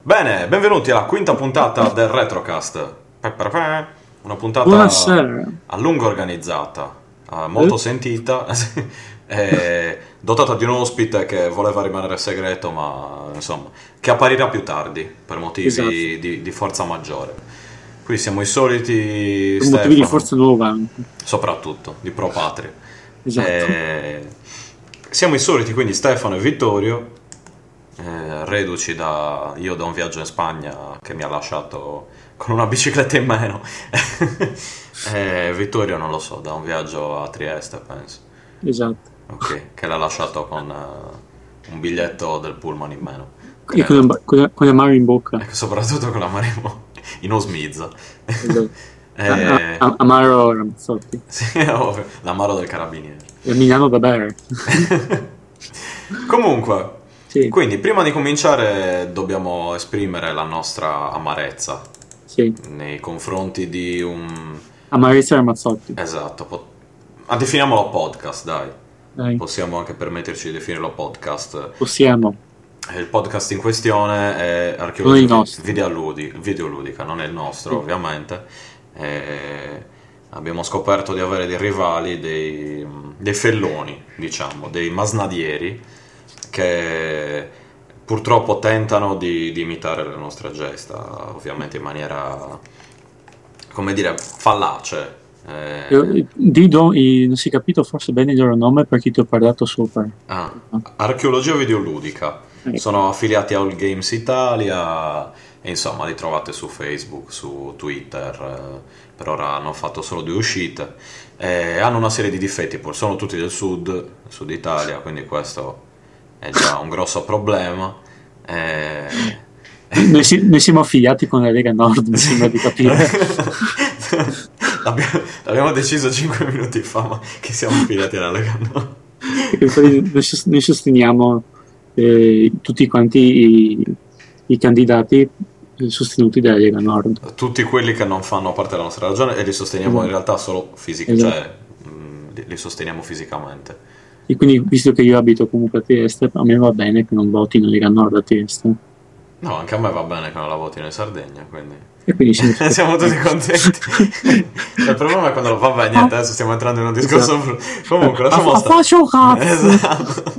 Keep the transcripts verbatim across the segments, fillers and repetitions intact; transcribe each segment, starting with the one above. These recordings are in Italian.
Bene, benvenuti alla quinta puntata del Retrocast. Una puntata Buonasera. a lungo organizzata, eh, molto Eh? sentita, e dotata di un ospite che voleva rimanere segreto, ma insomma, che apparirà più tardi per motivi Esatto. di, di forza maggiore. Qui siamo i soliti Per motivi di Stefano, forza nuova anche. soprattutto di pro patria. Esatto. Eh, siamo i soliti, quindi Stefano e Vittorio. Eh, reduci da io da un viaggio in Spagna che mi ha lasciato con una bicicletta in mano. eh, Vittorio non lo so, da un viaggio a Trieste penso, Esatto. ok, che l'ha lasciato con eh, un biglietto del pullman in meno, E con, credo, con, con le mani in bocca. e soprattutto con la Maremo in osmizza. Esatto. A, eh, a, Amaro Ramazzotti. sì, ovvio, l'amaro del carabiniere. E Milano da bere. Comunque, Sì, quindi prima di cominciare dobbiamo esprimere la nostra amarezza sì. nei confronti di un... Amarezza Ramazzotti. Esatto, po- ma definiamolo podcast, dai. Dai. Possiamo anche permetterci di definirlo podcast. Possiamo. Il podcast in questione è Non è Archeologia il nostro. videoludi- videoludica, non è il nostro Sì. ovviamente. E abbiamo scoperto di avere dei rivali, dei, dei felloni, diciamo, dei masnadieri che purtroppo tentano di, di imitare le nostre gesta, ovviamente in maniera, come dire, fallace. Eh, Io- Dido, i- non si è capito forse bene il loro nome perché ti ho parlato sopra. ah, Archeologia videoludica. Ecco. Sono affiliati a All Games Italia e insomma li trovate su Facebook, su Twitter, eh, per ora hanno fatto solo due uscite. Eh, hanno una serie di difetti, pur sono tutti del sud, sud Italia, quindi questo è già un grosso problema. Eh, Noi, si- noi siamo affiliati con la Lega Nord, mi sembra di capire. l'abbiamo, l'abbiamo deciso cinque minuti fa, ma che siamo affiliati alla Lega Nord. Perché infatti noi, sos- noi sosteniamo eh, tutti quanti i, i candidati sostenuti dalla Lega Nord. Tutti quelli che non fanno parte della nostra ragione e li sosteniamo in Esatto. realtà solo fisicamente, Esatto. cioè mh, li, li sosteniamo fisicamente. E quindi, visto che io abito comunque a Trieste, a me va bene che non votino Lega Nord a Trieste. No, anche a me va bene che non la votino in Sardegna, quindi E quindi siamo, siamo tutti contenti. Il problema è quando lo vabbè, niente, adesso stiamo entrando in un discorso. Esatto. Comunque, lasciamo Ma stare. faccio un cazzo! Esatto.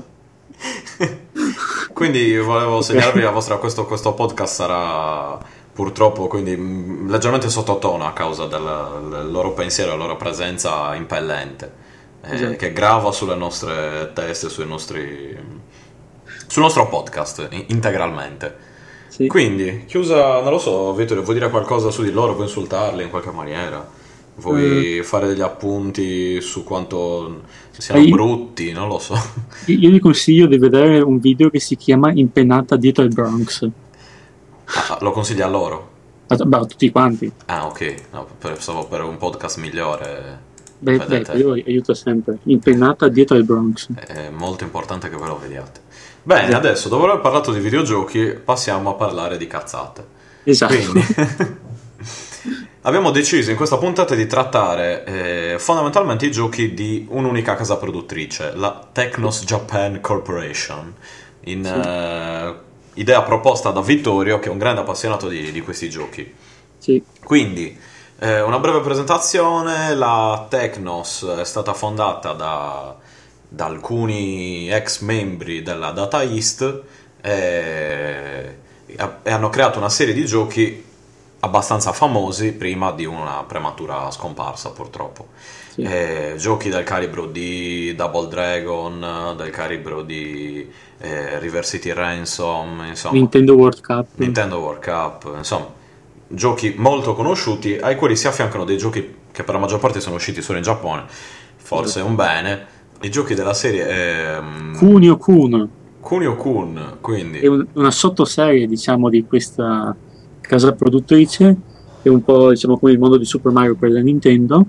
Quindi volevo segnalarvi la vostra, questo, questo podcast sarà purtroppo quindi mh, leggermente sottotono a causa del, del loro pensiero e la loro presenza impellente, eh, Esatto. che grava sulle nostre teste, sui nostri, sul nostro podcast in- integralmente. Sì. Quindi, chiusa, non lo so, Vittorio, vuoi dire qualcosa su di loro? Vuoi insultarli in qualche maniera? Vuoi fare degli appunti su quanto siano Eh, brutti? Non lo so. Io io vi consiglio di vedere un video che si chiama Impennata dietro il Bronx. Ah, lo consigli a loro? A, beh, a tutti quanti. Ah, ok. No, pensavo per un podcast migliore. Beh, Vedete, beh, io aiuto sempre. Impennata dietro il Bronx. è molto importante che ve lo vediate. Bene, Esatto. adesso dopo aver parlato di videogiochi, passiamo a parlare di cazzate. Esatto. Quindi, abbiamo deciso in questa puntata di trattare eh, fondamentalmente i giochi di un'unica casa produttrice, la Technos Japan Corporation, in Sì. eh, idea proposta da Vittorio, che è un grande appassionato di, di questi giochi. Sì. Quindi, eh, una breve presentazione. La Technos è stata fondata da, da alcuni ex membri della Data East e, e hanno creato una serie di giochi abbastanza famosi prima di una prematura scomparsa, purtroppo. Sì. Eh, giochi del calibro di Double Dragon, del calibro di eh, River City Ransom, insomma, Nintendo World Cup. Nintendo World Cup, insomma, giochi molto conosciuti ai quali si affiancano dei giochi che per la maggior parte sono usciti solo in Giappone, forse è un bene. I giochi della serie ehm, Kunio Kun Kunio-kun, quindi è un- una sottoserie, diciamo, di questa casa produttrice. È un po', diciamo, come il mondo di Super Mario per la Nintendo.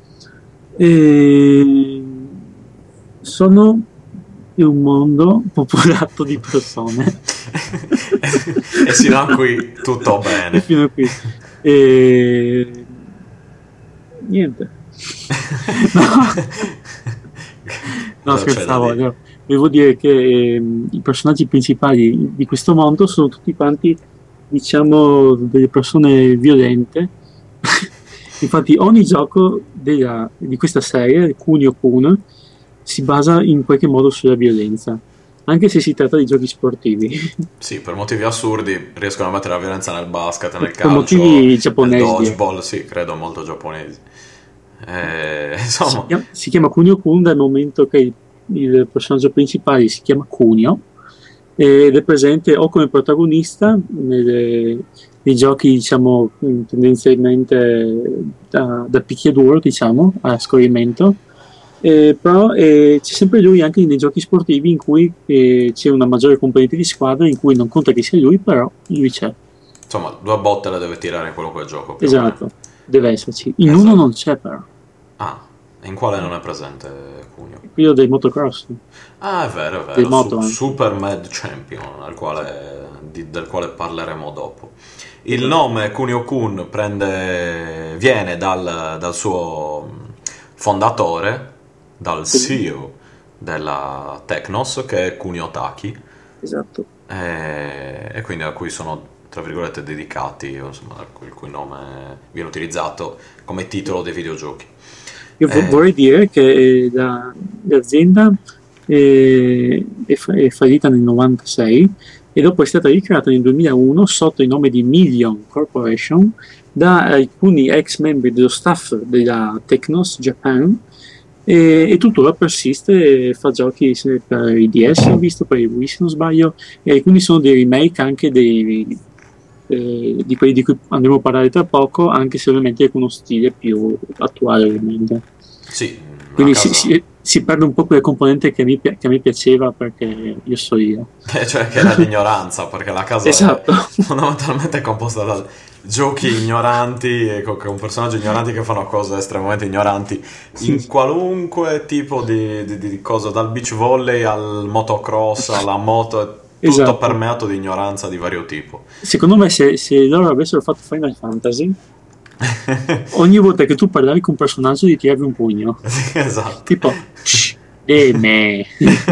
E sono in un mondo popolato di persone. e sino a qui tutto E bene. fino a qui. E... niente. No, Cosa c'è da scherzavo. dire? No. Devo dire che ehm, i personaggi principali di questo mondo sono tutti quanti diciamo, delle persone violente. Infatti ogni gioco della- di questa serie, Kunio-kun, si basa in qualche modo sulla violenza, anche se si tratta di giochi sportivi. Sì, per motivi assurdi riescono a mettere la violenza nel basket, nel Per calcio, motivi nel giapponesi, direi. dodgeball, sì, credo molto giapponesi. Eh, Si insomma, chiama, si chiama Kunio-kun dal momento che il, il personaggio principale si chiama Kunio ed è presente o come protagonista nelle- nei giochi, diciamo, tendenzialmente da, da picchiaduro, diciamo, a scorrimento. Eh, però eh, c'è sempre lui anche nei giochi sportivi in cui eh, c'è una maggiore componente di squadra in cui non conta che sia lui, però lui c'è. insomma, due botte le deve tirare in qualunque gioco più o meno. Esatto, deve esserci. In uno Esatto. non c'è però, Ah, e in quale non è presente Cugno? quello dei motocross, Ah, è vero, è del vero, moto Su- anche. Super Mad Champion, al quale- di- del quale parleremo dopo. Il nome Kunio-kun prende, viene dal, dal suo fondatore, dal C E O della Technos, che è Kunio Taki, Esatto. e, e quindi a cui sono, tra virgolette, dedicati, o insomma, il cui nome viene utilizzato come titolo dei videogiochi. Io vo- Eh, vorrei dire che eh, la- l'azienda eh, è, fa- è fallita nel novantasei e dopo è stata ricreata nel duemilauno sotto il nome di Million Corporation da alcuni ex membri dello staff della Technos Japan e, e tuttora persiste e fa giochi se- per i D S, ho visto, per i Wii se non sbaglio, e alcuni sono dei remake anche dei, eh, di quelli di cui andremo a parlare tra poco, anche se ovviamente con uno stile più attuale ovviamente. sì, una Quindi si, casa, si- si perde un po' quella componente che, mi, pi- che a me piaceva perché io so io. cioè che era l'ignoranza, perché la casa è Esatto. fondamentalmente composta da giochi ignoranti e co- con personaggi ignoranti che fanno cose estremamente ignoranti Sì, in qualunque tipo di, di, di cosa, dal beach volley al motocross alla moto, è tutto esatto. permeato di ignoranza di vario tipo. Secondo me se, se loro avessero fatto Final Fantasy, ogni volta che tu parlavi con un personaggio gli tiravi un pugno. Sì, esatto. Tipo, "Shh, eh, me."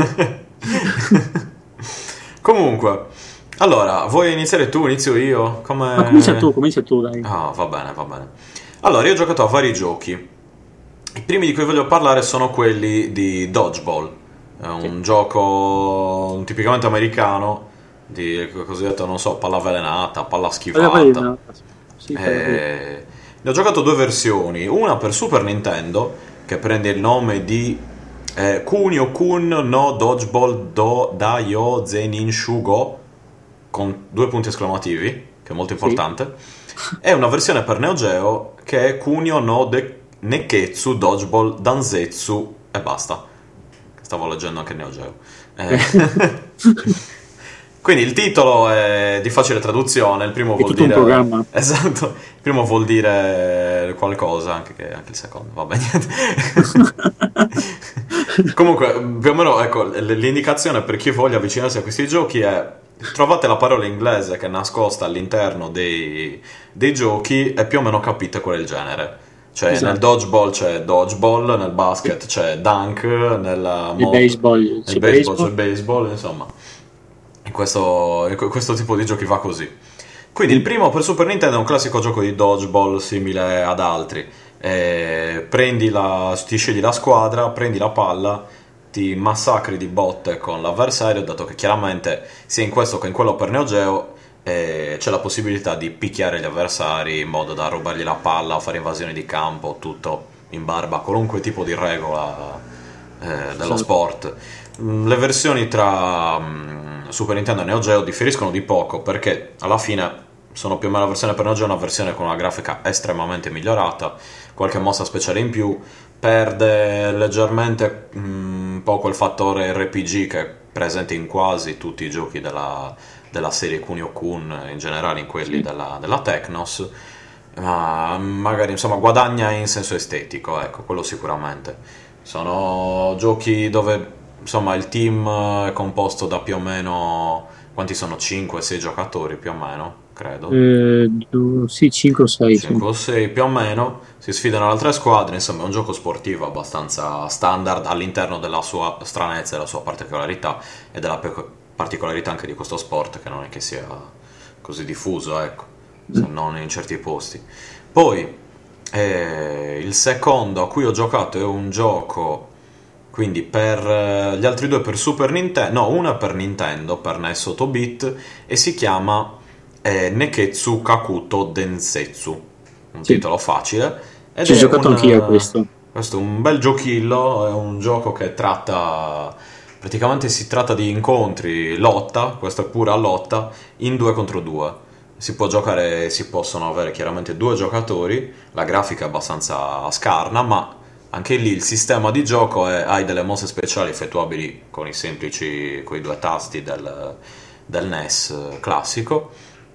Comunque, allora, vuoi iniziare tu? Inizio io? Ma comincia tu, Come... comincia tu, dai. Ah, va bene, va bene. Allora, io ho giocato a vari giochi. I primi di cui voglio parlare sono quelli di Dodgeball. È Sì. un gioco tipicamente americano di cosiddetto, non so, palla avvelenata, palla Palla schivata. avvelenata. Sì, palla avvelenata. E... Ne ho giocato due versioni, una per Super Nintendo che prende il nome di eh, Kunio-kun no Dodgeball do Daio Zenin Shugo con due punti esclamativi, che è molto Sì. importante, e una versione per Neo Geo che è Kunio no De- Neketsu Dodgeball Danzetsu e basta. Stavo leggendo anche Neo Geo. Eh, Quindi il titolo è di facile traduzione, il primo È vuol tutto un dire... programma. Esatto, il primo vuol dire qualcosa, anche, che, anche il secondo, vabbè, niente. Comunque, più o meno, ecco, l- l'indicazione per chi voglia avvicinarsi a questi giochi è: trovate la parola inglese che è nascosta all'interno dei, dei giochi e più o meno capite qual è il genere. Cioè, nel Esatto. dodgeball c'è dodgeball, nel Sì. basket c'è dunk, nella Il moto, baseball, nel c'è baseball c'è baseball. baseball, insomma. In questo, in questo tipo di giochi va così. Quindi il Mm. primo per Super Nintendo è un classico gioco di dodgeball simile ad altri. Eh, prendi la, ti scegli la squadra, prendi la palla, ti massacri di botte con l'avversario, dato che chiaramente sia in questo che in quello per Neo Geo eh, c'è la possibilità di picchiare gli avversari in modo da rubargli la palla o fare invasioni di campo, tutto in barba a qualunque tipo di regola eh, dello Esatto. sport. Mm, Le versioni tra mm, Super Nintendo e Neo Geo differiscono di poco perché alla fine sono più o meno la versione per Neo Geo, una versione con una grafica estremamente migliorata, qualche mossa speciale in più, perde leggermente mm, un po' quel fattore R P G che è presente in quasi tutti i giochi della, della serie Kunio-kun, in generale in quelli Sì. della, della Technos, ma magari insomma guadagna in senso estetico, ecco, quello sicuramente. Sono giochi dove insomma il team è composto da più o meno, quanti sono? cinque sei giocatori più o meno, credo. Eh, du- sì, cinque o sei, sì. cinque o sei più o meno, si sfidano altre squadre, insomma è un gioco sportivo abbastanza standard all'interno della sua stranezza e della sua particolarità e della pe- particolarità anche di questo sport che non è che sia così diffuso, ecco, se non in certi posti. Poi eh, il secondo a cui ho giocato è un gioco, quindi per eh, gli altri due per Super Nintendo, no, uno è per Nintendo, per N E S otto bit, e si chiama eh, Neketsu Kakuto Densetsu, un Sì, titolo facile, ed ci ho è giocato anch'io a un, questo. questo è un bel giochillo, è un gioco che tratta, praticamente si tratta di incontri, lotta, questo è pura lotta, in due contro due. Si può giocare, si possono avere chiaramente due giocatori, la grafica è abbastanza scarna, ma anche lì il sistema di gioco è, hai delle mosse speciali effettuabili con i semplici, con i due tasti del, del N E S classico.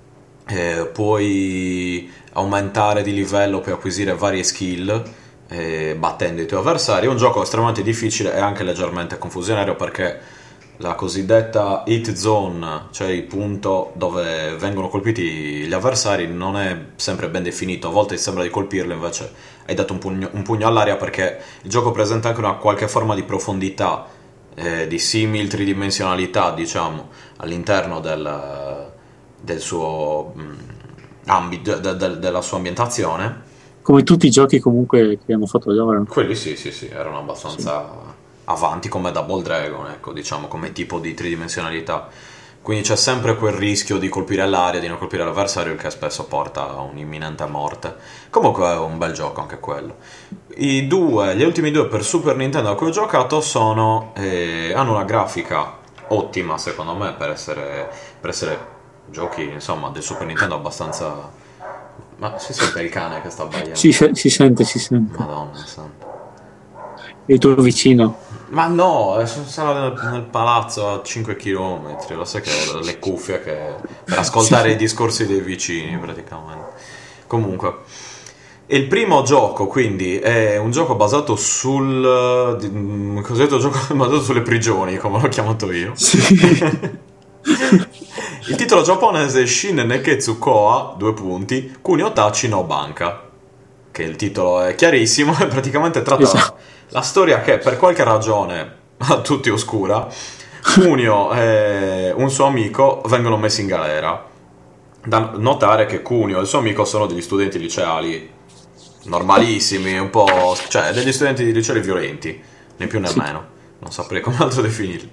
Eh, puoi aumentare di livello per acquisire varie skill eh, battendo i tuoi avversari. È un gioco estremamente difficile e anche leggermente confusionario perché la cosiddetta hit zone, cioè il punto dove vengono colpiti gli avversari, non è sempre ben definito. A volte ti sembra di colpirlo, invece hai dato un pugno, un pugno all'aria, perché il gioco presenta anche una qualche forma di profondità, eh, di simil tridimensionalità, diciamo, all'interno del, del suo mh, ambito, de- de- della sua ambientazione. Come tutti i giochi comunque che hanno fatto loro. Quelli sì, sì, sì, erano Sì, abbastanza avanti come Double Dragon, ecco, diciamo, come tipo di tridimensionalità. Quindi c'è sempre quel rischio di colpire l'aria, di non colpire l'avversario, il che spesso porta a un'imminente morte. Comunque è un bel gioco anche quello. I due, gli ultimi due per Super Nintendo a cui ho giocato sono, eh, hanno una grafica ottima secondo me per essere, per essere giochi, insomma, del Super Nintendo abbastanza... Ma si sente il cane che sta si, abbaiando? se- si sente, si sente. Madonna santa. Il tuo vicino. Ma no, eh, sono sono nel, nel palazzo a cinque chilometri, lo sai che ho le cuffie che, per ascoltare Sì, i discorsi dei vicini praticamente. Comunque, il primo gioco quindi è un gioco basato sul... di- un cosiddetto gioco basato sulle prigioni, come l'ho chiamato io. sì. Il titolo giapponese è Shin Neketsu Koa, due punti, Kunio Tachi no Banka, che il titolo è chiarissimo e praticamente tratta la, Esatto. la storia che per qualche ragione a tutti oscura, Kunio e un suo amico vengono messi in galera. Da notare che Kunio e il suo amico sono degli studenti liceali normalissimi, un po'... cioè degli studenti di liceali violenti, né più né Sì, meno, non saprei come altro definirli.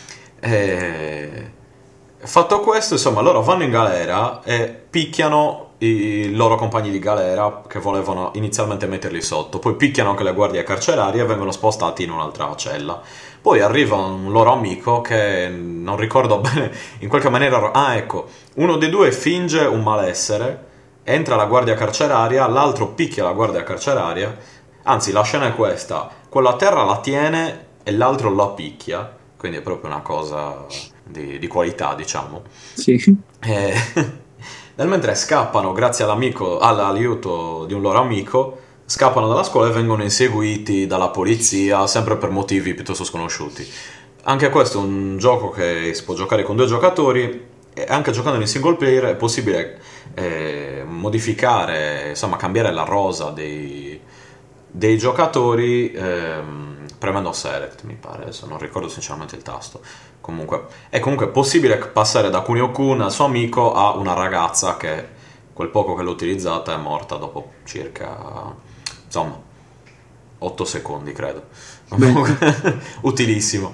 E... Fatto questo, insomma, loro vanno in galera e picchiano i loro compagni di galera che volevano inizialmente metterli sotto, poi picchiano anche le guardie carcerarie e vengono spostati in un'altra cella. Poi arriva un loro amico che non ricordo bene, in qualche maniera... Ah, ecco, uno dei due finge un malessere, entra la guardia carceraria, l'altro picchia la guardia carceraria, anzi la scena è questa, quello a terra la tiene e l'altro la picchia, quindi è proprio una cosa di, di qualità, diciamo. sì. E nel mentre scappano, grazie all'amico, all'aiuto di un loro amico, scappano dalla scuola e vengono inseguiti dalla polizia, sempre per motivi piuttosto sconosciuti. Anche questo è un gioco che si può giocare con due giocatori, e anche giocando in single player è possibile eh, modificare, insomma, cambiare la rosa dei, dei giocatori ehm, premendo select, mi pare, adesso non ricordo sinceramente il tasto. Comunque, è comunque possibile passare da Kunio-kun al suo amico a una ragazza che quel poco che l'ho utilizzata è morta dopo circa, insomma, otto secondi, credo. Beh, Utilissimo.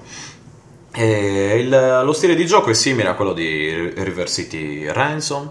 E il- lo stile di gioco è simile a quello di River City Ransom,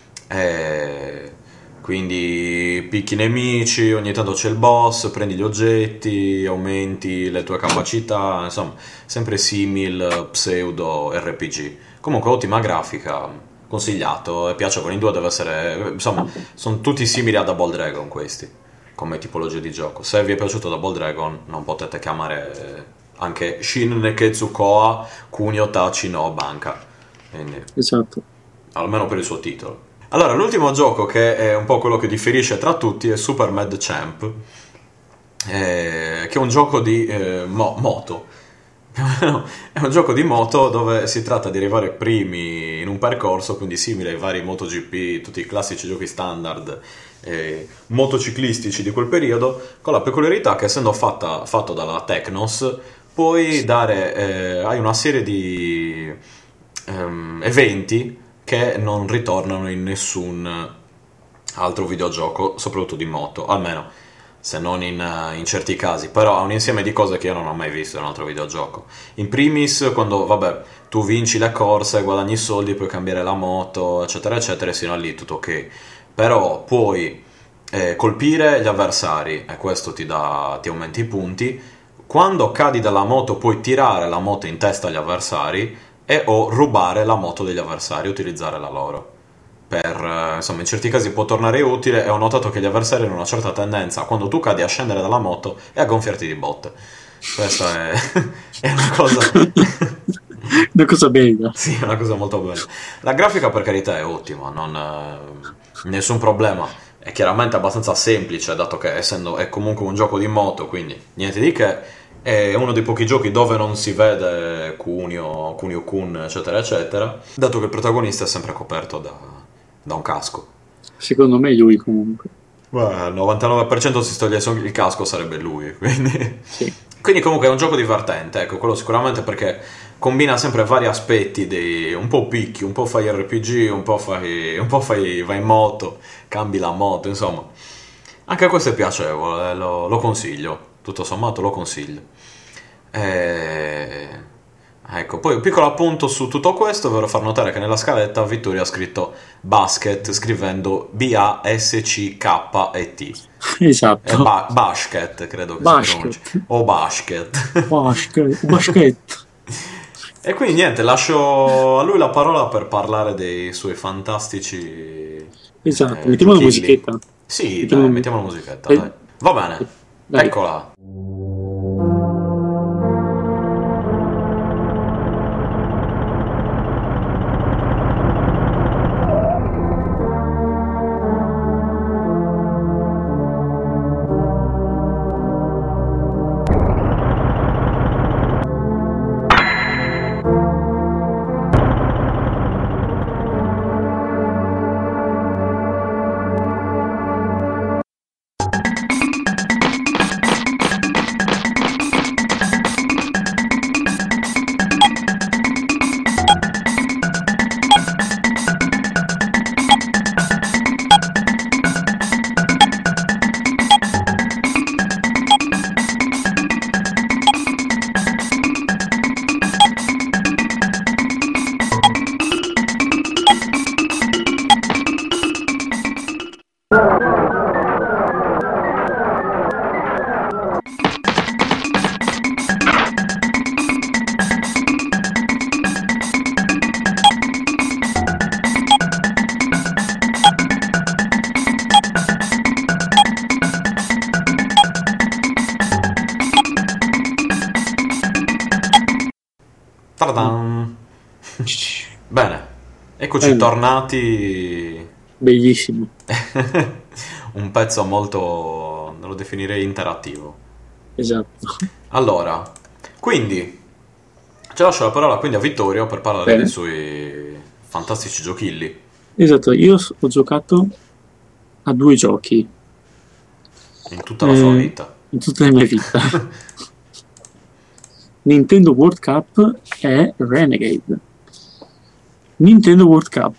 e quindi picchi i nemici, ogni tanto c'è il boss, prendi gli oggetti, aumenti le tue capacità, insomma, sempre simil pseudo R P G. Comunque ottima grafica, consigliato, è piacevole, in due deve essere, insomma, sono tutti simili a Double Dragon questi, come tipologia di gioco. Se vi è piaciuto Double Dragon non potete chiamare anche Shin Neketsu Koa Kunio Tachi no Banka, quindi esatto. almeno per il suo titolo. Allora, l'ultimo gioco che è un po' quello che differisce tra tutti è Super Mad Champ, eh, che è un gioco di eh, mo- moto. È un gioco di moto dove si tratta di arrivare primi in un percorso, quindi simile ai vari MotoGP, tutti i classici giochi standard eh, motociclistici di quel periodo, con la peculiarità che, essendo fatta, fatto dalla Technos, puoi dare, eh, hai una serie di ehm, eventi che non ritornano in nessun altro videogioco, soprattutto di moto, almeno se non in, in certi casi, però ha un insieme di cose che io non ho mai visto in un altro videogioco. In primis, quando, vabbè, tu vinci le corse, guadagni soldi, puoi cambiare la moto, eccetera, eccetera, e sino a lì tutto ok. Però puoi eh, colpire gli avversari, e questo ti, dà, ti aumenta i punti. Quando cadi dalla moto puoi tirare la moto in testa agli avversari e o rubare la moto degli avversari, utilizzare la loro. Per, insomma, in certi casi può tornare utile, e ho notato che gli avversari hanno una certa tendenza, quando tu cadi, a scendere dalla moto e a gonfiarti di botte. Questa è, è una cosa una cosa bella. sì, è una cosa molto bella. La grafica, per carità, è ottima, non eh, nessun problema. È chiaramente abbastanza semplice, dato che essendo è comunque un gioco di moto, quindi niente di che. È uno dei pochi giochi dove non si vede Kunio, Kunio Kun, eccetera, eccetera, dato che il protagonista è sempre coperto da, da un casco. Secondo me è lui comunque. Beh, al novantanove per cento se si togliesse il casco sarebbe lui, quindi... Sì. Quindi comunque è un gioco divertente, ecco, quello sicuramente, perché combina sempre vari aspetti, dei, un po' picchi, un po' fai R P G, un po' fai, un po' fai vai in moto, cambi la moto, insomma. Anche questo è piacevole, lo, lo consiglio, tutto sommato lo consiglio. E... Ecco, poi un piccolo appunto su tutto questo, vorrei far notare che nella scaletta Vittorio ha scritto basket scrivendo B A S C K E T. Esatto. È ba- basket, credo che basket. si pronunci. O basket. Basket. Basket. E quindi niente, lascio a lui la parola per parlare dei suoi fantastici... Esatto, eh, mettiamo la giochilli. musichetta. Sì, mettiamo dai, la... mettiamo la musichetta, eh, dai. Va bene, dai. Eccola. Ta-da-dam. Bene, eccoci Bene. tornati. Bellissimo. Un pezzo molto, lo definirei interattivo. Esatto. Allora, quindi ci lascio la parola quindi a Vittorio per parlare Bene. dei suoi fantastici giochilli. Esatto, io s- ho giocato a due giochi In tutta la sua eh, vita. in tutta la mia vita. Nintendo World Cup e Renegade. Nintendo World Cup,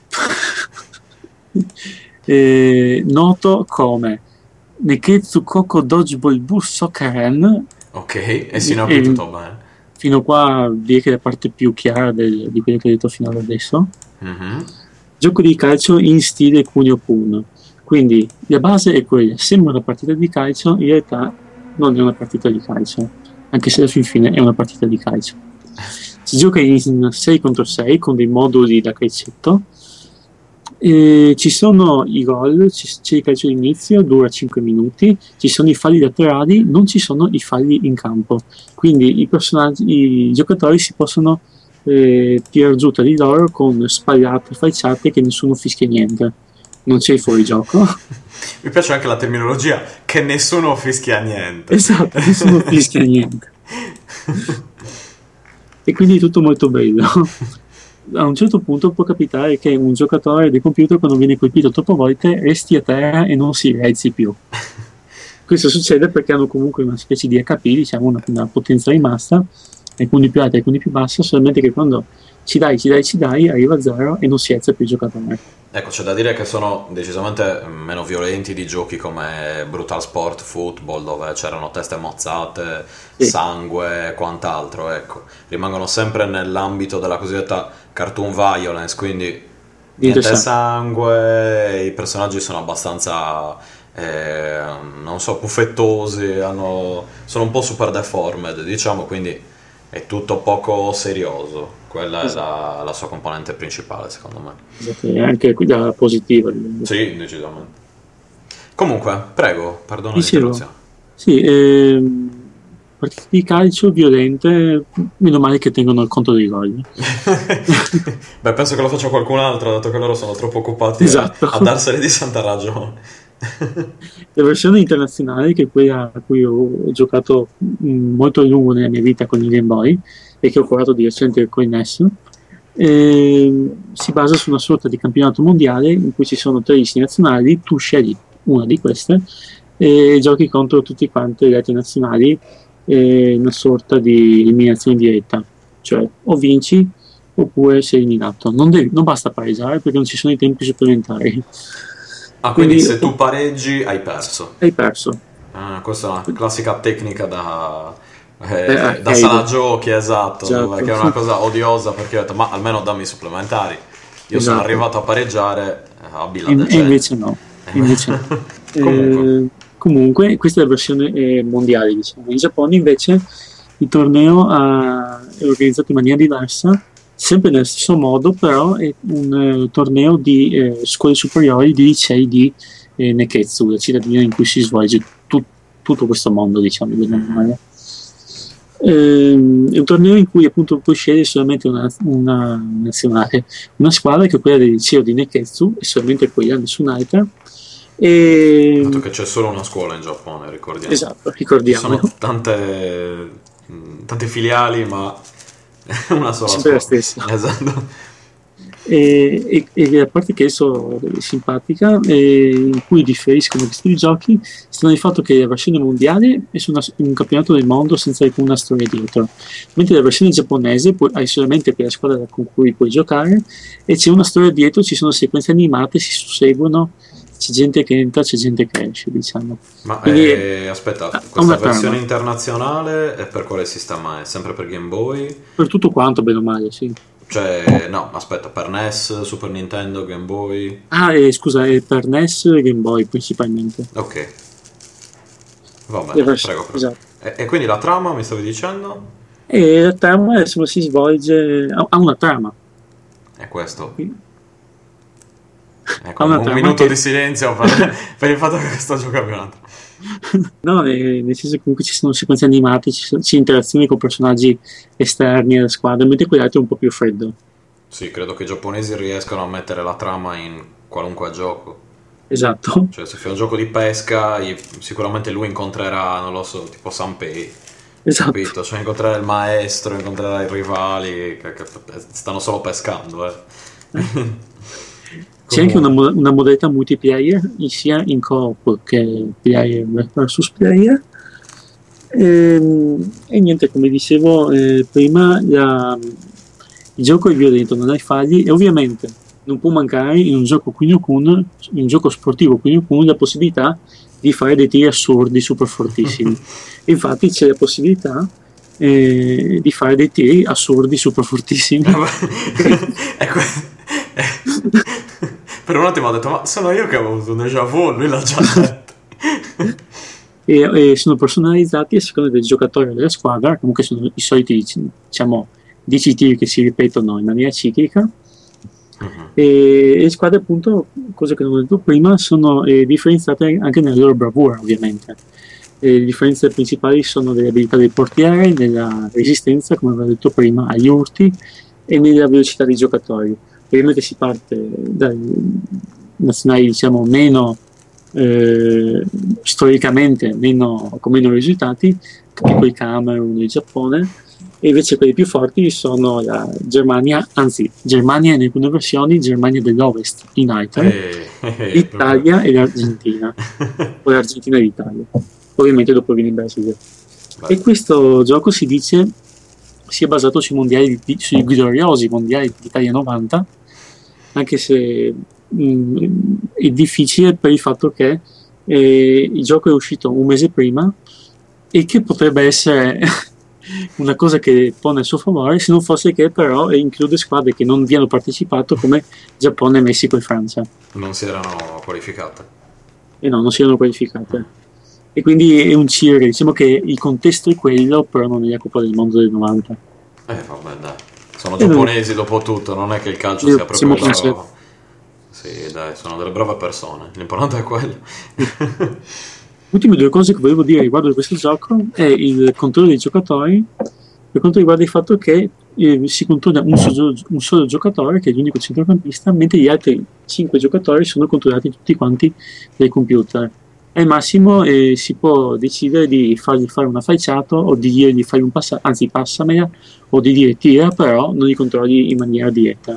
eh, noto come Neketsu Koko Dodgeball Bus Sokkaren, Ok, e si ne e- è tutto bene. fino qua direi che è la parte più chiara del- di quello che ho detto fino ad adesso. Mhm. Gioco di calcio in stile Kunio-kun. Quindi la base è quella, sembra una partita di calcio, in realtà non è una partita di calcio, anche se alla fin fine è una partita di calcio. Si gioca in sei contro sei con dei moduli da calcetto. E ci sono i gol, ci- c'è il calcio d'inizio, dura cinque minuti, ci sono i falli laterali, non ci sono i falli in campo. Quindi i personaggi, i giocatori si possono eh, tirare giù tra di loro con spallate, falciate che nessuno fischia niente. Non c'è il fuorigioco. Mi piace anche la terminologia che nessuno fischia niente. Esatto, nessuno fischia niente. E quindi è tutto molto bello. A un certo punto può capitare che un giocatore del computer, quando viene colpito troppe volte, resti a terra e non si rialzi più. Questo succede perché hanno comunque una specie di H P, diciamo una, una potenza rimasta, alcuni più alta e alcuni più bassa, solamente che quando ci dai, ci dai, ci dai, arriva a zero e non si alza più il giocatore. Ecco, c'è da dire che sono decisamente meno violenti di giochi come Brutal Sport Football, dove c'erano teste mozzate, Sì, sangue e quant'altro, ecco. Rimangono sempre nell'ambito della cosiddetta cartoon violence, quindi niente interessante. sangue, i personaggi sono abbastanza, eh, non so, puffettosi, hanno- sono un po' super deformed, diciamo, quindi è tutto poco serioso. Quella è Esatto, la, la sua componente principale, secondo me. esatto. E anche qui da positiva. Sì, decisamente. Comunque, prego, perdono Dicevo, l'interruzione. sì, ehm, partite di calcio violente, meno male che tengono il conto dei gol. Beh, penso che lo faccia qualcun altro, dato che loro sono troppo occupati a, Esatto. a darsene di santa ragione. La versione internazionale, che è quella a cui ho giocato mh, molto a lungo nella mia vita con il Game Boy e che ho provato di recente con il N E S, ehm, si basa su una sorta di campionato mondiale in cui ci sono tredici nazionali, tu scegli una di queste e giochi contro tutti quanti le altre nazionali, eh, una sorta di eliminazione diretta, cioè o vinci oppure sei eliminato. Non, devi- non basta pareggiare perché non ci sono i tempi supplementari. Ah, quindi Quindi se tu pareggi hai perso. hai perso. Ah, questa è una classica tecnica da, Eh, eh, da arcade. sala giochi, esatto, dove- Esatto. che è una cosa odiosa perché ho detto, ma almeno dammi i supplementari. Io sono Esatto. arrivato a pareggiare, eh, abbi la E, e decenza. invece no. E invece no. Comunque, Eh, comunque, questa è la versione eh, mondiale, diciamo. In Giappone invece il torneo ha- è organizzato in maniera diversa, sempre nello stesso modo, però è un eh, torneo di eh, scuole superiori, di licei di eh, Neketsu, la cittadina in cui si svolge tut- tutto questo mondo, diciamo, bene o male. Ehm, è un torneo in cui appunto puoi scegliere solamente una, una nazionale, una squadra che è quella del liceo di Neketsu e solamente quella, nessun'altra. dato E, che c'è solo una scuola in Giappone, ricordiamo. esatto, Ci ricordiamolo, sono tante, tante filiali, ma una è sola sempre la scuola. stessa. Esatto. E, e, e la parte che so simpatica e in cui differiscono questi giochi sta nel fatto che la versione mondiale è su una- un campionato del mondo senza alcuna storia dietro, mentre la versione giapponese pu- hai solamente quella squadra con cui puoi giocare e c'è una storia dietro, ci sono sequenze animate, si susseguono, c'è gente che entra, c'è gente che esce, diciamo. Ma Quindi eh, aspetta, ha ha questa una versione trama, internazionale è per quale sistema è? Sempre per Game Boy? per tutto quanto, bene o male, sì. Cioè, no, aspetta, per N E S, Super Nintendo, Game Boy? Ah, e scusa, è per N E S e Game Boy principalmente. Ok, va Le bene, vers- prego, prego. esatto. E, e quindi la trama, mi stavi dicendo? E la trama insomma, si svolge, ha ha una trama, È questo. ha Ecco, un, una un trama minuto di che, silenzio per, per il fatto che sto giocando. no, nel nel senso che comunque ci sono sequenze animate, ci sono ci interazioni con personaggi esterni alla squadra, mentre quell'altro è un po' più freddo. Sì, credo che i giapponesi riescano a mettere la trama in qualunque gioco. Esatto, Cioè, se fai un gioco di pesca, gli- sicuramente lui incontrerà, non lo so, tipo Sanpei, esatto. capito? Cioè, incontrerà il maestro, incontrerà i rivali che, che stanno solo pescando, eh. C'è anche una, Comunque, mo- una modalità multiplayer, sia in co-op che player versus player. Ehm, E, niente, come dicevo eh, prima, la- il gioco è violento, non hai falli e ovviamente non può mancare in un gioco Kunio Kun, in un gioco sportivo Kunio Kun, la possibilità di fare dei tiri assurdi, super fortissimi. Infatti c'è la possibilità eh, di fare dei tiri assurdi, super fortissimi. ecco, per un attimo ho detto, ma sono io che avevo avuto un déjà vu, lui l'ha già detto. e, e sono personalizzati a seconda del giocatore della squadra, comunque sono i soliti diciamo dieci tiri che si ripetono in maniera ciclica Mhm. e le squadre appunto, cosa che non ho detto prima, sono eh, differenziate anche nella loro bravura ovviamente. E le differenze principali sono delle abilità del portiere, nella resistenza, come avevo detto prima, agli urti e nella velocità dei giocatori. Ovviamente si parte dai nazionali diciamo meno eh, storicamente meno, con meno risultati, tipo il Camerun e il Giappone, e invece quelli più forti sono la Germania, anzi Germania in alcune versioni, Germania dell'Ovest United, Eh, eh, l'Italia e l'Argentina, o l'Argentina e l'Italia. Ovviamente dopo viene il Brasile. E Beh, questo gioco si dice si è basato sui mondiali di, sui gloriosi mondiali d'Italia novanta, anche se mh, è difficile per il fatto che eh, il gioco è uscito un mese prima e che potrebbe essere una cosa che pone a suo favore, se non fosse che però include squadre che non vi hanno partecipato come Giappone, Messico e Francia. Non si erano qualificate. E no, non si erano qualificate. Mm. E quindi è un circo, diciamo che il contesto è quello, però non è la Coppa del Mondo del novanta. Eh vabbè dai, sono giapponesi non... dopo tutto, non è che il calcio sia proprio loro. Sì dai, sono delle brave persone, l'importante è quello. Ultime due cose che volevo dire riguardo a questo gioco è il controllo dei giocatori, per quanto riguarda il fatto che eh, si controlla un solo, un solo giocatore, che è l'unico centrocampista, mentre gli altri cinque giocatori sono controllati tutti quanti dai computer. Al massimo eh, si può decidere di fargli fare una falciata o di dirgli fai un passaggio, anzi passamela, o di dire tira, però non li controlli in maniera diretta.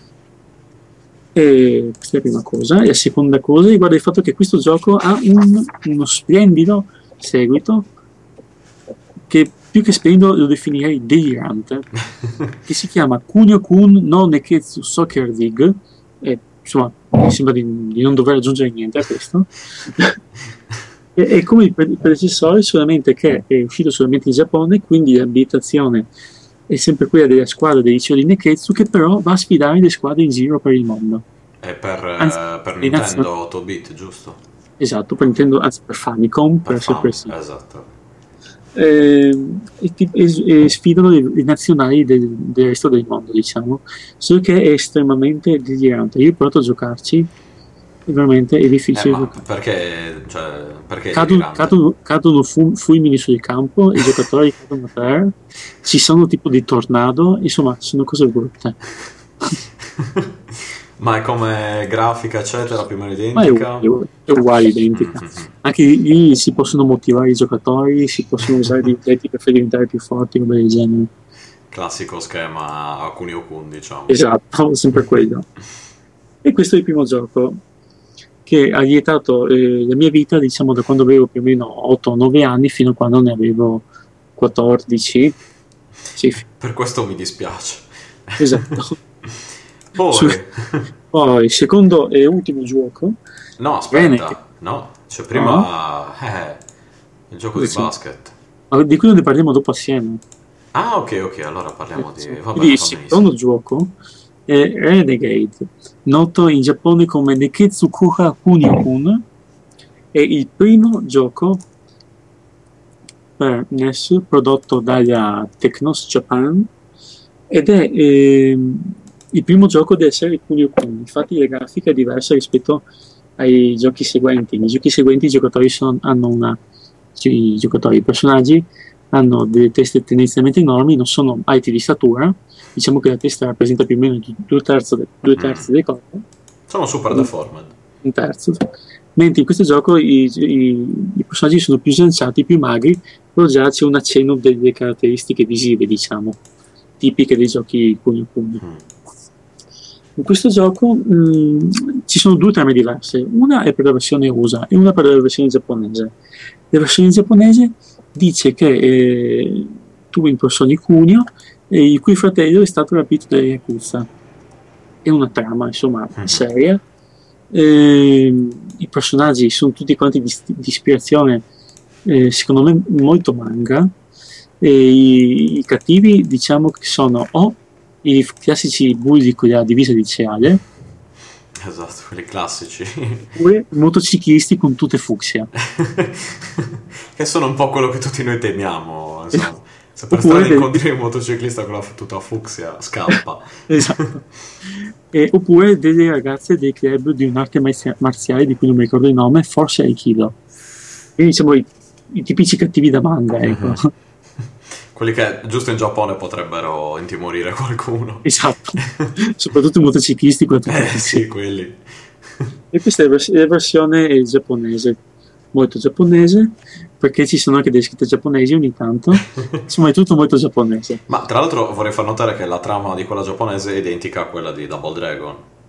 E questa è la prima cosa. E la seconda cosa riguarda il fatto che questo gioco ha un, uno splendido seguito che più che splendido lo definirei delirante, che si chiama Kunio-kun no Neketsu Soccer League. E, insomma, mi sembra di, di non dover aggiungere niente a questo. e, è come il predecessore, solamente che è uscito solamente in Giappone, quindi l'ambientazione è sempre quella della squadra del liceo di Neketsu, che però va a sfidare le squadre in giro per il mondo. È per, anzi, eh, per Nintendo otto bit, giusto? Esatto, per Nintendo, anzi per Famicom, per, per Fam, Super sì. Esatto. E, e, e, e sfidano le, le nazionali del, del resto del mondo, diciamo, solo che è estremamente delirante. Io ho provato a giocarci, veramente è difficile. Eh, ma perché, cioè, perché cadono, cadono, cadono fu, fulmini sul campo, i giocatori cadono a terra, ci sono tipo dei tornado, insomma sono cose brutte. Ma è come grafica eccetera più o meno identica? Ma è uguale, è uguale identica. Mm-hmm. Anche lì si possono motivare i giocatori, si possono usare dei oggetti per far diventare più forti, come del genere. Classico schema a Kunio-kun, diciamo. Esatto, sempre quello. E questo è il primo gioco che ha lietato eh, la mia vita, diciamo, da quando avevo più o meno otto o nove anni fino a quando ne avevo quattordici. Sì. Per questo mi dispiace. Esatto. Poi, Su, poi secondo e ultimo gioco. No, aspetta, Bene. no, c'è prima no. Eh, il gioco sì. di basket. Ma di cui ne parliamo dopo assieme. Ah, ok, ok, allora parliamo sì. di... Vabbè, Quindi il secondo gioco è Renegade, noto in Giappone come Neketsu Kuha Kunio-kun, è il primo gioco per N E S prodotto dalla Technos Japan ed è eh, il primo gioco della serie Kunio-kun. Infatti la grafica è diversa rispetto ai giochi seguenti. Nei giochi seguenti i giocatori sono, hanno una i giocatori, i personaggi hanno delle teste tendenzialmente enormi, non sono alti di statura, diciamo che la testa rappresenta più o meno due terzi, due terzi del corpo. Sono super deformed. Un terzo. Mentre in questo gioco i, i, i personaggi sono più slanciati, più magri, però già c'è un accenno delle caratteristiche visive, diciamo, tipiche dei giochi Kunio-kun. Mm. In questo gioco mh, ci sono due trame diverse, una è per la versione U S A e una per la versione giapponese. La versione giapponese dice che eh, tu impersoni Kunio, eh, il cui fratello è stato rapito dalla Yakuza. È una trama, insomma, seria. Eh, I personaggi sono tutti quanti di, di ispirazione, eh, secondo me, molto manga. E i, i cattivi, diciamo che sono o i classici bulli con la divisa liceale, esatto, quelli classici, oppure motociclisti con tute fucsia che sono un po' quello che tutti noi temiamo, insomma. Se per strada del... incontri un motociclista con la tuta fucsia scappa. Esatto. E, oppure delle ragazze del club di un'arte marziale di cui non mi ricordo il nome, forse Aikido. Quindi diciamo i, i tipici cattivi da manga, ecco. Mm-hmm. Quelli che giusto in Giappone potrebbero intimorire qualcuno. Esatto, soprattutto i motociclisti. Eh sì, quelli. E questa è la vers- la versione giapponese, molto giapponese, perché ci sono anche delle scritte giapponesi ogni tanto, insomma è tutto molto giapponese. Ma tra l'altro vorrei far notare che la trama di quella giapponese è identica a quella di Double Dragon.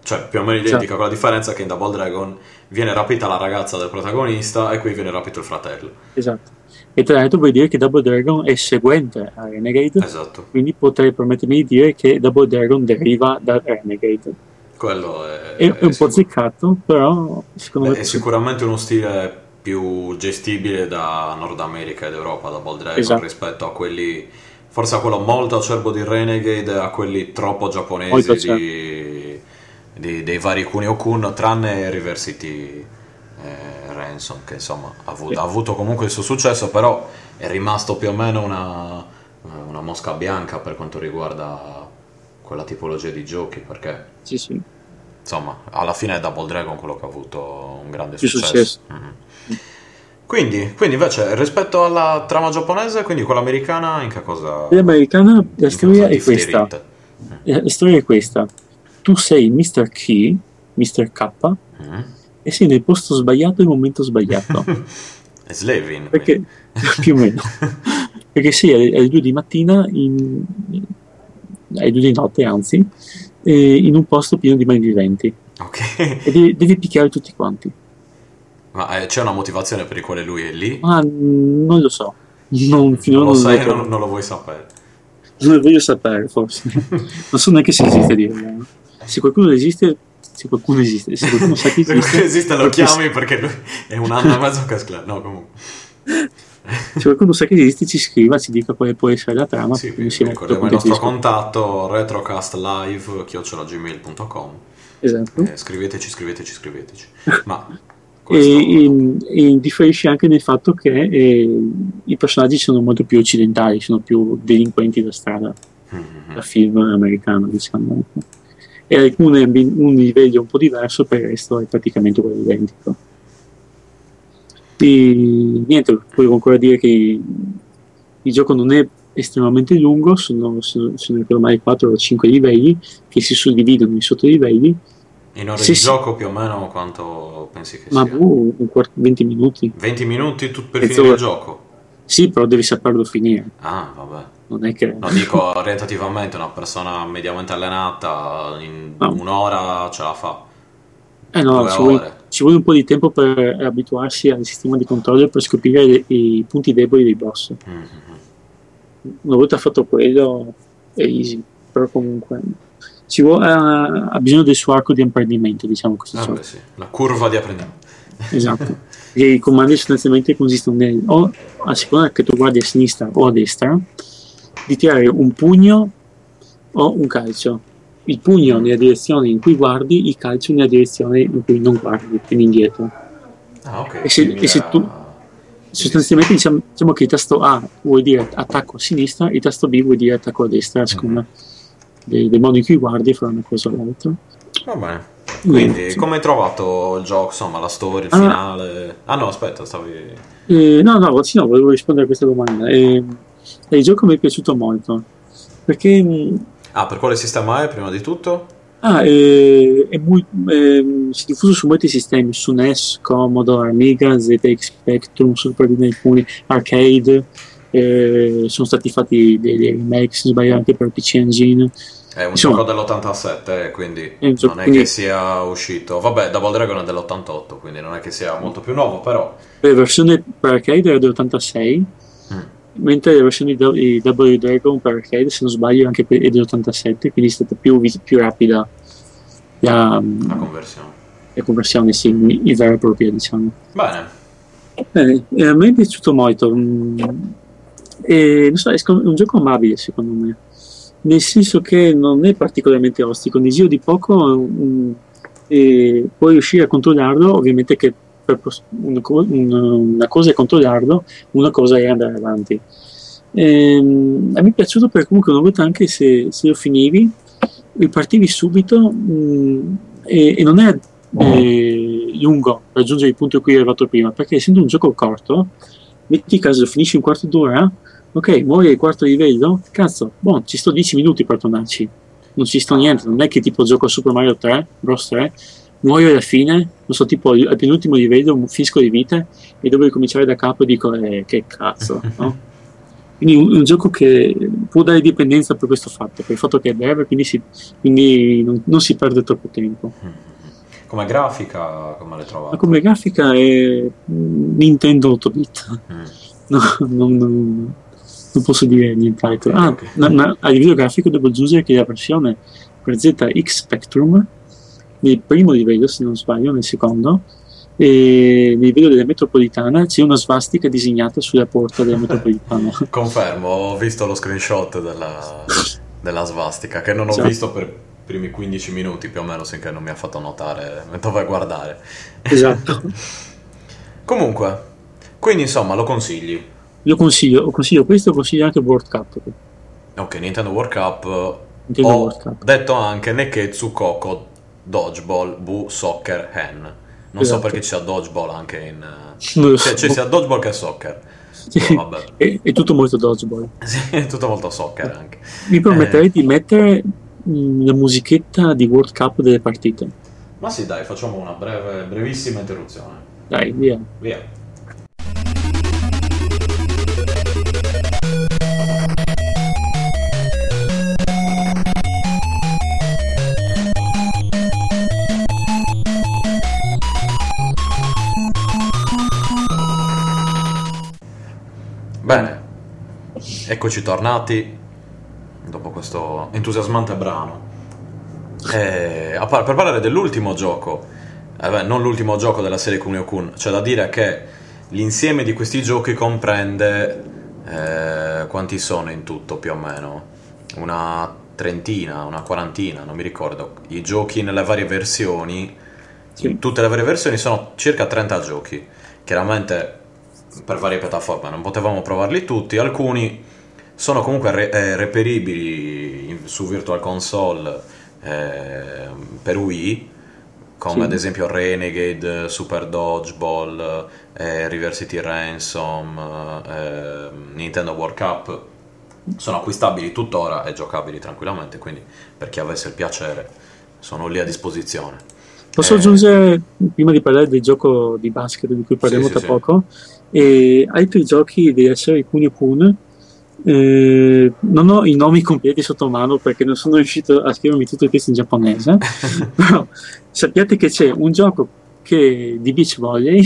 Cioè, più o meno identica, esatto. Con la differenza che in Double Dragon viene rapita la ragazza del protagonista e qui viene rapito il fratello. Esatto. E tra l'altro vuol dire che Double Dragon è seguente a Renegade. Esatto. Quindi potrei permettermi di dire che Double Dragon deriva da Renegade. Quello è... È, è un po' zeccato, però secondo Beh, me... È sicuramente uno stile più gestibile da Nord America ed Europa, Double Dragon, esatto. Rispetto a quelli... Forse a quello molto acerbo di Renegade, a quelli troppo giapponesi di, di, dei vari Kunio-kun, tranne River City eh, Ransom, che insomma ha avuto, sì. ha avuto comunque il suo successo, però è rimasto più o meno una, una mosca bianca per quanto riguarda quella tipologia di giochi, perché sì, sì. insomma alla fine è Double Dragon quello che ha avuto un grande più successo. successo. Mm-hmm. Quindi, quindi invece rispetto alla trama giapponese, quindi quella americana in che cosa? L'americana, la storia è questa. La storia è questa. Tu sei mister K, mister K, mm. e sei nel posto sbagliato al momento sbagliato. È Slevin. Perché, più o meno. Perché sei alle, alle due di mattina, in, alle due di notte anzi, in un posto pieno di malviventi. Ok. E devi, devi picchiare tutti quanti. Ma eh, c'è una motivazione per la quale lui è lì? Ah, non lo so. Non, non lo sai, non, non, non lo vuoi sapere. Non lo voglio sapere, forse. Non so neanche se esiste, dirlo. Se qualcuno esiste, se qualcuno esiste, se qualcuno sa che esiste, se esiste lo chiami perché lui è un anno e mezzo che è no, comunque. Se qualcuno sa che esiste, ci scriva, ci dica quale può essere la trama. Sì, ricordiamo il nostro contatto retrocastlive chiocciola gmail punto com. Esatto. Eh, scriveteci, scriveteci, scriveteci. Ma e, e, e differisce anche nel fatto che eh, i personaggi sono molto più occidentali, sono più delinquenti da strada, mm-hmm. da film americano, diciamo. E alcune un livello un po' diverso, per il resto è praticamente quello identico. E niente, volevo ancora dire che il gioco non è estremamente lungo, sono, sono, sono ormai quattro o cinque livelli che si suddividono in sottolivelli. In ora di gioco più o meno quanto pensi che ma sia? Ma uh, un quarto, venti minuti. venti minuti tu per finire il gioco? Sì, però devi saperlo finire. Ah, vabbè. Non è che... No, dico orientativamente una persona mediamente allenata in no. un'ora ce la fa. Eh no, ci vuole, ci vuole un po' di tempo per abituarsi al sistema di controllo e per scoprire le, i punti deboli dei boss. Mm-hmm. Una volta fatto quello è easy, però comunque... Ci vuole, uh, ha bisogno del suo arco di apprendimento, diciamo così. Ah, beh, sì. La curva di apprendimento. Esatto. E i comandi sostanzialmente consistono nel, o a seconda che tu guardi a sinistra o a destra, di tirare un pugno o un calcio. Il pugno nella direzione in cui guardi, il calcio nella direzione in cui non guardi, quindi indietro. Ah, ok. E se, e se tu sostanzialmente diciamo, diciamo che il tasto A vuol dire attacco a sinistra, il tasto B vuol dire attacco a destra, a seconda mm-hmm. dei, dei modi in cui guardi fra una cosa o l'altra. Va bene. Quindi, sì. Come hai trovato il gioco, insomma, la storia, il ah, finale? Ah no, aspetta, stavi... Eh, no, no, sì, no, volevo rispondere a questa domanda. Eh, il gioco mi è piaciuto molto, perché... Ah, per quale sistema è, prima di tutto? Ah, eh, è muy, eh, si è diffuso su molti sistemi, su N E S, Commodore, Amiga, Z X Spectrum, Super alcuni, Arcade, eh, sono stati fatti dei, dei remake, se sbaglio, anche per P C Engine. È un Insomma, gioco dell'ottantasette, quindi è un gioco, non è quindi... che sia uscito... Vabbè, Double Dragon è dell'ottantotto, ququindi non è che sia molto più nuovo, però... La versione per arcade era dell'ottantasei, mm. mentre la versione di Double Dragon per arcade, se non sbaglio, anche è dell'ottantasette, quindi è stata più, più rapida la, la conversione. La conversione, sì, in vera e propria, diciamo. Bene. Bene, a me è piaciuto molto. E, non so, è un gioco amabile, secondo me. Nel senso che non è particolarmente ostico, nel giro di poco um, eh, puoi riuscire a controllarlo, ovviamente che per una, una cosa è controllarlo, una cosa è andare avanti. E, um, a me è piaciuto perché comunque una volta anche se, se lo finivi, ripartivi subito um, e, e non è eh, lungo raggiungere il punto in cui eri arrivato prima, perché essendo un gioco corto, metti caso lo finisci un quarto d'ora, ok, muori al quarto livello, cazzo, boh, ci sto dieci minuti per tornarci, non ci sto niente, non è che tipo gioco a Super Mario tre, Bros tre, muoio alla fine, non so, tipo al penultimo livello, finisco di vite e devo ricominciare da capo e dico, eh, che cazzo, no? Quindi un, un gioco che può dare dipendenza per questo fatto, per il fatto che è breve, quindi, si, quindi non, non si perde troppo tempo. Come grafica, come l'hai Ma trovata? come grafica è Nintendo otto bit. Mm. No, non, non, non posso dire nient'altro. Ok, Ah, ok. ma, ma a livello grafico devo aggiungere che la versione per Z X Spectrum, nel primo livello, se non sbaglio, nel secondo, e nel livello della metropolitana c'è una svastica disegnata sulla porta della metropolitana. Confermo, ho visto lo screenshot della, della svastica, che non ho Esatto. visto per i primi quindici minuti più o meno, finché non mi ha fatto notare dove guardare. Esatto. Comunque, quindi insomma lo consigli. Io consiglio, consiglio questo, consiglio anche World Cup. Ok, Nintendo World Cup. Nintendo Ho World Cup. detto anche Neketsu Koko Dodgeball Bu Soccer Hen. Non so Esatto. perché c'è Dodgeball anche in... Non lo Cioè, so. c'è sia Dodgeball che Soccer. Sì, Però vabbè. è, è tutto molto dodgeball. Sì, è tutto molto soccer anche. Mi permetterei Eh, di mettere mh, la musichetta di World Cup delle partite. ma sì, dai, facciamo una breve, brevissima interruzione. Dai, via. Via. Bene, eccoci tornati dopo questo entusiasmante brano. Eh, a par- per parlare dell'ultimo gioco, eh beh, non l'ultimo gioco della serie Kunio-kun, c'è da dire che l'insieme di questi giochi comprende eh, quanti sono in tutto più o meno? Una trentina, una quarantina, non mi ricordo. I giochi nelle varie versioni, Sì. in tutte le varie versioni sono circa trenta giochi. Chiaramente per varie piattaforme non potevamo provarli tutti, alcuni sono comunque re- eh, reperibili in- su Virtual Console eh, per Wii, come Sì. ad esempio Renegade, Super Dodgeball, eh, River City Ransom, eh, Nintendo World Cup. Sono acquistabili tuttora e giocabili tranquillamente, quindi per chi avesse il piacere sono lì a disposizione. Posso Eh, aggiungere, prima di parlare del gioco di basket di cui parleremo sì, tra sì, sì. poco, e altri giochi della serie Kunio-kun. Eh, non ho i nomi completi sotto mano perché non sono riuscito a scrivermi tutto il testo in giapponese, però sappiate che c'è un gioco che di beach volley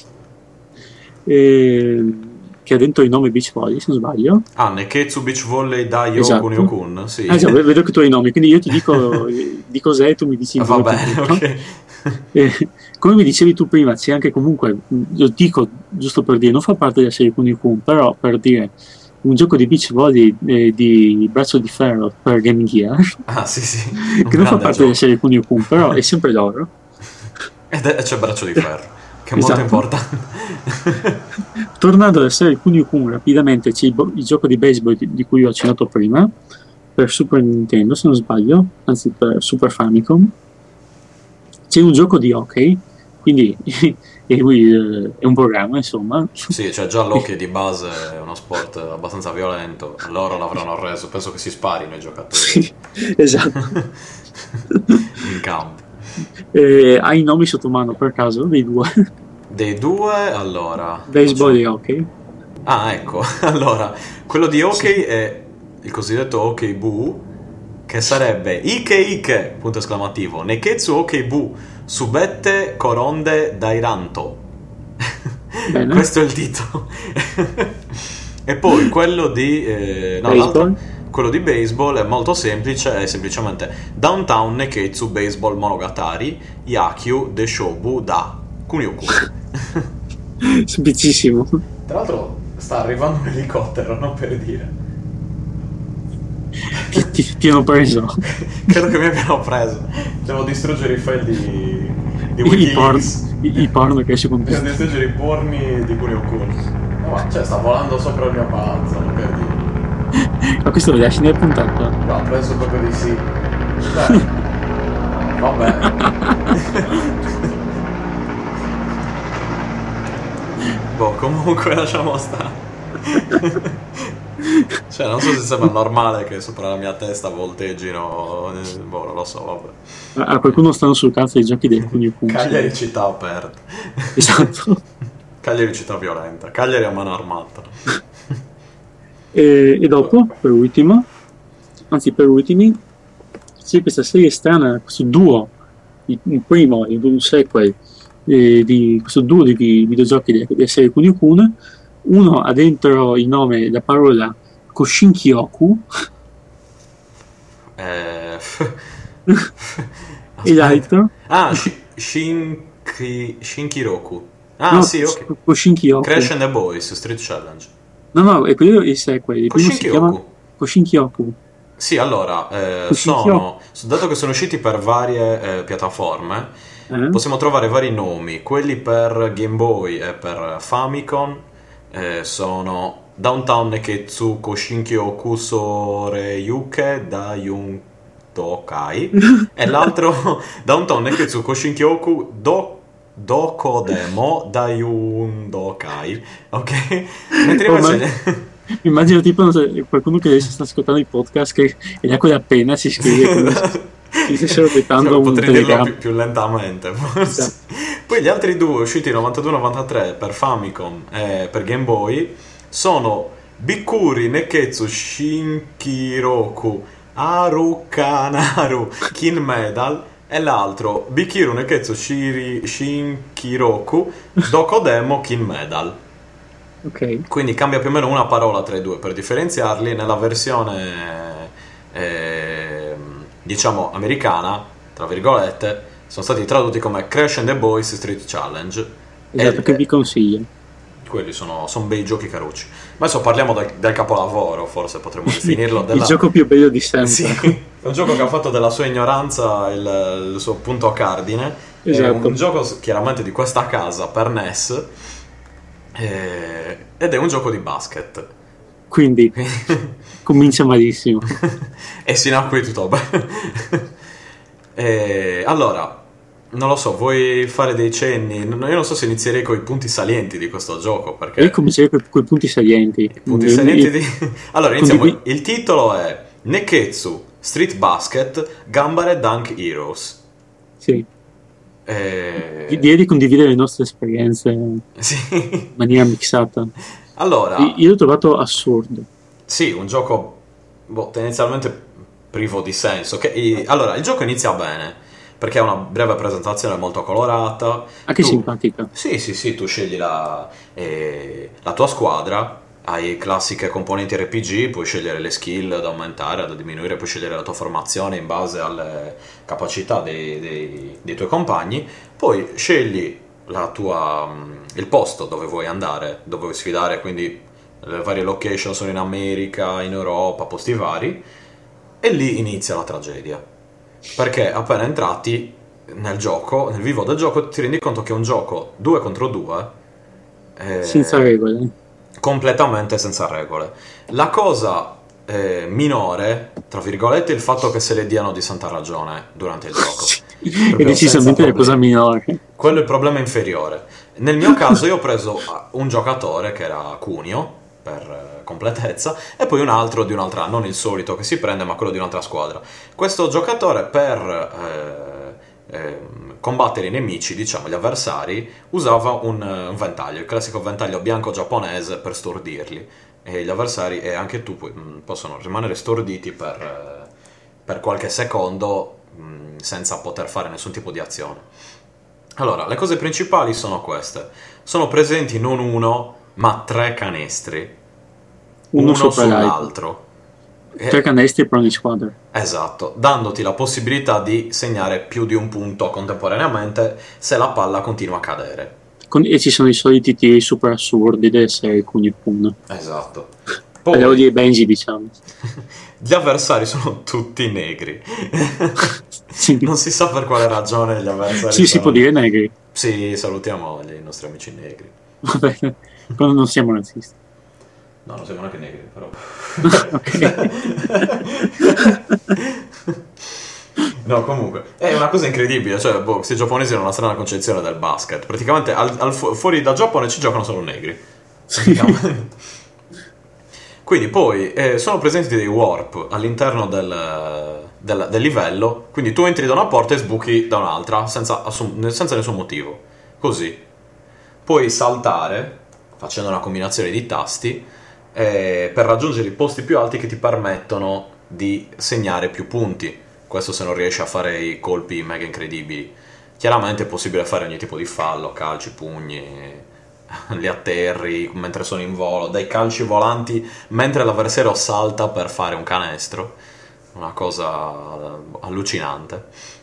eh, che ha dentro il nome beach volley, se non sbaglio. Ah, Neketsu Beach Volley Daio Esatto. Kunio-kun, sì. Ah, già, vedo che tu hai i nomi, quindi io ti dico eh, di cos'è e tu mi dici il Va nome bene, completo. ok. Eh, come mi dicevi tu prima, c'è anche comunque, lo dico giusto per dire, non fa parte della serie Kunio-kun, però per dire un gioco di beach volley eh, di Braccio di Ferro per Game Gear, Ah, sì, sì, un che non fa grande parte gioco. della serie Kunio-kun, però è sempre loro. Ed è- c'è Braccio di Ferro, che è Esatto. molto importante. Tornando alla serie Kunio-kun rapidamente, c'è il, bo- il gioco di baseball di, di cui ho accennato prima, per Super Nintendo se non sbaglio, anzi per Super Famicom. C'è un gioco di hockey, quindi e lui eh, è un programma, insomma. Sì, cioè già l'hockey di base è uno sport abbastanza violento, loro l'avranno reso, penso che si sparino i giocatori Sì, esatto. in campo. Eh, hai i nomi sotto mano per caso dei due? Dei due, allora... Baseball faccio- e hockey. Ah, ecco, allora, quello di hockey è il cosiddetto hockey bu, che sarebbe Ike Ike, punto esclamativo, Neketsu hockey bu, Subette Koronde Dairanto. Bene. Questo è il titolo. E poi quello di... eh, no, Baseball. l'altro- quello di baseball è molto semplice, è semplicemente Downtown Neketsu Baseball Monogatari Yakyu de Shobu da Kunio-kun. Semplicissimo. Tra l'altro sta arrivando un elicottero, non per dire. Ti, ti, ti hanno preso. Credo che mi abbiano preso. Devo distruggere i file di, di I porn, Wikileaks. i, i porno che esce con Devo te. distruggere i porni di Kunio-kun. No, ma cioè sta volando sopra il mio palazzo, non per dire. Ma questo lo lasci nella puntata? No, penso proprio di sì. Beh, vabbè. Boh, comunque lasciamo stare. Cioè, non so se sembra normale che sopra la mia testa volteggino. eh, Boh, non lo so, vabbè. A, a qualcuno stanno sul cazzo i giochi del Kunio-kun. Cagliari città aperta. Esatto. Cagliari città violenta. Cagliari a mano armata. E, e dopo, per ultimo, anzi per ultimi, c'è questa serie strana, questo duo, il, il primo, il, un sequel, eh, di questo duo di, di videogiochi della, della serie Kunio-kun. Uno ha dentro il nome, la parola Koshinkyoku, Eh, e aspetta. l'altro, Ah, Shi- Shinki... Shinkiroku. Ah, no, sì, ok. Koshinkyoku. Crash and the Boys, Street Challenge. No, no, è quello il sequel, il primo si chiama Koshinkyoku. Koshinkyoku. Sì, allora, eh, Koshinkyoku, sono... Dato che sono usciti per varie eh, piattaforme, eh? possiamo trovare vari nomi. Quelli per Game Boy e per Famicom eh, sono Downtown Neketsu Koshinkyoku Soreyuke Dayun Tokai e l'altro Downtown Neketsu Koshinkyoku Do Dokodemo Dayun Dokai, ok? Mentre Oh, ma- invece immagino tipo non so, qualcuno che adesso sta ascoltando il podcast che è da quella penna si scrive come se si stessero aspettando un potrei dirlo telegramma. più, più lentamente forse. Esatto. Poi gli altri due usciti novantadue novantatré per Famicom e per Game Boy sono Bikuri Neketsu Shinkiroku Arukanaru Kin Medal e l'altro Bikiru Neketsu Shiri Shinkiroku Dokodemo Kin Medal. Ok, Quindi cambia più o meno una parola tra i due per differenziarli. Nella versione eh, diciamo americana, tra virgolette, sono stati tradotti come Crash and the Boys Street Challenge. esatto, E, che vi e consiglio. quelli sono, sono bei giochi carucci. Ma adesso parliamo del, del capolavoro, forse potremmo definirlo. Il Della... gioco più bello di sempre. Sì, è un gioco che ha fatto della sua ignoranza il, il suo punto cardine. È Esatto. un gioco chiaramente di questa casa per N E S. Eh, ed è un gioco di basket. Quindi comincia malissimo. E sino a qui tutto bene. Eh, allora, non lo so, vuoi fare dei cenni? No, io non so se inizierei con i punti salienti di questo gioco, perché Io comincerei con i punti salienti. i punti Mm, salienti i- di... Allora, iniziamo. condivi- Il titolo è Neketsu Street Basket Gambare Dunk Heroes. Sì. Eh, Direi di condividere le nostre esperienze in Sì. maniera mixata. Allora, Io io l'ho trovato assurdo. sì, un gioco boh, tendenzialmente privo di senso. Che, i- allora, il gioco inizia bene perché ha una breve presentazione molto colorata. Anche Tu, simpatica. sì, sì, sì, tu scegli la, eh, la tua squadra, hai classiche componenti R P G, puoi scegliere le skill da aumentare, da diminuire, puoi scegliere la tua formazione in base alle capacità dei, dei- dei tuoi compagni, poi scegli la tua, mm, il posto dove vuoi andare, dove vuoi sfidare, quindi le varie location sono in America, in Europa, posti vari, e lì inizia la tragedia. Perché appena entrati nel gioco, nel vivo del gioco, ti rendi conto che è un gioco due contro due, Senza regole. completamente senza regole. La cosa eh, minore, tra virgolette, è il fatto che se le diano di santa ragione durante il gioco. È Proprio decisamente senza la cosa problemi. minore. Quello è il problema inferiore. Nel mio caso io ho preso un giocatore che era Cunio, per eh, completezza, e poi un altro di un'altra, non il solito che si prende, ma quello di un'altra squadra. Questo giocatore per eh, eh, combattere i nemici, diciamo gli avversari, usava un, un ventaglio, il classico ventaglio bianco giapponese per stordirli. E gli avversari e anche tu pu- mh, possono rimanere storditi per, eh, per qualche secondo mh, senza poter fare nessun tipo di azione. Allora, le cose principali sono queste. Sono presenti non uno, ma tre canestri, Uno uno sopra l'altro. sull'altro. E- Tre canestri per ogni squadra. Esatto, dandoti la possibilità di segnare più di un punto contemporaneamente se la palla continua a cadere. Con- e ci sono i soliti tiri super assurdi delle serie Kunio-kun. Esatto. Parliamo Poi di Benji, diciamo. gli avversari sono tutti negri. Sì. Non si sa per quale ragione gli avversari Sì, si sono può dire negri. Sì, salutiamo i nostri amici negri. Vabbè, però non siamo razzisti. No, non siamo neanche negri, però. Ok. No, comunque, è una cosa incredibile, cioè, boh, questi giapponesi hanno una strana concezione del basket. Praticamente al, al fu- fuori da Giappone ci giocano solo negri. Sì. Quindi poi eh, sono presenti dei warp all'interno del, del- del livello, quindi tu entri da una porta e sbuchi da un'altra senza, assum- senza nessun motivo. Così. Puoi saltare facendo una combinazione di tasti eh, per raggiungere i posti più alti che ti permettono di segnare più punti. Questo se non riesci a fare i colpi mega incredibili. Chiaramente è possibile fare ogni tipo di fallo, calci, pugni, li atterri mentre sono in volo, dai calci volanti mentre l'avversario salta per fare un canestro, una cosa allucinante.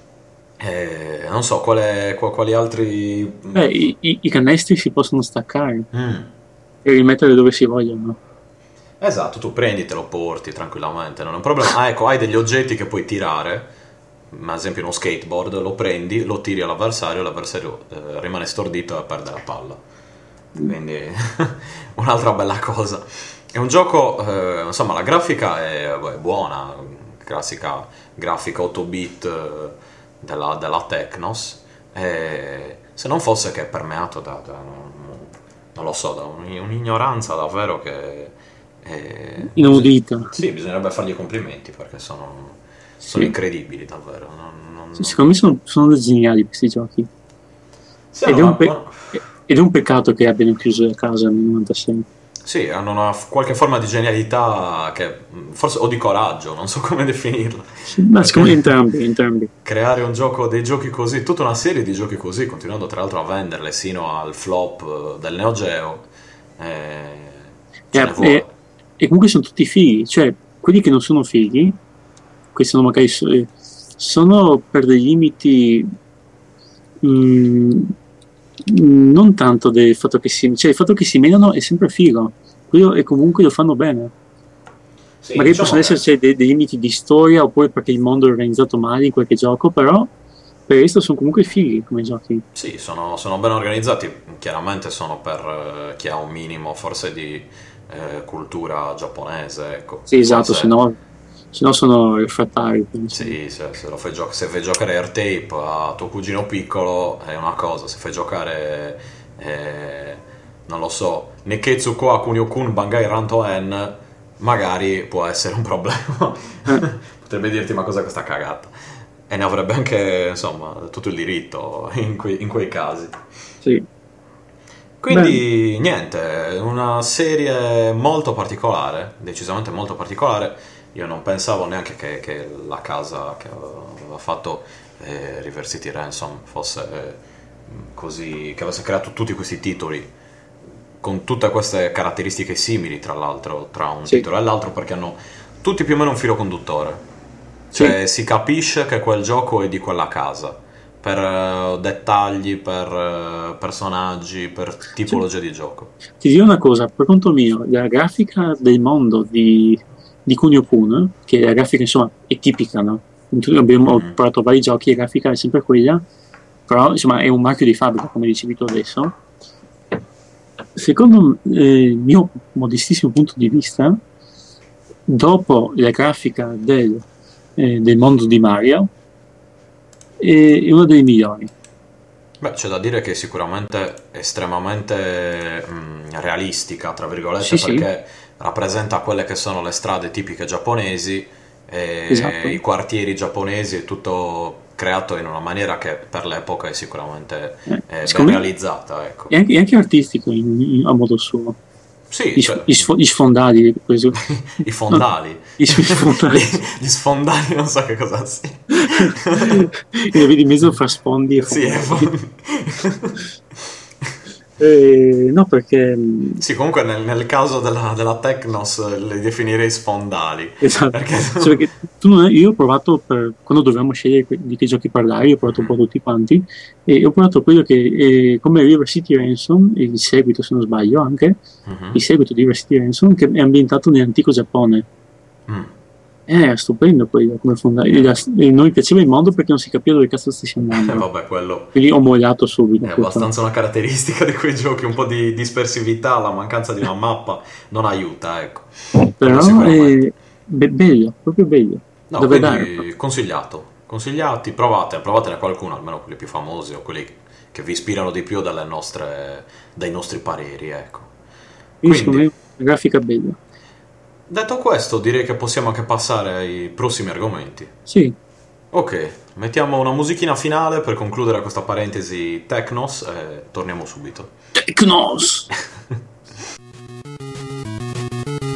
E non so quale, quali altri. Beh, i, i- i canestri si possono staccare Mm. e rimettere dove si vogliono. Esatto, tu prendi, te lo porti tranquillamente, non è un problema. Ah, ecco, hai degli oggetti che puoi tirare, ad esempio uno skateboard, lo prendi, lo tiri all'avversario, l'avversario eh, rimane stordito e perde la palla. Quindi un'altra bella cosa. È un gioco, eh, insomma, la grafica è, è buona, classica grafica otto bit eh, della, della Technos, e se non fosse che è permeato da, da- non lo so, da un- un'ignoranza davvero che è- Inaudita. sì, bisognerebbe fargli i complimenti perché sono, sono Sì. incredibili davvero. Non- non- Sì, secondo me sono, sono dei geniali questi giochi. Sì, Ed è, hanno un pe- una- ed è un peccato che abbiano chiuso la casa nel novantasei. sì, hanno una f- qualche forma di genialità che mh, forse o di coraggio, non so come definirla. Sì, ma secondo me entrambi, entrambi. Creare un gioco, dei giochi così, tutta una serie di giochi così, continuando tra l'altro a venderle sino al flop eh, del Neo Geo. eh, ce ne E, vuole. e- e comunque sono tutti fighi, cioè quelli che non sono fighi, questi sono magari so- eh, sono per dei limiti mm, non tanto del fatto che si, cioè il fatto che si menano è sempre figo, quello e comunque lo fanno bene. Sì, Magari diciamo possono che- esserci dei, dei limiti di storia oppure perché il mondo è organizzato male in qualche gioco, però per questo sono comunque fighi come giochi. Sì, sono, sono ben organizzati, chiaramente sono per eh, chi ha un minimo forse di eh, cultura giapponese, ecco. Sì, esatto, Forse- se no, se no sono refrattari. penso. Sì, se, se lo fai gio- se fai giocare Airtape a tuo cugino piccolo è una cosa, se fai giocare, eh, non lo so, Neketsu qua Kunio-kun Bangai Ranto N, magari può essere un problema. Potrebbe dirti ma cos'è questa cagata? E ne avrebbe anche, insomma, tutto il diritto in, quei- in quei casi. Sì. Quindi niente, una serie molto particolare, decisamente molto particolare. Io non pensavo neanche che, che la casa che aveva fatto eh, River City Ransom fosse eh, così, che avesse creato tutti questi titoli con tutte queste caratteristiche simili, tra l'altro, tra un Sì. titolo e l'altro, perché hanno tutti più o meno un filo conduttore. Cioè, si capisce che quel gioco è di quella casa, per eh, dettagli, per eh, personaggi, per tipologia di gioco. Ti dirò una cosa, per conto mio, la grafica del mondo di, di Kunio-kun, che la grafica insomma è tipica, no? In tutti- Abbiamo Mhm. provato vari giochi, la grafica è sempre quella, però insomma è un marchio di fabbrica, come dicevi tu adesso. Secondo eh, il mio modestissimo punto di vista, dopo la grafica del, eh, del mondo di Mario, è, è una delle migliori. Beh, c'è da dire che è sicuramente estremamente mh, realistica, tra virgolette, Sì, sì. perché rappresenta quelle che sono le strade tipiche giapponesi, e Esatto. i quartieri giapponesi, è tutto creato in una maniera che per l'epoca è sicuramente Eh, eh, ben secondo me- realizzata, ecco. È anche, è anche artistico in- in- a modo suo. Sì, Gli, cioè, sf- gli sfo- gli sfondali, questo- i fondali. Gli sfondali. Gli sfondali non so che cosa sia. E lo vedi in mezzo fra sfondi e Sì, è fondali. fond- Eh, no, perché mh, Sì, comunque nel, nel caso della, della Technos eh, le definirei sfondali. esatto. Perché Cioè, perché tu non- io ho provato per, quando dovevamo scegliere que- di che giochi parlare, io ho provato un po' tutti quanti e ho provato quello che eh, come River City Ransom, e il seguito se non sbaglio anche, Mhm. il seguito di River City Ransom che è ambientato nell'antico Giappone. Mm. Eh, era stupendo quello come fondato. E non mi piaceva il mondo perché non si capiva dove cazzo stessi andando. Eh, vabbè, quello Quindi ho mollato subito. è abbastanza una caratteristica di quei giochi, un po' di dispersività, la mancanza di una mappa non aiuta, ecco. Però sicuramente. è be- bello, proprio bello. No, Dove quindi dare? consigliato, consigliati, provate, provatene qualcuno, almeno quelli più famosi o quelli che vi ispirano di più dalle nostre, dai nostri pareri, ecco. Quindi secondo Quindi, me è una grafica bella. detto questo, direi che possiamo anche passare ai prossimi argomenti. Sì, Ok, mettiamo una musichina finale per concludere questa parentesi Technos e torniamo subito. Technos!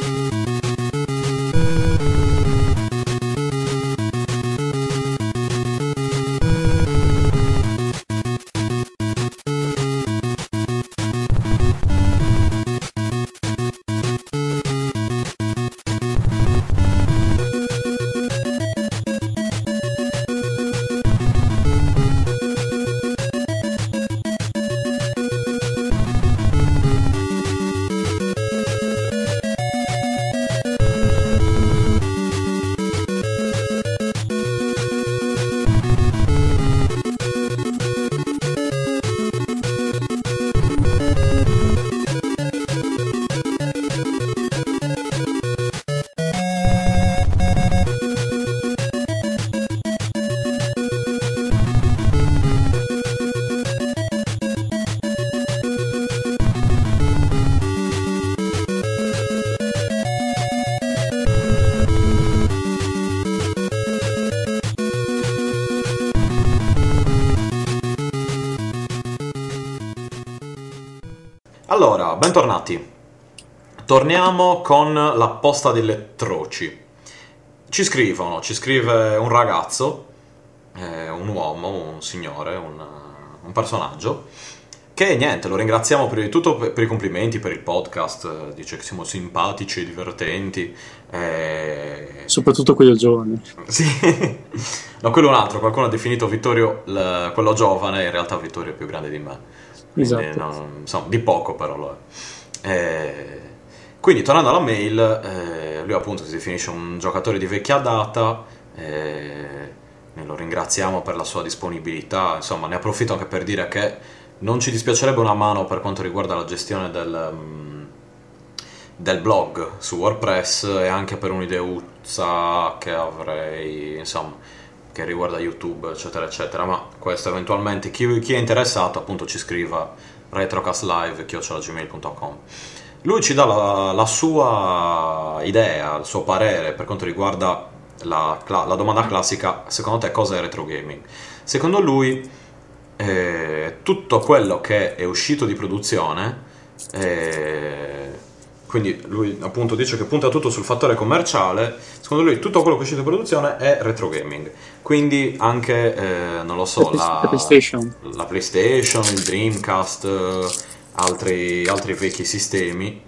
Allora, bentornati. Torniamo con la posta delle troci. Ci scrivono, ci scrive un ragazzo, eh, un uomo, un signore, un, un personaggio, che niente, lo ringraziamo prima di tutto per, per i complimenti, per il podcast, dice che siamo simpatici, divertenti. Eh... Soprattutto quello giovane. Sì, no, quello è un altro, qualcuno ha definito Vittorio l- quello giovane, in realtà Vittorio è più grande di me. Quindi, Esatto. non, insomma, di poco però lo è. Eh, quindi tornando alla mail, eh, lui appunto si definisce un giocatore di vecchia data, eh, ne lo ringraziamo per la sua disponibilità, insomma ne approfitto anche per dire che non ci dispiacerebbe una mano per quanto riguarda la gestione del, um, del blog su WordPress e anche per un'ideuzza che avrei, insomma, che riguarda YouTube, eccetera, eccetera, ma questo eventualmente chi, chi è interessato appunto ci scriva retrocastlive chiocciola gmail punto com. Lui ci dà la, la sua idea, il suo parere per quanto riguarda la, la domanda classica: secondo te cosa è retro gaming? Secondo lui eh, tutto quello che è uscito di produzione, eh, quindi lui appunto dice che punta tutto sul fattore commerciale. Secondo lui tutto quello che è uscito di produzione è retro gaming, quindi anche eh, non lo so, La, la, PlayStation. la PlayStation, il Dreamcast, eh, altri, altri vecchi sistemi.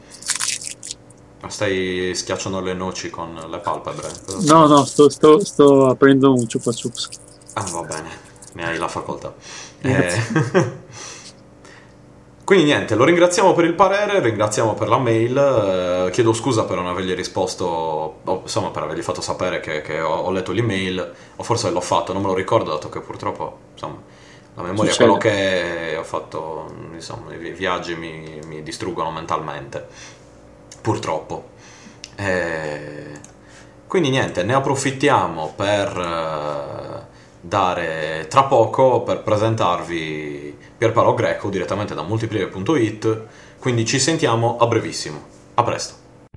Stai schiacciando le noci con le palpebre? No, no, sto, sto, sto aprendo un Chupa Chups. Ah, va bene, ne hai la facoltà. Eh... Quindi niente, lo ringraziamo per il parere, ringraziamo per la mail, eh, chiedo scusa per non avergli risposto, o, insomma per avergli fatto sapere che, che ho, ho letto l'email, o forse l'ho fatto, non me lo ricordo, dato che purtroppo, insomma, la memoria è quello che è, ho fatto, insomma, i viaggi mi, mi distruggono mentalmente, purtroppo. Eh, quindi niente, ne approfittiamo per eh, dare tra poco, per presentarvi Pierpaolo Greco direttamente da multiplayer punto it, quindi ci sentiamo a brevissimo. A presto.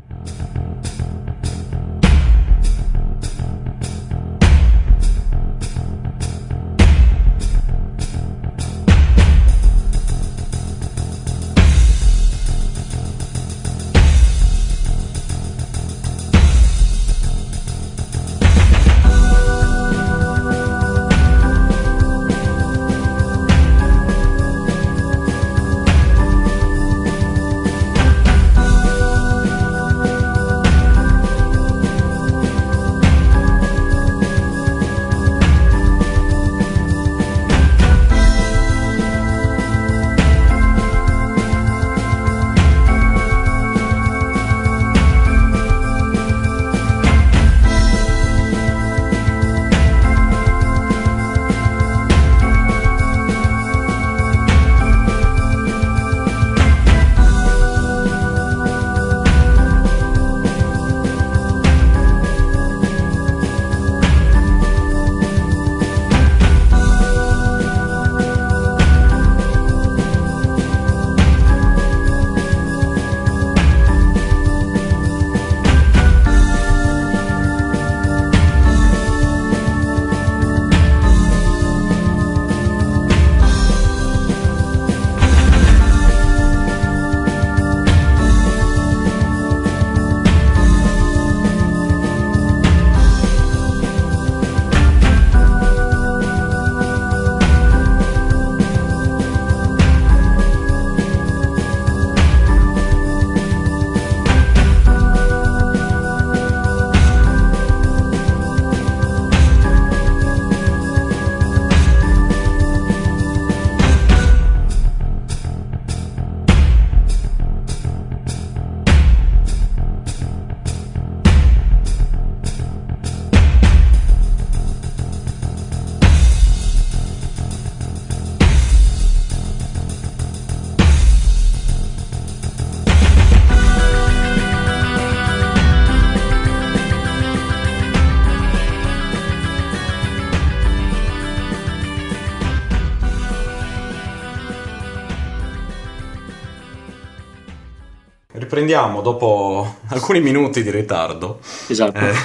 Riprendiamo dopo alcuni minuti di ritardo. Esatto. Eh,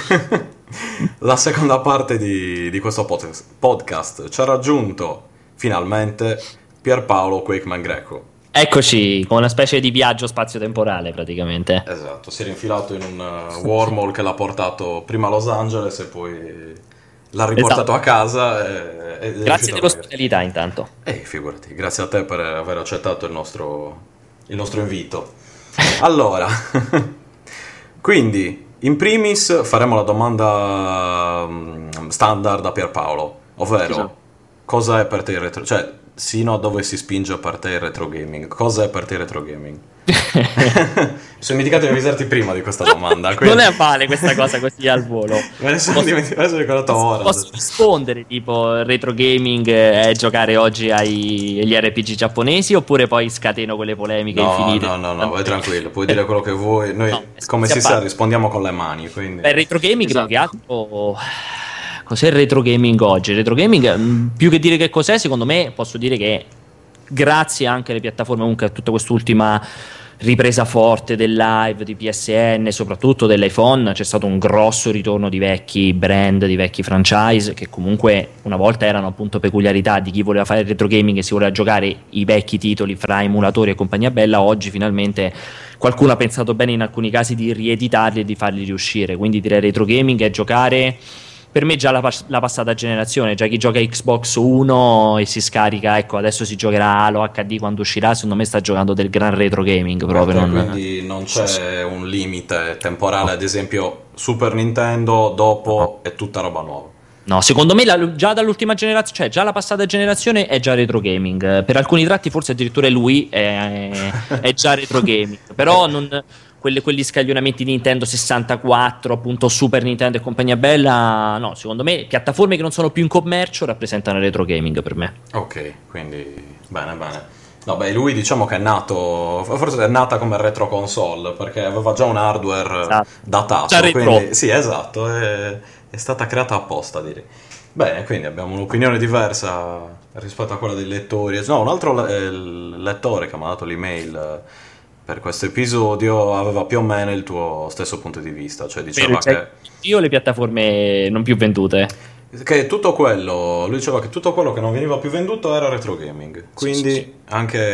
la seconda parte di, di questo podcast. Ci ha raggiunto finalmente Pierpaolo Quakeman Greco. Eccoci, con una specie di viaggio spazio-temporale praticamente. Esatto, si è rinfilato in un uh, wormhole che l'ha portato prima a Los Angeles e poi l'ha riportato Esatto. a casa. E, e Grazie dell'ospitalità intanto. Eh, figurati, grazie a te per aver accettato il nostro, il nostro invito. Allora, quindi, in primis faremo la domanda um, standard a Pierpaolo, ovvero, Esatto. cosa è per te il retro... Cioè, sino a dove si spinge per te il retro gaming? Cosa è per te il retro gaming? Mi sono dimenticato di avvisarti prima di questa domanda. Quindi... Non è male questa cosa così al volo. Me ne sono Posso- dimenticato, me ne sono ricordato ora. Posso rispondere tipo il retro gaming è giocare oggi ai, agli R P G giapponesi oppure poi scateno quelle polemiche No, infinite? no, no, no, vai tranquillo, puoi dire quello che vuoi. Noi, No, come si si sa, appare. rispondiamo con le mani. Quindi... Beh, il retro gaming Esatto. più che altro. Cos'è il retro gaming oggi? Il retro gaming, mh, più che dire che cos'è, secondo me posso dire che grazie anche alle piattaforme, comunque a tutta quest'ultima ripresa forte del live, di P S N, soprattutto dell'iPhone, c'è stato un grosso ritorno di vecchi brand, di vecchi franchise che comunque una volta erano appunto peculiarità di chi voleva fare il retro gaming e si voleva giocare i vecchi titoli fra emulatori e compagnia bella. Oggi finalmente qualcuno ha pensato bene in alcuni casi di rieditarli e di farli riuscire, quindi direi retro gaming è giocare per me già la, pas- la passata generazione, già chi gioca Xbox One e si scarica, ecco adesso si giocherà Halo H D quando uscirà, secondo me sta giocando del gran retro gaming proprio. Per te, Non... quindi non c'è un limite temporale, ad esempio Super Nintendo dopo è tutta roba nuova. No, secondo me la- già dall'ultima generazione, cioè già la passata generazione è già retro gaming. Eh, Per alcuni tratti forse addirittura lui è, è già retro gaming. Però non, quelle- quegli scaglionamenti di Nintendo sessantaquattro, appunto Super Nintendo e compagnia bella, no, secondo me piattaforme che non sono più in commercio rappresentano il retro gaming per me. Ok, quindi bene, bene. No, beh, lui diciamo che è nato, forse è nata come retro console, perché aveva già un hardware Esatto. datato. Già retro. Quindi, sì, esatto, è, è stata creata apposta, direi. Bene, quindi abbiamo un'opinione diversa rispetto a quella dei lettori. No, un altro le- il lettore che mi ha dato l'email eh, per questo episodio aveva più o meno il tuo stesso punto di vista, cioè diceva Cioè, che... io le piattaforme non più vendute. Che tutto quello, lui diceva che tutto quello che non veniva più venduto era retro gaming, quindi sì, sì.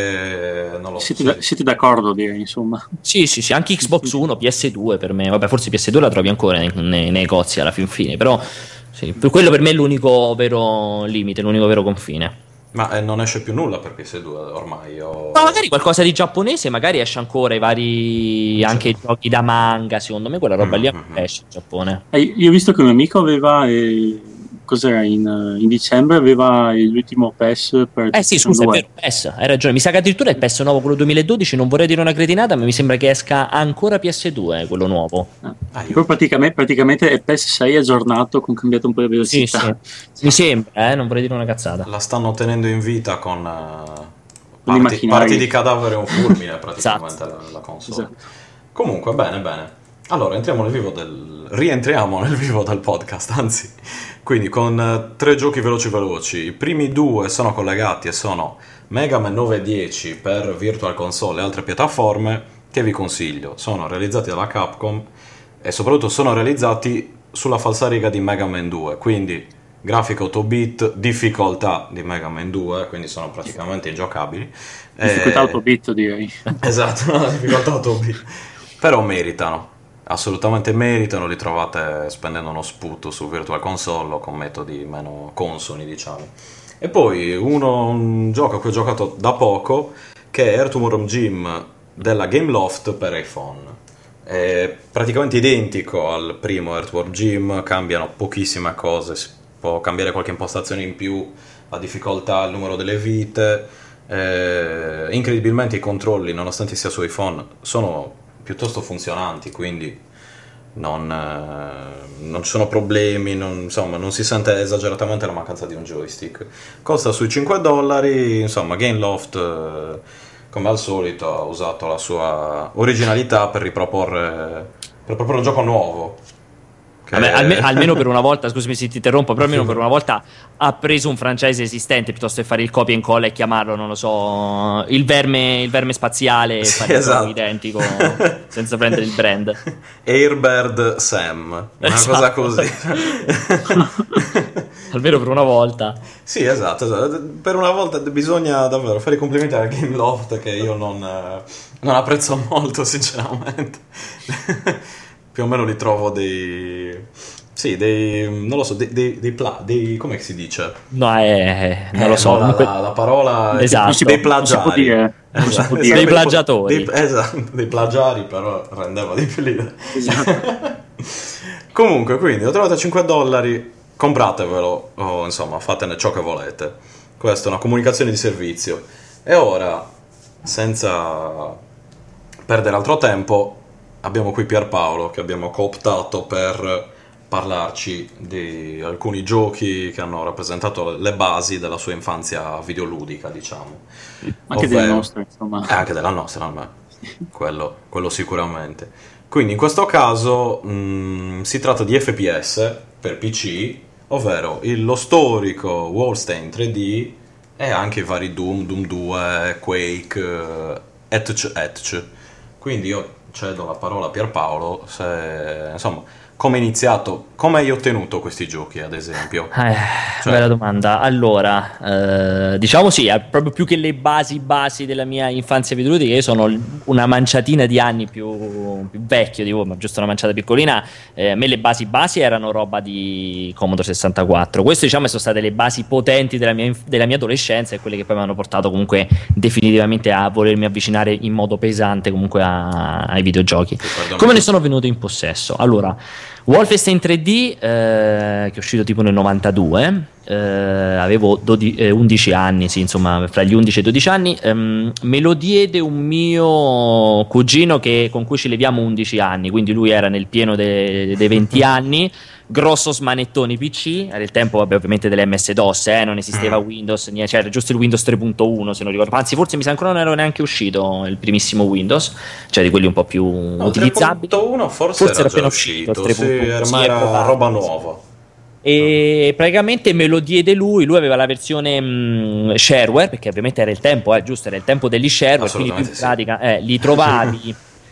anche non lo so. Siete, da- siete d'accordo, direi, insomma. Sì, sì, sì, anche Xbox One, P S due per me, vabbè, forse P S due la trovi ancora nei, nei negozi alla fin fine, però sì, per quello per me è l'unico vero limite, l'unico vero confine. Ma eh, non esce più nulla per P S due ormai. O... Ma magari qualcosa di giapponese, magari esce ancora i vari anche i giochi da manga, secondo me quella roba lì Mhm. esce in Giappone. Eh, io ho visto che un amico aveva, eh, cos'era, in, eh, in dicembre aveva l'ultimo P E S per Eh sì, PlayStation scusa, è due. vero, P E S, hai ragione, mi sa che addirittura il P E S nuovo, quello duemiladodici, non vorrei dire una cretinata, ma mi sembra che esca ancora P S due, quello nuovo. Ah. Ah, io- Però praticamente, praticamente è P S sei aggiornato con cambiato un po' di Sì, velocità. sì, mi sembra, eh, non vorrei dire una cazzata. La stanno tenendo in vita con eh, Con i parti, macchinari. parti di cadavere e un fulmine praticamente Esatto. la, la console. Esatto. Comunque, bene, bene. Allora, entriamo nel vivo del... rientriamo nel vivo del podcast, anzi. Quindi con eh, tre giochi veloci veloci. I primi due sono collegati e sono Mega Man nove e dieci per Virtual Console e altre piattaforme che vi consiglio. Sono realizzati dalla Capcom e soprattutto sono realizzati sulla falsariga di Mega Man due, quindi grafica otto bit, difficoltà di Mega Man due, quindi sono praticamente ingiocabili. Difficoltà Eh, otto bit, direi. Esatto, no, difficoltà otto bit. Però meritano, assolutamente meritano, li trovate spendendo uno sputo su Virtual Console o con metodi meno consoni, diciamo. E poi uno, un gioco a cui ho giocato da poco, che è Earthworm Jim della Gameloft per iPhone. È praticamente identico al primo Earthworm Jim, cambiano pochissime cose, si può cambiare qualche impostazione in più, la difficoltà, il numero delle vite. Eh, incredibilmente i controlli, nonostante sia su iPhone, sono piuttosto funzionanti, quindi non, eh, non ci sono problemi, non, insomma, non si sente esageratamente la mancanza di un joystick. Costa sui cinque dollari, insomma, Gameloft, eh, come al solito, ha usato la sua originalità per riproporre, per proporre un gioco nuovo. Che- Vabbè, alme- almeno per una volta, scusami se ti interrompo, però almeno per una volta ha preso un franchise esistente piuttosto che fare il copia e incolla e chiamarlo, non lo so, il verme, il verme spaziale e Sì, fare il esatto. gioco identico senza prendere il brand. Airbird Sam, una Esatto. cosa così. Almeno per una volta. Sì, esatto, esatto. Per una volta bisogna davvero fare i complimenti alla Gameloft, che io non, eh, non apprezzo molto, sinceramente. Più o meno li trovo dei... Sì, dei... non lo so, dei... dei, dei, pla, dei come si dice? No, eh, non eh, lo so. No, comunque... la, la parola... Esatto. Non si dei plagiari. Dire, esatto, dei plagiatori. Dei, esatto, dei plagiari, però rendeva di più l'idea. Esatto. Comunque, quindi, lo trovate a cinque dollari, compratevelo, o insomma, fatene ciò che volete. Questa è una comunicazione di servizio. E ora, senza perdere altro tempo, abbiamo qui Pierpaolo, che abbiamo cooptato per parlarci di alcuni giochi che hanno rappresentato le basi della sua infanzia videoludica, diciamo. Anche Ovvero, della nostra, insomma. Eh, anche della nostra, ma quello, quello sicuramente. Quindi in questo caso mh, si tratta di F P S per P C, ovvero il, lo storico Wolfenstein tre D e anche i vari Doom, Doom due, Quake, etc, etc. Quindi io cedo la parola a Pierpaolo, se, insomma, come hai iniziato, come hai ottenuto questi giochi, ad esempio? Eh, Cioè- bella domanda. Allora, eh, diciamo sì, è proprio più che le basi basi della mia infanzia videoludica. Io sono una manciatina di anni più, più vecchio di voi, ma giusto una manciata piccolina. Eh, a me le basi basi erano roba di Commodore sessantaquattro. Queste, diciamo, sono state le basi potenti della mia, della mia adolescenza e quelle che poi mi hanno portato comunque definitivamente a volermi avvicinare in modo pesante comunque a, ai videogiochi. Come ne sono venuto in possesso? Allora, Wolfenstein tre D, eh, che è uscito tipo nel novantadue, eh, avevo dodici, eh, undici anni, sì, insomma, fra gli undici e i dodici anni, ehm, me lo diede un mio cugino che, con cui ci leviamo undici anni, quindi lui era nel pieno de- dei venti anni, grosso smanettone P C, era il tempo vabbè, ovviamente dell'M S DOS, eh, non esisteva Windows, niente, c'era giusto il Windows tre punto uno se non ricordo, anzi forse mi sa ancora non era neanche uscito il primissimo Windows, cioè di quelli un po' più No, utilizzabili. tre punto uno forse, Forse era era già appena uscito, uscito, sì, era, sì, ma è era probabile, roba sì. nuova. E praticamente me lo diede lui, lui aveva la versione mh, shareware, perché ovviamente era il tempo, eh, giusto, era il tempo degli shareware, quindi tu in Assolutamente sì. pratica eh, li trovavi.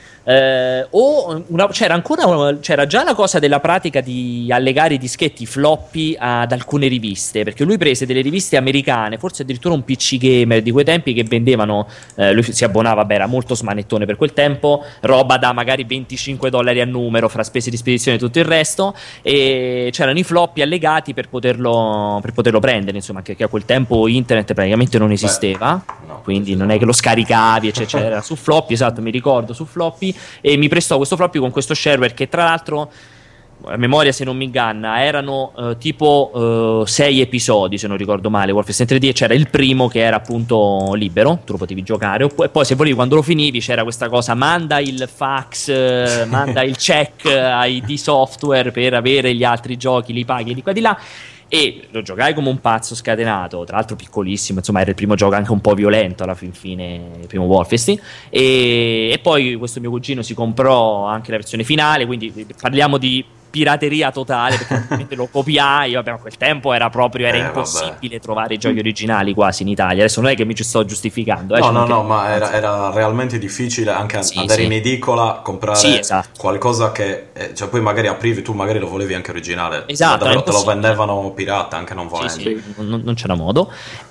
Eh, o una, c'era ancora una- c'era già la cosa della pratica di allegare i dischetti floppy ad alcune riviste, perché lui prese delle riviste americane, forse addirittura un P C Gamer di quei tempi che vendevano, eh, lui si abbonava, beh, era molto smanettone per quel tempo, roba da magari venticinque dollari a numero fra spese di spedizione e tutto il resto, e c'erano i floppy allegati per poterlo, per poterlo prendere, insomma, che, che a quel tempo internet praticamente non esisteva. no, Quindi sì, non è che lo scaricavi, eccetera, era su floppy, esatto, mi ricordo, su floppy, e mi prestò questo floppy con questo shareware che tra l'altro, a memoria se non mi inganna, erano eh, tipo eh, sei episodi se non ricordo male, Wolfenstein tre D, e c'era il primo che era appunto libero, tu lo potevi giocare, oppo- e poi se volevi quando lo finivi c'era questa cosa, manda il fax, eh, manda il check ai D Software per avere gli altri giochi, li paghi di qua e di là. E lo giocai come un pazzo scatenato, tra l'altro piccolissimo, insomma era il primo gioco anche un po' violento alla fin fine, il primo Wolfenstein, e, e poi questo mio cugino si comprò anche la versione finale, quindi parliamo di pirateria totale, perché ovviamente lo copiai, vabbè, a quel tempo era proprio era Eh, impossibile vabbè. trovare i giochi originali quasi in Italia, adesso non è che mi ci sto giustificando, eh, No, ci no, mancherebbe. no, ma era, era realmente difficile anche Sì, andare sì. in edicola, comprare Sì, esatto. qualcosa che, eh, cioè poi magari aprivi, tu magari lo volevi anche originale, Esatto, ma davvero era te lo impossibile. vendevano pirata, anche non volendo. Sì, sì, non, non c'era modo.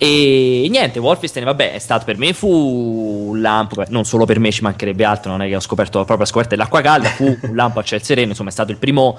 E niente, Wolfenstein, vabbè, è stato per me, fu un lampo, beh, non solo per me, ci mancherebbe altro, non è che ho scoperto proprio la scoperta dell'acqua calda, fu un lampo a ciel sereno, insomma è stato il primo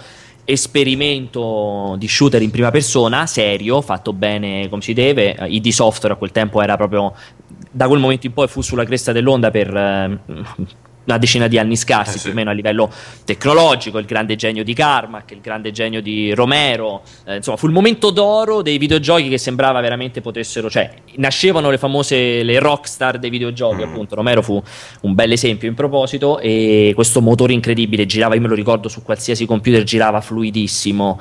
esperimento di shooter in prima persona, serio, fatto bene come si deve. I D Software a quel tempo era proprio, da quel momento in poi fu sulla cresta dell'onda per eh, una decina di anni scarsi, Eh, sì. più o meno a livello tecnologico, il grande genio di Carmack, il grande genio di Romero, eh, insomma fu il momento d'oro dei videogiochi che sembrava veramente potessero, cioè nascevano le famose, le rockstar dei videogiochi, Mm. appunto. Romero fu un bel esempio in proposito, e questo motore incredibile girava, io me lo ricordo, su qualsiasi computer girava fluidissimo,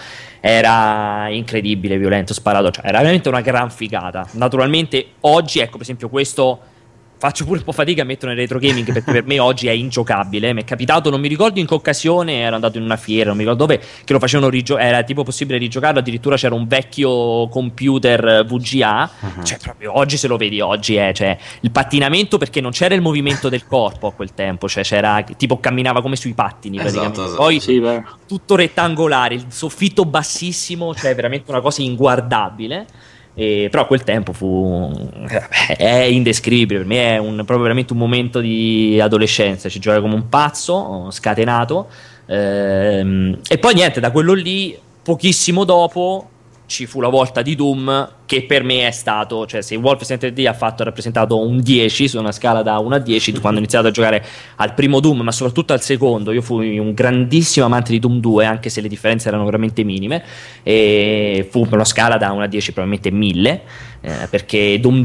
era incredibile, violento, sparato, cioè era veramente una gran figata. Naturalmente oggi, ecco, per esempio questo faccio pure un po' fatica a metterlo nel retro gaming perché per me oggi è ingiocabile. Mi è capitato, non mi ricordo in che occasione, ero andato in una fiera, non mi ricordo dove, che lo facevano rigio- era tipo possibile rigiocarlo, addirittura c'era un vecchio computer V G A, uh-huh. Cioè proprio oggi se lo vedi oggi è, cioè, il pattinamento, perché non c'era il movimento del corpo a quel tempo, cioè c'era tipo camminava come sui pattini praticamente. Esatto, esatto. Poi sì, tutto rettangolare, il soffitto bassissimo, cioè veramente una cosa inguardabile. E, però a quel tempo fu è indescrivibile, per me è un, proprio veramente un momento di adolescenza, ci giocai come un pazzo, scatenato, ehm, e poi niente, da quello lì pochissimo dopo ci fu la volta di Doom, che per me è stato, cioè se Wolfenstein tre D ha fatto ha rappresentato un dieci su una scala da uno a dieci, quando ho iniziato a giocare al primo Doom, ma soprattutto al secondo, io fui un grandissimo amante di Doom due, anche se le differenze erano veramente minime, e fu per una scala da uno a dieci probabilmente mille, eh, perché Doom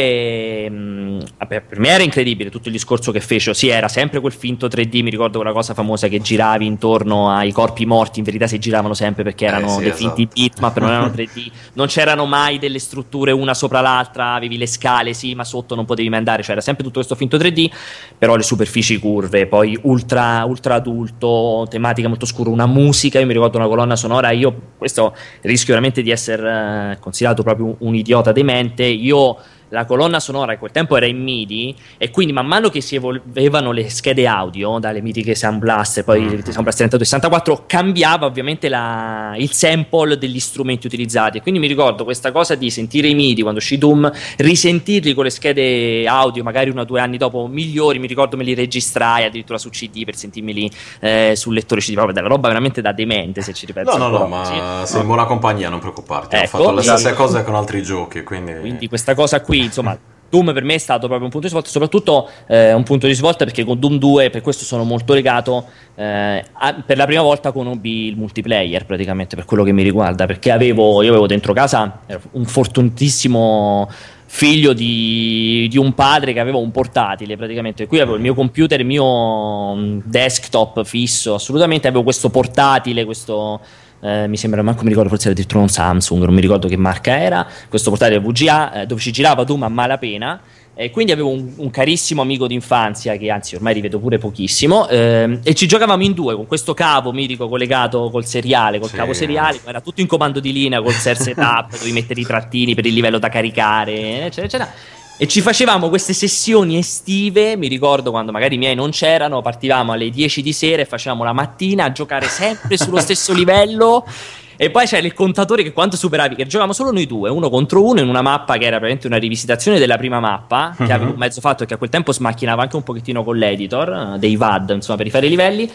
due mh, per me era incredibile tutto il discorso che fece, sì, era sempre quel finto tre D, mi ricordo quella cosa famosa che giravi intorno ai corpi morti, in verità si giravano sempre perché erano eh sì, dei esatto. finti bitmap, non erano tre D, non c'erano mai delle strutture una sopra l'altra, avevi le scale sì, ma sotto non potevi mai andare, cioè era sempre tutto questo finto tre D, però le superfici curve, poi ultra, ultra adulto, tematica molto scura, una musica, io mi ricordo una colonna sonora, io questo rischio veramente di essere eh, considerato proprio un, un idiota demente, io la colonna sonora a quel tempo era in MIDI e quindi man mano che si evolvevano le schede audio dalle mitiche Sound Blaster, poi mm-hmm. Sound Blaster trentadue sessantaquattro, cambiava ovviamente la, il sample degli strumenti utilizzati, e quindi mi ricordo questa cosa di sentire i MIDI quando uscì Doom, risentirli con le schede audio magari uno o due anni dopo migliori, mi ricordo me li registrai addirittura su C D per sentirmeli eh, sul lettore C D, proprio della roba veramente da demente, se ci ripenso. No no no, ma sì. Sei in buona compagnia, non preoccuparti, ecco, ho fatto le stesse e... cose con altri giochi, quindi... quindi questa cosa qui, insomma, Doom per me è stato proprio un punto di svolta, soprattutto eh, un punto di svolta perché con Doom due, per questo sono molto legato, eh, a, per la prima volta conobbi il multiplayer praticamente, per quello che mi riguarda, perché avevo, io avevo dentro casa un fortunatissimo figlio di, di un padre che aveva un portatile praticamente, qui avevo il mio computer, il mio desktop fisso, assolutamente avevo questo portatile, questo... Eh, mi sembra, manco mi ricordo, forse era addirittura un Samsung, non mi ricordo che marca era, questo portatile V G A eh, dove ci girava Doom a malapena, e quindi avevo un, un carissimo amico d'infanzia che anzi ormai rivedo pure pochissimo, eh, e ci giocavamo in due con questo cavo mitico collegato col seriale, col sì. cavo seriale, era tutto in comando di linea col ser setup, dovevi mettere i trattini per il livello da caricare, eccetera eccetera. E ci facevamo queste sessioni estive, mi ricordo quando magari i miei non c'erano, partivamo alle dieci di sera e facevamo la mattina a giocare sempre sullo stesso livello, e poi c'era il contatore che quanto superavi, che giocavamo solo noi due, uno contro uno in una mappa che era praticamente una rivisitazione della prima mappa, che uh-huh. avevo un mezzo fatto e che a quel tempo smacchinava anche un pochettino con l'editor, dei V A D, insomma, per rifare i livelli,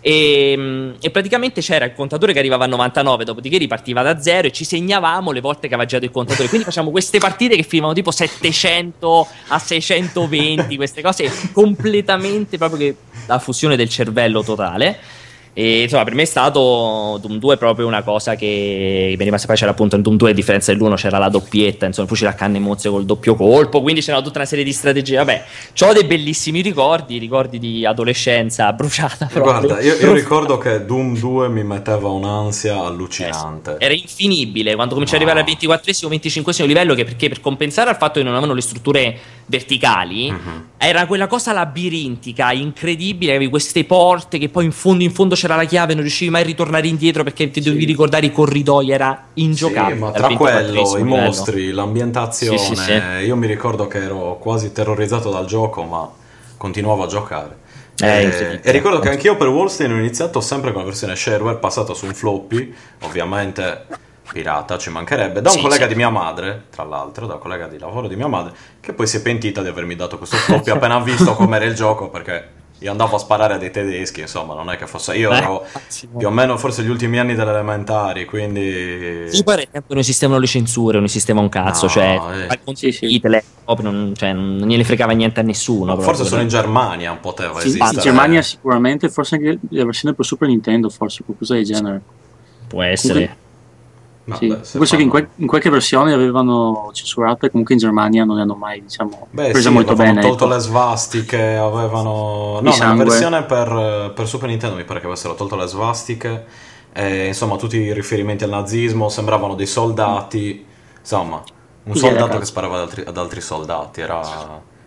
e, e praticamente c'era il contatore che arrivava a novantanove, dopodiché ripartiva da zero e ci segnavamo le volte che aveva girato il contatore, quindi facciamo queste partite che finivano tipo settecento a seicentoventi, queste cose completamente proprio che la fusione del cervello totale. E insomma per me è stato Doom due proprio una cosa che mi rimase, poi c'era appunto in Doom due a differenza dell'uno c'era la doppietta, insomma fucile a canne mozze col doppio colpo, quindi c'era tutta una serie di strategie, vabbè, c'ho dei bellissimi ricordi, ricordi di adolescenza bruciata proprio. Guarda, io, io ricordo che Doom due mi metteva un'ansia allucinante, era infinibile quando cominciai no. ad arrivare al ventiquattresimo venticinquesimo livello, che perché per compensare al fatto che non avevano le strutture verticali uh-huh. era quella cosa labirintica incredibile, avevi queste porte che poi in fondo in fondo c'era la chiave, non riuscivi mai a ritornare indietro perché ti sì. dovevi ricordare i corridoi, era ingiocabile. Sì, ma tra quello, i mostri, l'ambientazione, sì, sì, sì. io mi ricordo che ero quasi terrorizzato dal gioco, ma continuavo a giocare. Eh, e, e ricordo che anch'io per Wolfenstein ho iniziato sempre con la versione shareware, passata su un floppy, ovviamente pirata, ci mancherebbe, da un sì, collega sì. di mia madre, tra l'altro, da un collega di lavoro di mia madre, che poi si è pentita di avermi dato questo floppy appena visto com'era il gioco, perché io andavo a sparare a dei tedeschi, insomma, non è che fosse... Io ero più o meno forse gli ultimi anni delle elementari, quindi... Sì, poi non esistevano le censure, non esisteva un cazzo, no, cioè... Eh. Sì, sì. Non, cioè, non gliene fregava niente a nessuno. Forse proprio. Solo in Germania poteva sì, esistere. In Germania sicuramente, forse anche la versione per Super Nintendo, forse, qualcosa del genere. Può essere... Comunque... Sì. Forse che in, quel, in qualche versione avevano censurato e comunque in Germania non le hanno mai, diciamo, Beh, prese sì, molto bene. Avevano tolto ecco. le svastiche, avevano... No, nella versione per, per Super Nintendo mi pare che avessero tolto le svastiche, e, insomma tutti i riferimenti al nazismo sembravano dei soldati, insomma, un sì, soldato che sparava ad altri, ad altri soldati, era...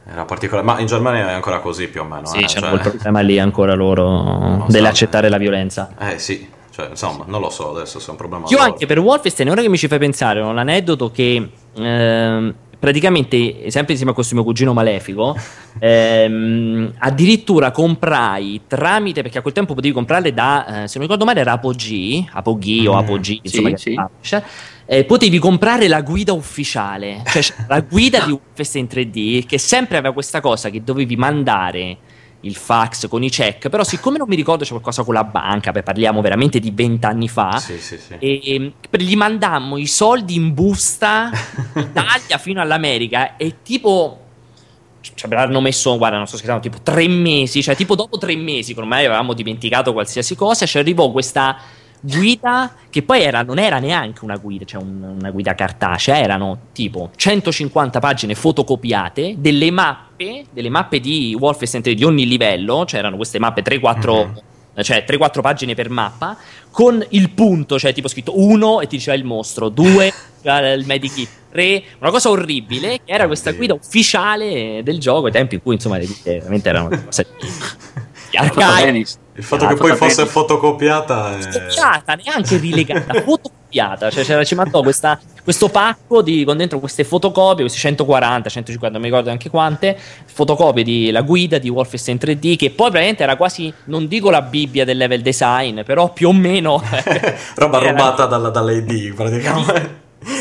era particolare, ma in Germania è ancora così più o meno. Sì, eh? c'è cioè... quel problema lì ancora loro dell'accettare la violenza. Eh sì, cioè, insomma, non lo so adesso se è un problema. Io loro. anche per Wolfenstein, ora che mi ci fai pensare, ho l'aneddoto che ehm, praticamente, sempre insieme a questo mio cugino malefico, ehm, addirittura comprai tramite, perché a quel tempo potevi comprarle da, eh, se non ricordo male era Apogee, Apogee o Apogee, insomma, sì, che sì. eh, potevi comprare la guida ufficiale, cioè la guida di Wolfenstein tre D, che sempre aveva questa cosa che dovevi mandare il fax con i check, però siccome non mi ricordo c'è qualcosa con la banca, beh, parliamo veramente di vent'anni fa, sì, sì, sì. e gli mandammo i soldi in busta Italia fino all'America e tipo ci avranno messo, guarda non sto scherzando, tipo tre mesi, cioè tipo dopo tre mesi ormai avevamo dimenticato qualsiasi cosa, ci arrivò questa guida che poi era, non era neanche una guida, cioè un, una guida cartacea, erano tipo centocinquanta pagine fotocopiate delle mappe, delle mappe di Wolfenstein tre di ogni livello, cioè erano queste mappe tre quattro mm-hmm. cioè tre quattro pagine per mappa, con il punto, cioè tipo scritto uno e ti diceva il mostro, due il medikit, tre, una cosa orribile, che era questa guida ufficiale del gioco ai tempi in cui insomma le guide veramente erano cose arcaiche. Il fatto ah, che poi fosse fotocopiata, fotocopiata, neanche rilegata, fotocopiata, cioè c'era, ci mandò questa, questo pacco di, con dentro queste fotocopie, questi centoquaranta, centocinquanta, non mi ricordo neanche quante fotocopie di la guida di Wolfenstein tre D, che poi veramente era quasi, non dico la Bibbia del level design, però più o meno roba rubata dalla, dall'A D praticamente.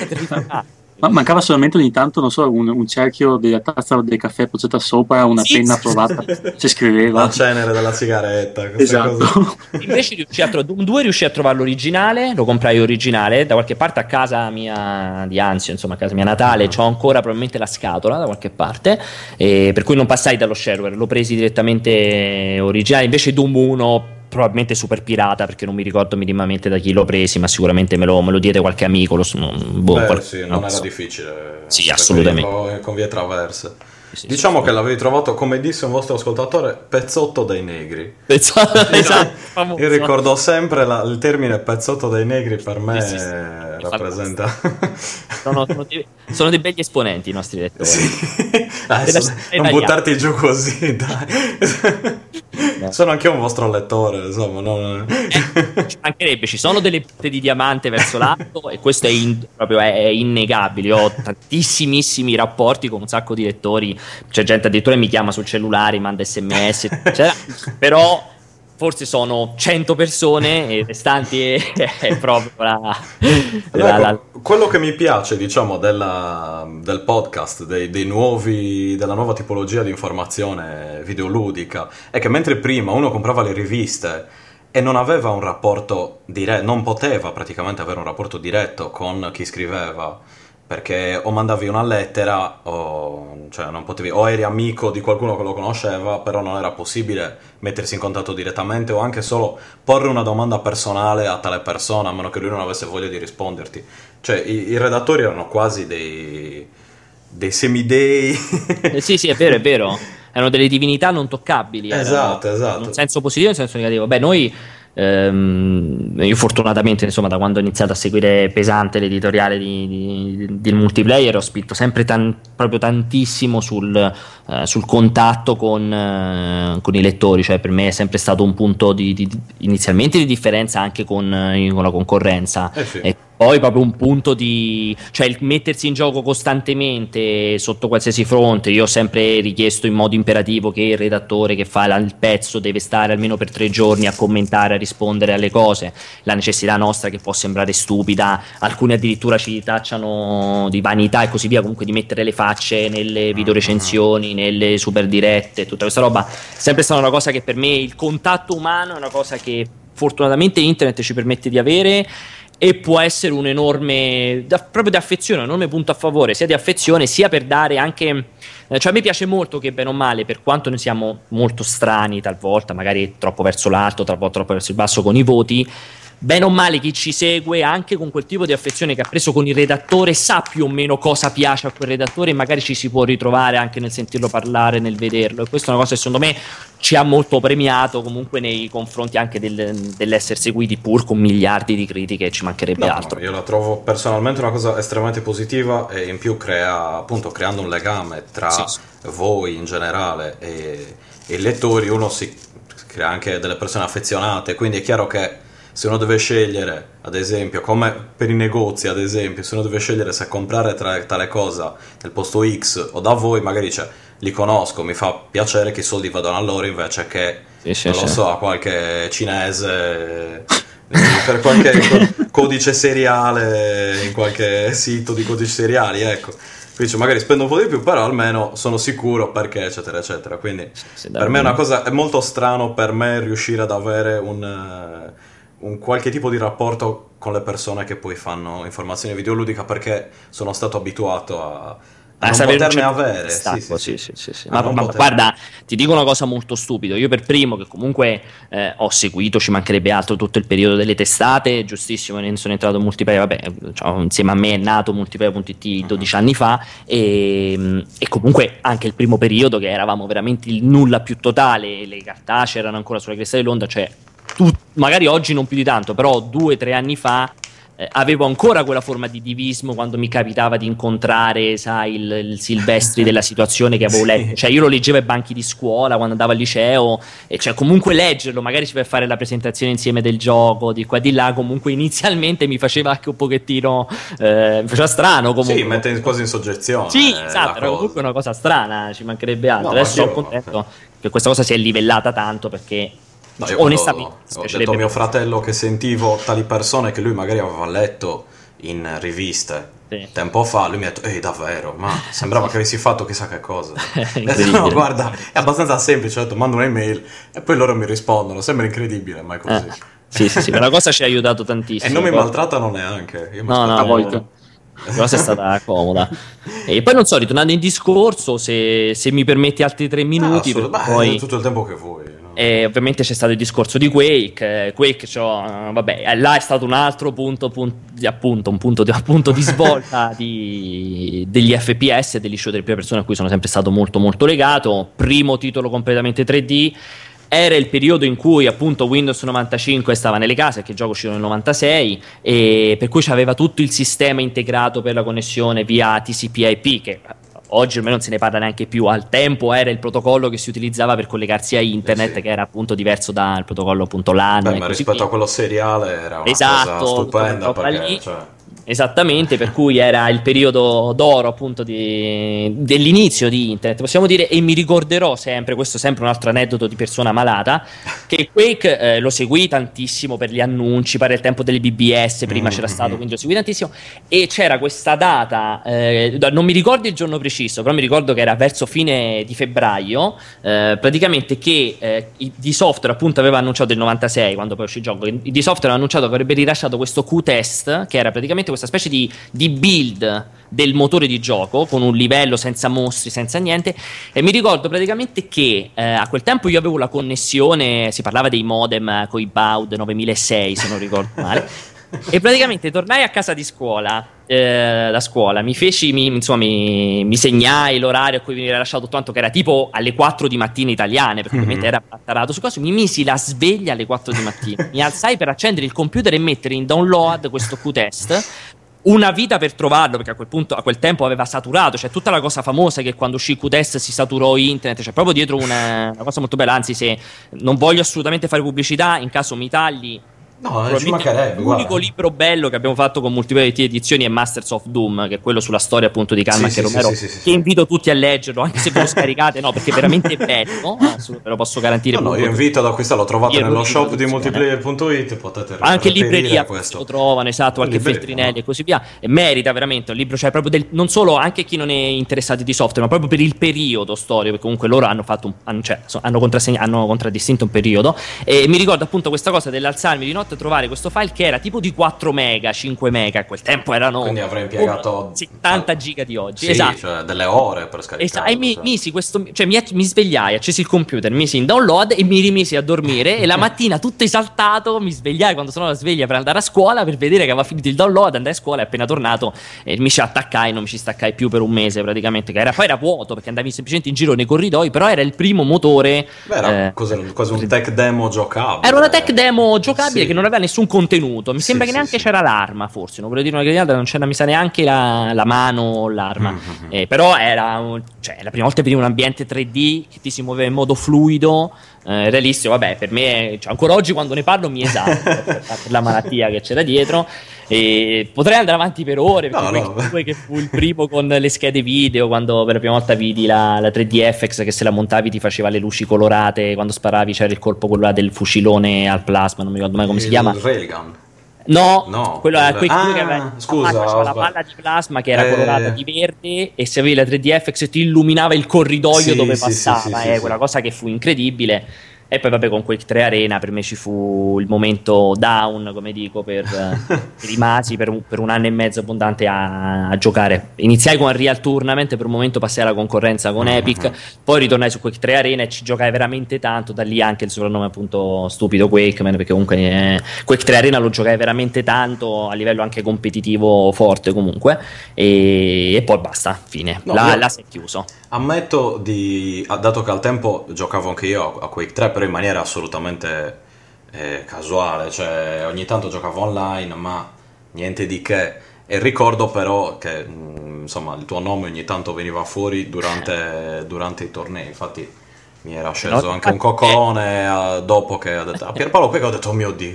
Ma mancava solamente ogni tanto, non so, un, un cerchio della tazza del caffè appoggiata sopra, una sì, penna provata, si scriveva. La cenere della sigaretta. Esatto. Cose. Invece riuscì a tro- Doom due riuscì a trovare l'originale, lo comprai originale, da qualche parte a casa mia di Anzio, insomma a casa mia natale, c'ho ancora probabilmente la scatola da qualche parte, e per cui non passai dallo shareware, l'ho presi direttamente originale. Invece Doom uno probabilmente super pirata, perché non mi ricordo minimamente da chi l'ho presi, ma sicuramente me lo, me lo diede qualche amico. Lo, boh, Beh, qual- sì, non, non era so. difficile. Sì, assolutamente. Con vie traverse. Sì, diciamo sì, che l'avevi trovato, come disse un vostro ascoltatore, pezzotto dei negri. Pezzotto, esatto. Io ricordo sempre la, il termine pezzotto dei negri, per me sì, sì, sì. rappresenta. Sono, sono, dei, sono dei begli esponenti i nostri lettori. Sì. Adesso, non buttarti giù così, dai. No. Sono anche io un vostro lettore, insomma. Non... Eh, ci mancherebbe, ci sono delle punte di diamante verso l'alto e questo è, in, proprio è, è innegabile. Ho tantissimissimi rapporti con un sacco di lettori. C'è gente addirittura che mi chiama sul cellulare, manda sms, eccetera. Però forse sono cento persone e i restanti è, è proprio la, allora, la, la... quello che mi piace, diciamo, della, del podcast, dei, dei nuovi, della nuova tipologia di informazione videoludica, è che mentre prima uno comprava le riviste e non aveva un rapporto diretto, non poteva praticamente avere un rapporto diretto con chi scriveva, perché o mandavi una lettera o, cioè non potevi, o eri amico di qualcuno che lo conosceva, però non era possibile mettersi in contatto direttamente o anche solo porre una domanda personale a tale persona, a meno che lui non avesse voglia di risponderti. Cioè i, i redattori erano quasi dei, dei semidei. Eh, sì, sì, è vero, è vero. Erano delle divinità non toccabili. Esatto, esatto. In senso positivo e in senso negativo. Beh, noi... Ehm, io fortunatamente insomma da quando ho iniziato a seguire pesante l'editoriale di, di, del multiplayer ho spinto sempre tan, proprio tantissimo sul, eh, sul contatto con, eh, con i lettori, cioè per me è sempre stato un punto di, di, inizialmente di differenza anche con, eh, con la concorrenza eh sì. E poi proprio un punto di, cioè il mettersi in gioco costantemente sotto qualsiasi fronte. Io ho sempre richiesto in modo imperativo che il redattore che fa il pezzo deve stare almeno per tre giorni a commentare, a rispondere alle cose. La necessità nostra, che può sembrare stupida, alcuni addirittura ci tacciano di vanità e così via, comunque di mettere le facce nelle videorecensioni, nelle super dirette, tutta questa roba, è sempre stata una cosa che per me, il contatto umano è una cosa che fortunatamente internet ci permette di avere. E può essere un enorme, da, proprio di affezione, un enorme punto a favore, sia di affezione sia per dare anche, eh, cioè a me piace molto che bene o male, per quanto noi siamo molto strani talvolta, magari troppo verso l'alto, talvolta troppo verso il basso con i voti, bene o male chi ci segue anche con quel tipo di affezione che ha preso con il redattore sa più o meno cosa piace a quel redattore e magari ci si può ritrovare anche nel sentirlo parlare, nel vederlo, e questa è una cosa che secondo me ci ha molto premiato comunque nei confronti anche del, dell'essere seguiti pur con miliardi di critiche, ci mancherebbe no, altro. No, io la trovo personalmente una cosa estremamente positiva e in più crea, appunto, creando un legame tra sì, sì. voi in generale e, e i lettori, uno si crea anche delle persone affezionate, quindi è chiaro che se uno deve scegliere, ad esempio, come per i negozi, ad esempio, se uno deve scegliere se comprare tra, tale cosa nel posto X o da voi, magari dice, li conosco, mi fa piacere che i soldi vadano a loro invece che, sì, sì, non sì. lo so, a qualche cinese per qualche codice seriale in qualche sito di codici seriali, ecco. Quindi magari spendo un po' di più, però almeno sono sicuro perché, eccetera, eccetera. Quindi sì, per me è una cosa, è molto strano per me riuscire ad avere un... un qualche tipo di rapporto con le persone che poi fanno informazione videoludica, perché sono stato abituato a, a non poterne avere. Sì, sì, sì, sì, sì, sì. Ma, ma guarda, ti dico una cosa molto stupida. Io per primo, che comunque eh, ho seguito, ci mancherebbe altro, tutto il periodo delle testate, giustissimo, ne sono entrato in Multiplayer, vabbè, cioè, insieme a me è nato Multiplayer punto it dodici anni fa, e, e comunque anche il primo periodo che eravamo veramente il nulla più totale, le cartacee erano ancora sulla cresta dell'onda, cioè tu, magari oggi non più di tanto, però due o tre anni fa eh, avevo ancora quella forma di divismo quando mi capitava di incontrare, sai, il, il Silvestri della situazione che avevo letto, cioè io lo leggevo ai banchi di scuola quando andavo al liceo, e cioè comunque leggerlo, magari ci per fare la presentazione insieme del gioco, di qua e di là, comunque inizialmente mi faceva anche un pochettino eh, mi faceva strano comunque. Sì, mette quasi in soggezione. Sì, esatto, era comunque una cosa strana, ci mancherebbe altro. No, adesso sono contento okay. che questa cosa si è livellata tanto, perché no, io onestamente ho detto a mio fratello che sentivo tali persone che lui magari aveva letto in riviste sì. tempo fa, lui mi ha detto ehi davvero, ma sembrava che avessi fatto chissà che cosa. Detto, no, guarda, è abbastanza semplice, ho detto mando un'email e poi loro mi rispondono, sembra incredibile, ma è così. Eh, sì sì sì, ma la cosa ci ha aiutato tantissimo e non mi poi... maltrattano neanche. Io no no, no, no. La cosa è stata comoda. E poi non so, ritornando in discorso, se, se mi permetti altri tre minuti ah, per beh, poi tutto il tempo che vuoi. E ovviamente c'è stato il discorso di Quake. Quake, cioè, vabbè, là è stato un altro punto, punto appunto, un punto di, appunto di svolta di, degli F P S, degli shooter in prima persona a cui sono sempre stato molto molto legato. Primo titolo completamente tre D. Era il periodo in cui appunto Windows novantacinque stava nelle case, perché il gioco uscito nel novantasei, e per cui c'aveva tutto il sistema integrato per la connessione via T C P I P, che oggi ormai non se ne parla neanche più. Al tempo era il protocollo che si utilizzava per collegarsi a internet, eh sì. che era appunto diverso dal protocollo appunto LAN. Beh, ma rispetto via. a quello seriale era una esatto, cosa stupenda perché, cioè... esattamente, per cui era il periodo d'oro appunto di, dell'inizio di internet, possiamo dire. E mi ricorderò sempre, questo è sempre un altro aneddoto di persona malata, che Quake eh, lo seguì tantissimo per gli annunci, pare il tempo delle B B S, prima mm-hmm. c'era stato, quindi lo seguì tantissimo, e c'era questa data, eh, non mi ricordo il giorno preciso, però mi ricordo che era verso fine di febbraio, eh, praticamente che eh, di Software appunto aveva annunciato il novantasei, quando poi uscì il gioco, di Software aveva annunciato che avrebbe rilasciato questo Q-Test, che era praticamente questa specie di, di build del motore di gioco con un livello senza mostri, senza niente. E mi ricordo praticamente che eh, a quel tempo io avevo la connessione, si parlava dei modem con i Baud novantasei se non ricordo male, e praticamente tornai a casa di scuola, eh, da scuola, mi feci, mi, insomma mi, mi segnai l'orario a cui mi era lasciato tutto quanto, che era tipo alle quattro di mattina italiane, perché ovviamente mm-hmm. era battarato su cose. Mi misi la sveglia alle quattro di mattina, mi alzai per accendere il computer e mettere in download questo Q-Test. Una vita per trovarlo, perché a quel punto, a quel tempo aveva saturato, cioè tutta la cosa famosa che quando uscì Q-Test si saturò internet, cioè proprio dietro una, una cosa molto bella. Anzi, se non voglio assolutamente fare pubblicità, in caso mi tagli, no, ci mancherebbe. L'unico guarda. libro bello che abbiamo fatto con Multiplayer edizioni è Masters of Doom, che è quello sulla storia appunto di Carmack sì, e sì, Romero, sì, sì, sì, che invito tutti a leggerlo, anche se ve lo scaricate, no, perché è veramente bello, no? Ve lo posso garantire. No, no, io invito ad acquistarlo, lo trovate io nello shop di multiplayer punto it, potete anche in libreria questo. Lo trovano, esatto, qualche Feltrinelli no? e così via, e merita veramente un libro, cioè proprio del, non solo anche chi non è interessato di software, ma proprio per il periodo storico, perché comunque loro hanno fatto un, hanno, cioè, hanno, hanno contraddistinto un periodo. E mi ricordo appunto questa cosa dell'alzarmi di notte e trovare questo file che era tipo di quattro mega, cinque mega, a quel tempo erano, quindi avrei impiegato settanta giga di oggi, sì, esatto, cioè delle ore per scaricare, esatto. E mi, misi questo, cioè mi, mi svegliai, accesi il computer, misi in download e mi rimisi a dormire e la mattina tutto esaltato mi svegliai quando sono alla sveglia per andare a scuola, per vedere che aveva finito il download, andai a scuola e appena tornato eh, mi ci attaccai, non mi ci staccai più per un mese praticamente, che era, poi era vuoto perché andavi semplicemente in giro nei corridoi, però era il primo motore. Beh, era eh, quasi un tech demo giocabile, era una tech demo giocabile, sì. che non non aveva nessun contenuto. Mi Sì, sembra sì, che neanche sì. c'era l'arma, forse. Non volevo dire una granata, non c'era, mi sa, neanche la, la mano o l'arma. Mm-hmm. Eh, però era un- cioè, la prima volta che vedevo un ambiente tre D che ti si muoveva in modo fluido, eh, realistico. Vabbè, per me, cioè, ancora oggi quando ne parlo mi esatto per, per la malattia che c'era dietro. E potrei andare avanti per ore, perché No, no. Quake due, che fu il primo con le schede video, quando per la prima volta vidi la, la tre D F X, che se la montavi ti faceva le luci colorate, quando sparavi c'era il colpo quello là del fucilone al plasma, non mi ricordo mai come si chiama. Il railgun. No, No, quello era il- Quake due che ah, aveva scusa, faceva ho la sbagliato. palla di plasma che era Eh. colorata di verde, e se avevi la tre D F X ti illuminava il corridoio Sì, dove sì, sì, passava, sì, eh, sì, quella sì. cosa che fu incredibile. E poi vabbè, con Quake tre Arena per me ci fu il momento down, come dico, per eh, rimasi per un, per un anno e mezzo abbondante a, a giocare. Iniziai con Unreal Tournament, per un momento passai alla concorrenza con Mm-hmm. Epic, poi ritornai su Quake tre Arena e ci giocai veramente tanto, da lì anche il soprannome appunto stupido Quakeman, perché comunque eh, Quake tre Arena lo giocai veramente tanto a livello anche competitivo forte comunque, e, e poi basta, fine, No, la, io- la si è chiuso. Ammetto di, ah, dato che al tempo giocavo anche io a Quake tre, però in maniera assolutamente eh, casuale, cioè ogni tanto giocavo online, ma niente di che. E ricordo però che mh, insomma il tuo nome ogni tanto veniva fuori durante, durante i tornei, infatti mi era sceso No, anche un coccolone eh, dopo che ho detto a Pierpaolo Quake, ho detto oh mio Dio.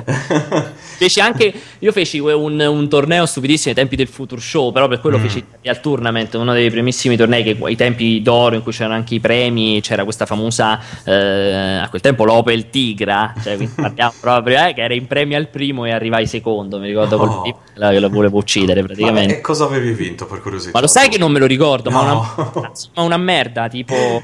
Feci anche, io feci un, un torneo stupidissimo ai tempi del Future Show, però per quello Mm. feci al Tournament, uno dei primissimi tornei che ai tempi d'oro, in cui c'erano anche i premi, c'era questa famosa eh, a quel tempo l'Opel Tigra, cioè quindi parliamo proprio eh, che era in premio al primo e arrivai secondo, mi ricordo Oh. col tipo là che lo volevo uccidere Ma, praticamente. e cosa avevi vinto per curiosità? Ma lo sai che non me lo ricordo, ma, No. una, ma una merda, tipo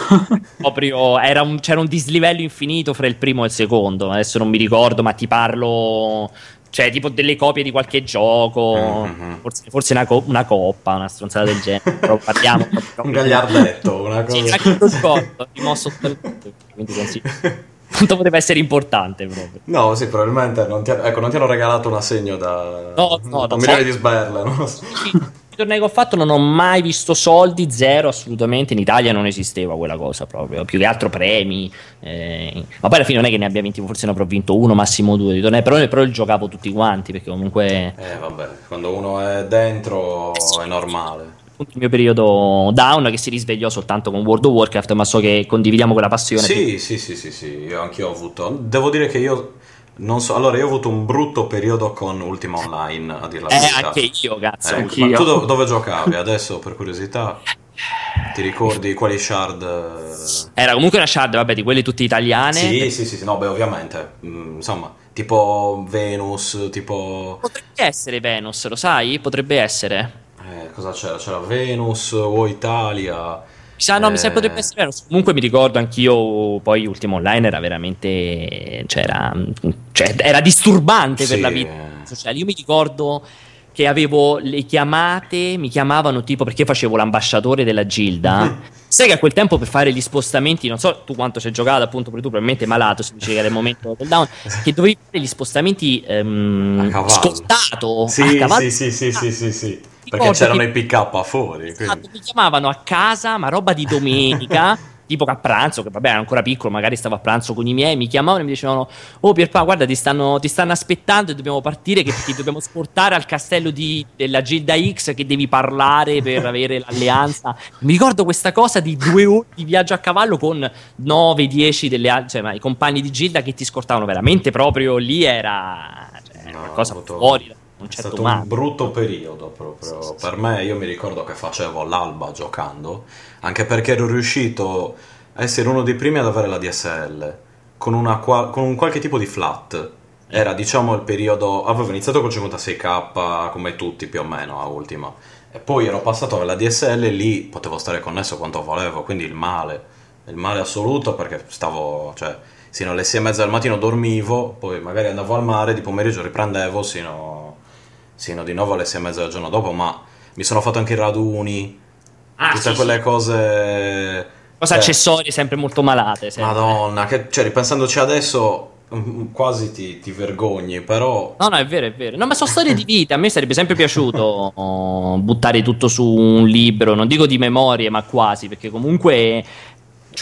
proprio era un- c'era un dislivello infinito fra il primo e il secondo. Adesso non mi ricordo, ma ti parlo, cioè tipo delle copie di qualche gioco, Mhm. forse, forse una, co- una coppa, una stronzata del genere. Però parliamo Un gagliardetto, una Sì, cosa. anche non lo ricordo, rimosso totalmente, quindi così. Quanto poteva essere importante proprio. No, sì, probabilmente non ti, ha- ecco, non ti hanno regalato un assegno da, No, no, da un no, milione sai- di sberle, no? I tornei che ho fatto non ho mai visto soldi, zero assolutamente. In Italia non esisteva quella cosa proprio, più che altro premi. eh, Ma poi alla fine non è che ne abbia vinti, forse ne avrò vinto uno, massimo due di tornei. Però, però li giocavo tutti quanti perché comunque Eh, vabbè, quando uno è dentro è normale. appunto, il mio periodo down che si risvegliò soltanto con World of Warcraft, ma so che condividiamo quella passione. Sì, sì, sì, sì, sì, io anch'io ho avuto. Devo dire che io non so. Allora, io ho avuto un brutto periodo con Ultima Online, a dir la Eh, verità. anche io, cazzo. Eh, anch'io. ma tu do- dove giocavi adesso, per curiosità? Ti ricordi quali shard? eh? Era comunque una shard, vabbè, di quelle tutte italiane. Sì, sì, sì, sì, no, beh, ovviamente. Mm, insomma, tipo Venus, tipo. Potrebbe essere Venus, lo sai? Potrebbe essere. Eh, cosa c'era? C'era Venus, o Italia. Mi sa, no, mi sa eh, che potrebbe essere Venus. Comunque mi ricordo anch'io, poi Ultima Online era veramente, cioè era, cioè, era disturbante per Sì. la vita sociale. Io mi ricordo che avevo le chiamate, mi chiamavano tipo perché facevo l'ambasciatore della Gilda. Sai che a quel tempo per fare gli spostamenti, non so tu quanto ci hai giocato, appunto, perché tu probabilmente malato, si dice che era il momento del down, che dovevi fare gli spostamenti ehm, A cavallo. scostato, Sì, a cavallo. sì, sì, sì, sì, sì, sì. Perché Ricordo c'erano che- i pick up fuori. Esatto, Quindi. mi chiamavano a casa, ma roba di domenica, tipo che a pranzo, che vabbè era ancora piccolo, magari stavo a pranzo con i miei, mi chiamavano e mi dicevano: oh Pierpa, guarda, ti stanno, ti stanno aspettando e dobbiamo partire, che ti dobbiamo sportare al castello di- della Gilda X, che devi parlare per avere l'alleanza. Mi ricordo questa cosa di due ore di viaggio a cavallo con nove dieci delle al- cioè, ma i compagni di Gilda che ti scortavano veramente proprio lì, era cioè, No, qualcosa ho avuto- fuori da un È certo stato umano. un brutto periodo proprio. Sì, sì, sì. Per me, io mi ricordo che facevo l'alba giocando, anche perché ero riuscito a essere uno dei primi ad avere la D S L con, una qua- con un qualche tipo di flat. Era, diciamo, il periodo. Avevo iniziato col cinquantasei K come tutti più o meno a Ultima, e poi ero passato alla D S L e lì potevo stare connesso quanto volevo. Quindi il male, il male assoluto, perché stavo, cioè, sino alle sei e mezza del mattino dormivo, poi magari andavo al mare, di pomeriggio riprendevo sino, sino di nuovo alle sei e mezza del giorno dopo. Ma mi sono fatto anche i raduni, Ah, tutte sì, quelle sì. cose. Cose cioè, accessorie sempre molto malate. sempre. Madonna, che, cioè, ripensandoci adesso, mm, quasi ti, ti vergogni, però. No, no, è vero, è vero. No, ma sono storie di vita. A me sarebbe sempre piaciuto oh, buttare tutto su un libro, non dico di memorie, ma quasi, perché comunque, cioè,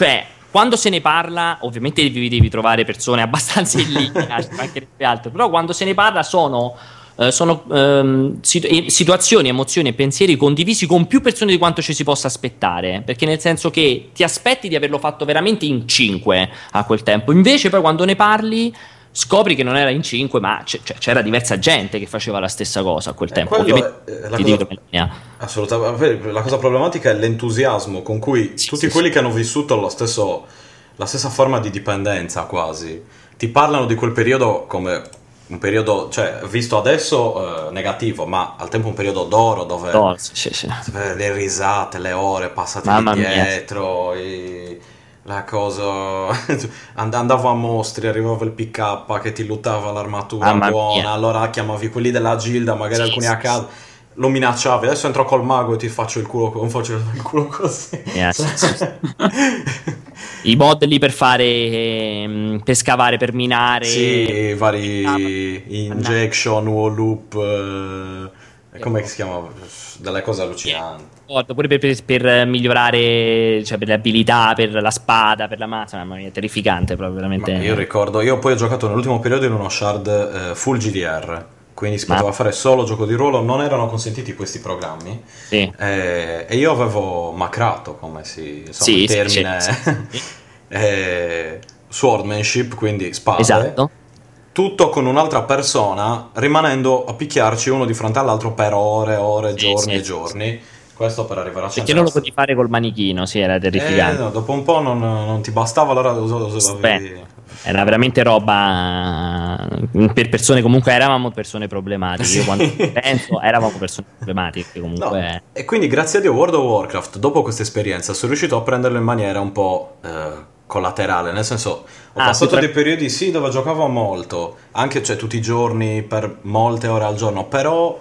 quando se ne parla, ovviamente devi, devi trovare persone abbastanza in linea, anche altro, però quando se ne parla sono, eh, sono ehm, situ- situazioni, emozioni e pensieri condivisi con più persone di quanto ci si possa aspettare, perché nel senso che ti aspetti di averlo fatto veramente in cinque a quel tempo, invece poi quando ne parli scopri che non era in cinque, ma c- c- c'era diversa gente che faceva la stessa cosa a quel Eh, tempo. quello Ovviamente è- la ti cosa- dico in linea. Assolutamente, la cosa problematica è l'entusiasmo con cui Sì, tutti sì, quelli sì. che hanno vissuto lo stesso, la stessa forma di dipendenza quasi, ti parlano di quel periodo come un periodo, cioè, visto adesso eh, negativo, ma al tempo un periodo d'oro dove No, sì, sì, sì. eh, le risate, le ore passate Mamma lì mia. dietro, i- la cosa... And- andavo a mostri, arrivava il P K che ti lottava l'armatura Mamma buona, mia. allora chiamavi quelli della Gilda, magari Sì, alcuni sì, a casa, lo minacciavi, adesso entro col mago e ti faccio il culo, non faccio il culo così. Eh, sì, sì, sì. I mod lì per fare ehm, per scavare, per minare. Sì, vari injection, wall loop, eh, come si chiama? Delle cose allucinanti. Pure per, per- per migliorare, cioè per le abilità, per la spada, per la mazza, mamma mia, terrificante proprio, veramente. Ma io ricordo, io poi ho giocato nell'ultimo periodo in uno shard eh, full G D R, quindi si poteva Ma- fare solo gioco di ruolo, non erano consentiti questi programmi. Sì. Eh, e io avevo macrato, come si insomma, Sì, il sì, termine, sì, sì. eh, swordmanship, quindi spade, Esatto. tutto con un'altra persona, rimanendo a picchiarci uno di fronte all'altro per ore, ore, Sì, giorni sì, e giorni. Questo per arrivare a Perché non lo centrarsi. potevi fare col manichino, sì, era Eh, terrificante. no, dopo un po' non, non ti bastava, allora uso- uso- Beh, avevi- era veramente roba per persone, comunque eravamo persone problematiche. Io Sì. quando penso eravamo persone problematiche No, comunque. e quindi grazie a Dio World of Warcraft, dopo questa esperienza, sono riuscito a prenderlo in maniera un po' eh, collaterale, nel senso ho Ah, passato tu tra- dei periodi sì dove giocavo molto, anche cioè, tutti i giorni per molte ore al giorno, però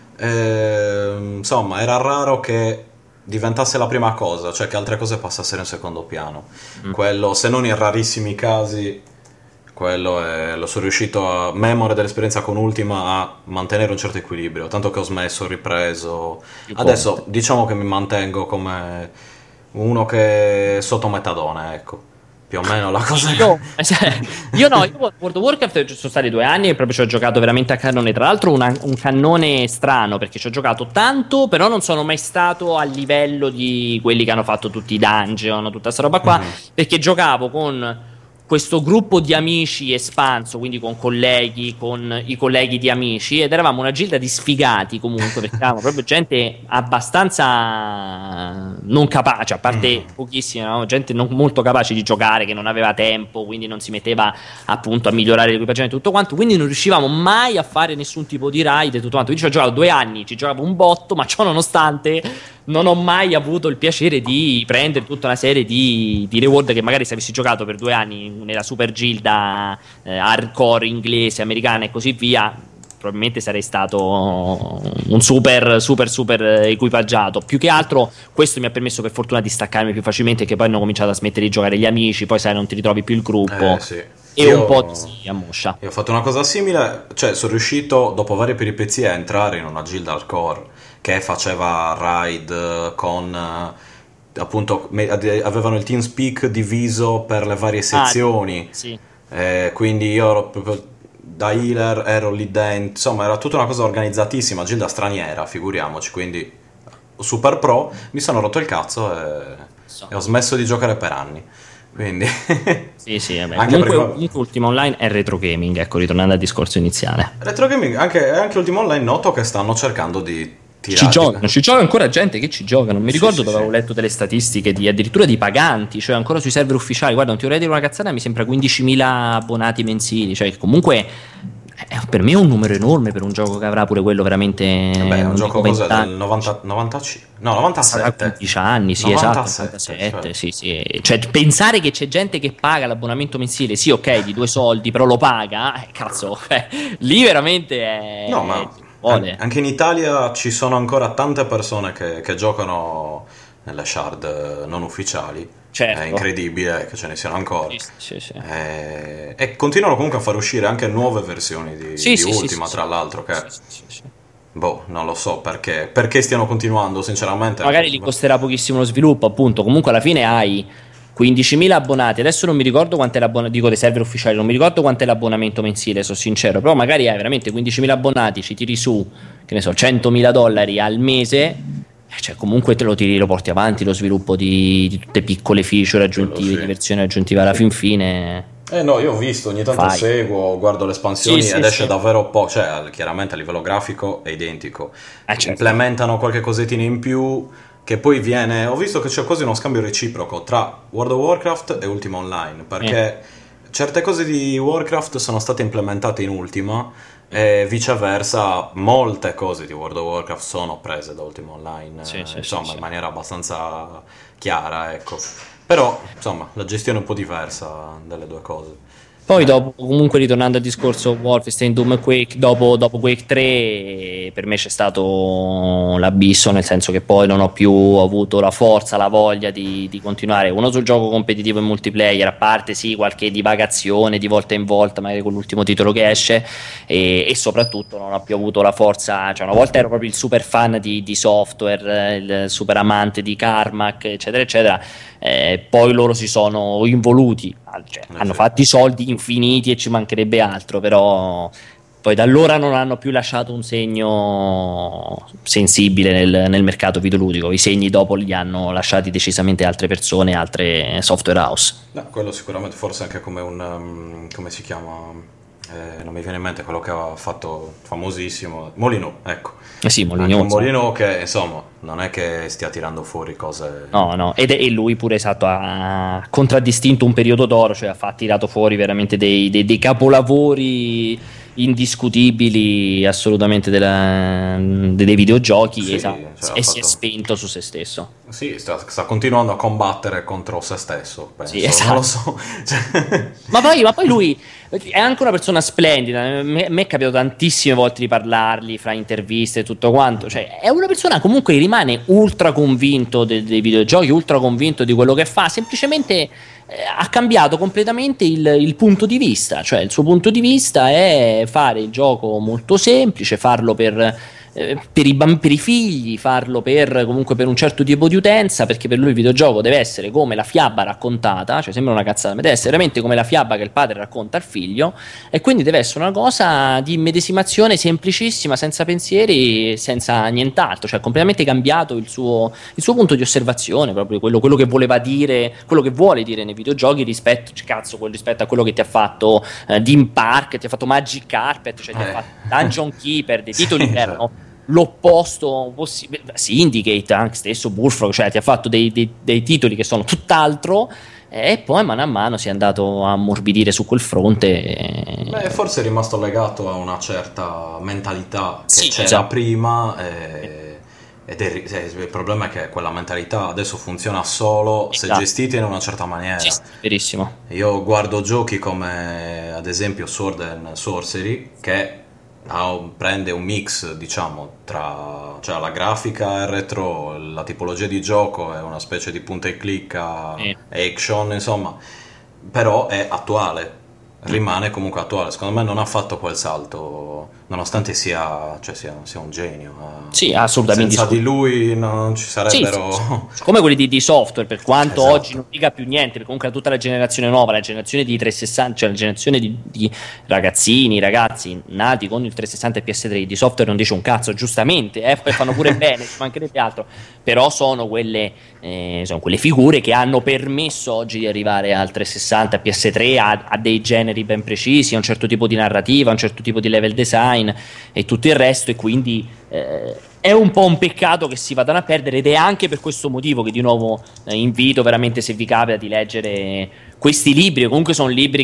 eh, insomma era raro che diventasse la prima cosa, cioè che altre cose passassero in secondo piano. Mm. Quello, se non in rarissimi casi, quello è, lo sono riuscito a, memore dell'esperienza con Ultima, a mantenere un certo equilibrio, tanto che ho smesso, ho ripreso. Più Adesso volte. diciamo che mi mantengo come uno che è sotto metadone, ecco. Più o meno la cosa è... Io, cioè, io no, io World of Warcraft sono stati due anni e proprio ci ho giocato veramente a cannone. Tra l'altro una- un cannone strano, perché ci ho giocato tanto, però non sono mai stato a livello di quelli che hanno fatto tutti i dungeon, tutta sta roba qua, Mhm. perché giocavo con questo gruppo di amici espanso, quindi con colleghi, con i colleghi di amici, ed eravamo una gilda di sfigati comunque, perché eravamo proprio gente abbastanza non capace, a parte Mm. pochissima, no? Gente non molto capace di giocare, che non aveva tempo, quindi non si metteva appunto a migliorare l'equipaggiamento e tutto quanto, quindi non riuscivamo mai a fare nessun tipo di raid e tutto quanto. Quindi ci ho giocato due anni, ci giocavo un botto, ma ciò nonostante non ho mai avuto il piacere di prendere tutta una serie di, di reward che magari se avessi giocato per due anni nella super gilda eh, hardcore inglese, americana e così via, probabilmente sarei stato un super super super equipaggiato. Più che altro questo mi ha permesso per fortuna di staccarmi più facilmente, che poi hanno cominciato a smettere di giocare gli amici, poi sai non ti ritrovi più il gruppo Eh, sì. e Io- un po' ti si ammoscia. Io ho fatto una cosa simile, cioè sono riuscito dopo varie peripezie a entrare in una guild hardcore che faceva raid eh, con eh, appunto me- ade- avevano il TeamSpeak diviso per le varie sezioni, Sì. eh, quindi io ero proprio da healer, ero lì dentro, insomma era tutta una cosa organizzatissima, gilda straniera, figuriamoci, quindi super pro, mi sono rotto il cazzo e, So. e ho smesso di giocare per anni, quindi Sì, sì, vabbè. Anche Comunque, perché- comunque Ultima Online è retro gaming, ecco, ritornando al discorso iniziale. retro gaming, anche, anche l'ultimo online noto che stanno cercando di Ci tirare giocano, ci gioca ancora gente che ci gioca. Non mi Sì, ricordo sì, dove sì. avevo letto delle statistiche di addirittura di paganti, cioè ancora sui server ufficiali. Guarda, non ti vorrei dire una cazzata, mi sembra quindicimila abbonati mensili. Cioè, che comunque eh, per me è un numero enorme per un gioco che avrà pure quello veramente. Beh, è un gioco cos'è, venti del novanta, novantacinque? No, novantasette. quindici anni, sì, novantasette, esatto. novantasette, cioè. sì, sì. Cioè, pensare che c'è gente che paga l'abbonamento mensile, sì, ok, di due soldi, però lo paga, eh, cazzo, eh, lì veramente è. No, ma vuole. an- anche in Italia ci sono ancora tante persone che, che giocano nelle shard eh, non ufficiali. Certo. È incredibile che ce ne siano ancora. Sì, sì, sì. Eh, e continuano comunque a far uscire anche nuove versioni di, Sì, di sì, sì, Ultima, sì, tra sì. l'altro, che Sì, sì, sì. boh, non lo so perché. Perché stiano continuando, sinceramente. Magari gli costerà pochissimo lo sviluppo, appunto. Comunque alla fine hai quindicimila abbonati, adesso non mi ricordo quant'è l'abbonamento, dico dei server ufficiali, non mi ricordo quant'è l'abbonamento mensile, sono sincero, però magari hai veramente quindicimila abbonati, ci tiri su, che ne so, centomila dollari al mese, cioè comunque te lo tiri, lo porti avanti lo sviluppo di, di tutte piccole feature aggiuntive, sì. di versioni aggiuntive alla fin fine. Eh no, io ho visto, ogni tanto Fai. seguo, guardo le espansioni Sì, sì, ed esce sì. davvero poco, cioè chiaramente a livello grafico è identico. Eh, certo. Implementano qualche cosettina in più che poi viene... Ho visto che c'è quasi uno scambio reciproco tra World of Warcraft e Ultima Online, perché certe cose di Warcraft sono state implementate in Ultima e viceversa molte cose di World of Warcraft sono prese da Ultima Online, Sì, eh, sì, insomma sì, sì. in maniera abbastanza chiara, ecco. Però insomma la gestione è un po' diversa delle due cose. Poi dopo, comunque ritornando al discorso Wolfenstein, Doom e Quake, dopo, dopo Quake tre per me c'è stato l'abisso, nel senso che poi non ho più avuto la forza, la voglia di, di continuare uno sul gioco competitivo in multiplayer, a parte sì qualche divagazione di volta in volta magari con l'ultimo titolo che esce, e, e soprattutto non ho più avuto la forza, cioè una volta ero proprio il super fan di, di software, il super amante di Carmack eccetera eccetera. Eh, poi loro si sono involuti, cioè, Eh, hanno sì. fatto i soldi infiniti e ci mancherebbe altro, però poi da allora non hanno più lasciato un segno sensibile nel, nel mercato videoludico. I segni dopo li hanno lasciati decisamente altre persone, altre software house. No, quello sicuramente, forse anche come un... um, come si chiama? Eh, non mi viene in mente quello che aveva fatto famosissimo, Molyneux, ecco. Eh sì, Anche Molyneux, un Molyneux che insomma non è che stia tirando fuori cose... no, no, ed è, e lui pure esatto ha contraddistinto un periodo d'oro, cioè ha, fa- ha tirato fuori veramente dei, dei, dei capolavori indiscutibili assolutamente della, dei videogiochi. Sì, esatto, cioè, e ha si è fatto- spento su se stesso. Sì, sta, sta continuando a combattere contro se stesso, penso, Sì, esatto. non lo so. Cioè- Ma poi, ma poi lui è anche una persona splendida. Me- Me è capitato tantissime volte di parlargli fra interviste e tutto quanto. Cioè, è una persona comunque che rimane ultra convinto de- dei videogiochi, ultra convinto di quello che fa. Semplicemente eh, ha cambiato completamente il, il punto di vista. Cioè, il suo punto di vista è fare il gioco molto semplice, farlo per. eh, Per i, bamb- per i figli, farlo per comunque per un certo tipo di utenza, perché per lui il videogioco deve essere come la fiaba raccontata, cioè sembra una cazzata, ma deve essere veramente come la fiaba che il padre racconta al figlio, e quindi deve essere una cosa di immedesimazione semplicissima, senza pensieri, senza nient'altro, cioè ha completamente cambiato il suo, il suo punto di osservazione, proprio quello, quello che voleva dire, quello che vuole dire nei videogiochi rispetto, cioè, cazzo, quel- rispetto a quello che ti ha fatto eh, Theme Park, ti ha fatto Magic Carpet, cioè ti ha Eh. fatto Dungeon Keeper, dei titoli Sì, che cioè. erano l'opposto possibile. Syndicate anche stesso, Bullfrog, cioè ti ha fatto dei, dei- dei titoli che sono tutt'altro, e poi mano a mano si è andato a ammorbidire su quel fronte e- Beh, forse è rimasto legato a una certa mentalità che Sì, c'era esatto. prima e- ed è, ri- eh, il problema è che quella mentalità adesso funziona solo se Esatto. gestita in una certa maniera. Sì, sì, verissimo. Io guardo giochi come ad esempio Sword and Sorcery che ha un- prende un mix, diciamo, tra cioè la grafica, il retro, la tipologia di gioco è una specie di punta e clicca Sì. action, insomma, però è attuale, rimane comunque attuale. Secondo me non ha fatto quel salto, nonostante sia, cioè sia, sia un genio. eh. Sì, assolutamente. Senza di lui non ci Sì, sarebbero... sì, sì. Come quelli di, di software, per quanto Esatto. oggi non dica più niente, perché comunque tutta la generazione nuova, la generazione di trecentosessanta, cioè la generazione di, di ragazzini, ragazzi nati con il trecentosessanta e P S tre di software non dice un cazzo, giustamente, eh, poi fanno pure bene, ci mancherebbe altro, però sono quelle, eh, sono quelle figure che hanno permesso oggi di arrivare al trecentosessanta, P S tre, a, a dei generi ben precisi, a un certo tipo di narrativa, a un certo tipo di level design e tutto il resto, e quindi eh, è un po' un peccato che si vadano a perdere, ed è anche per questo motivo che di nuovo eh, invito veramente, se vi capita, di leggere questi libri. Comunque sono libri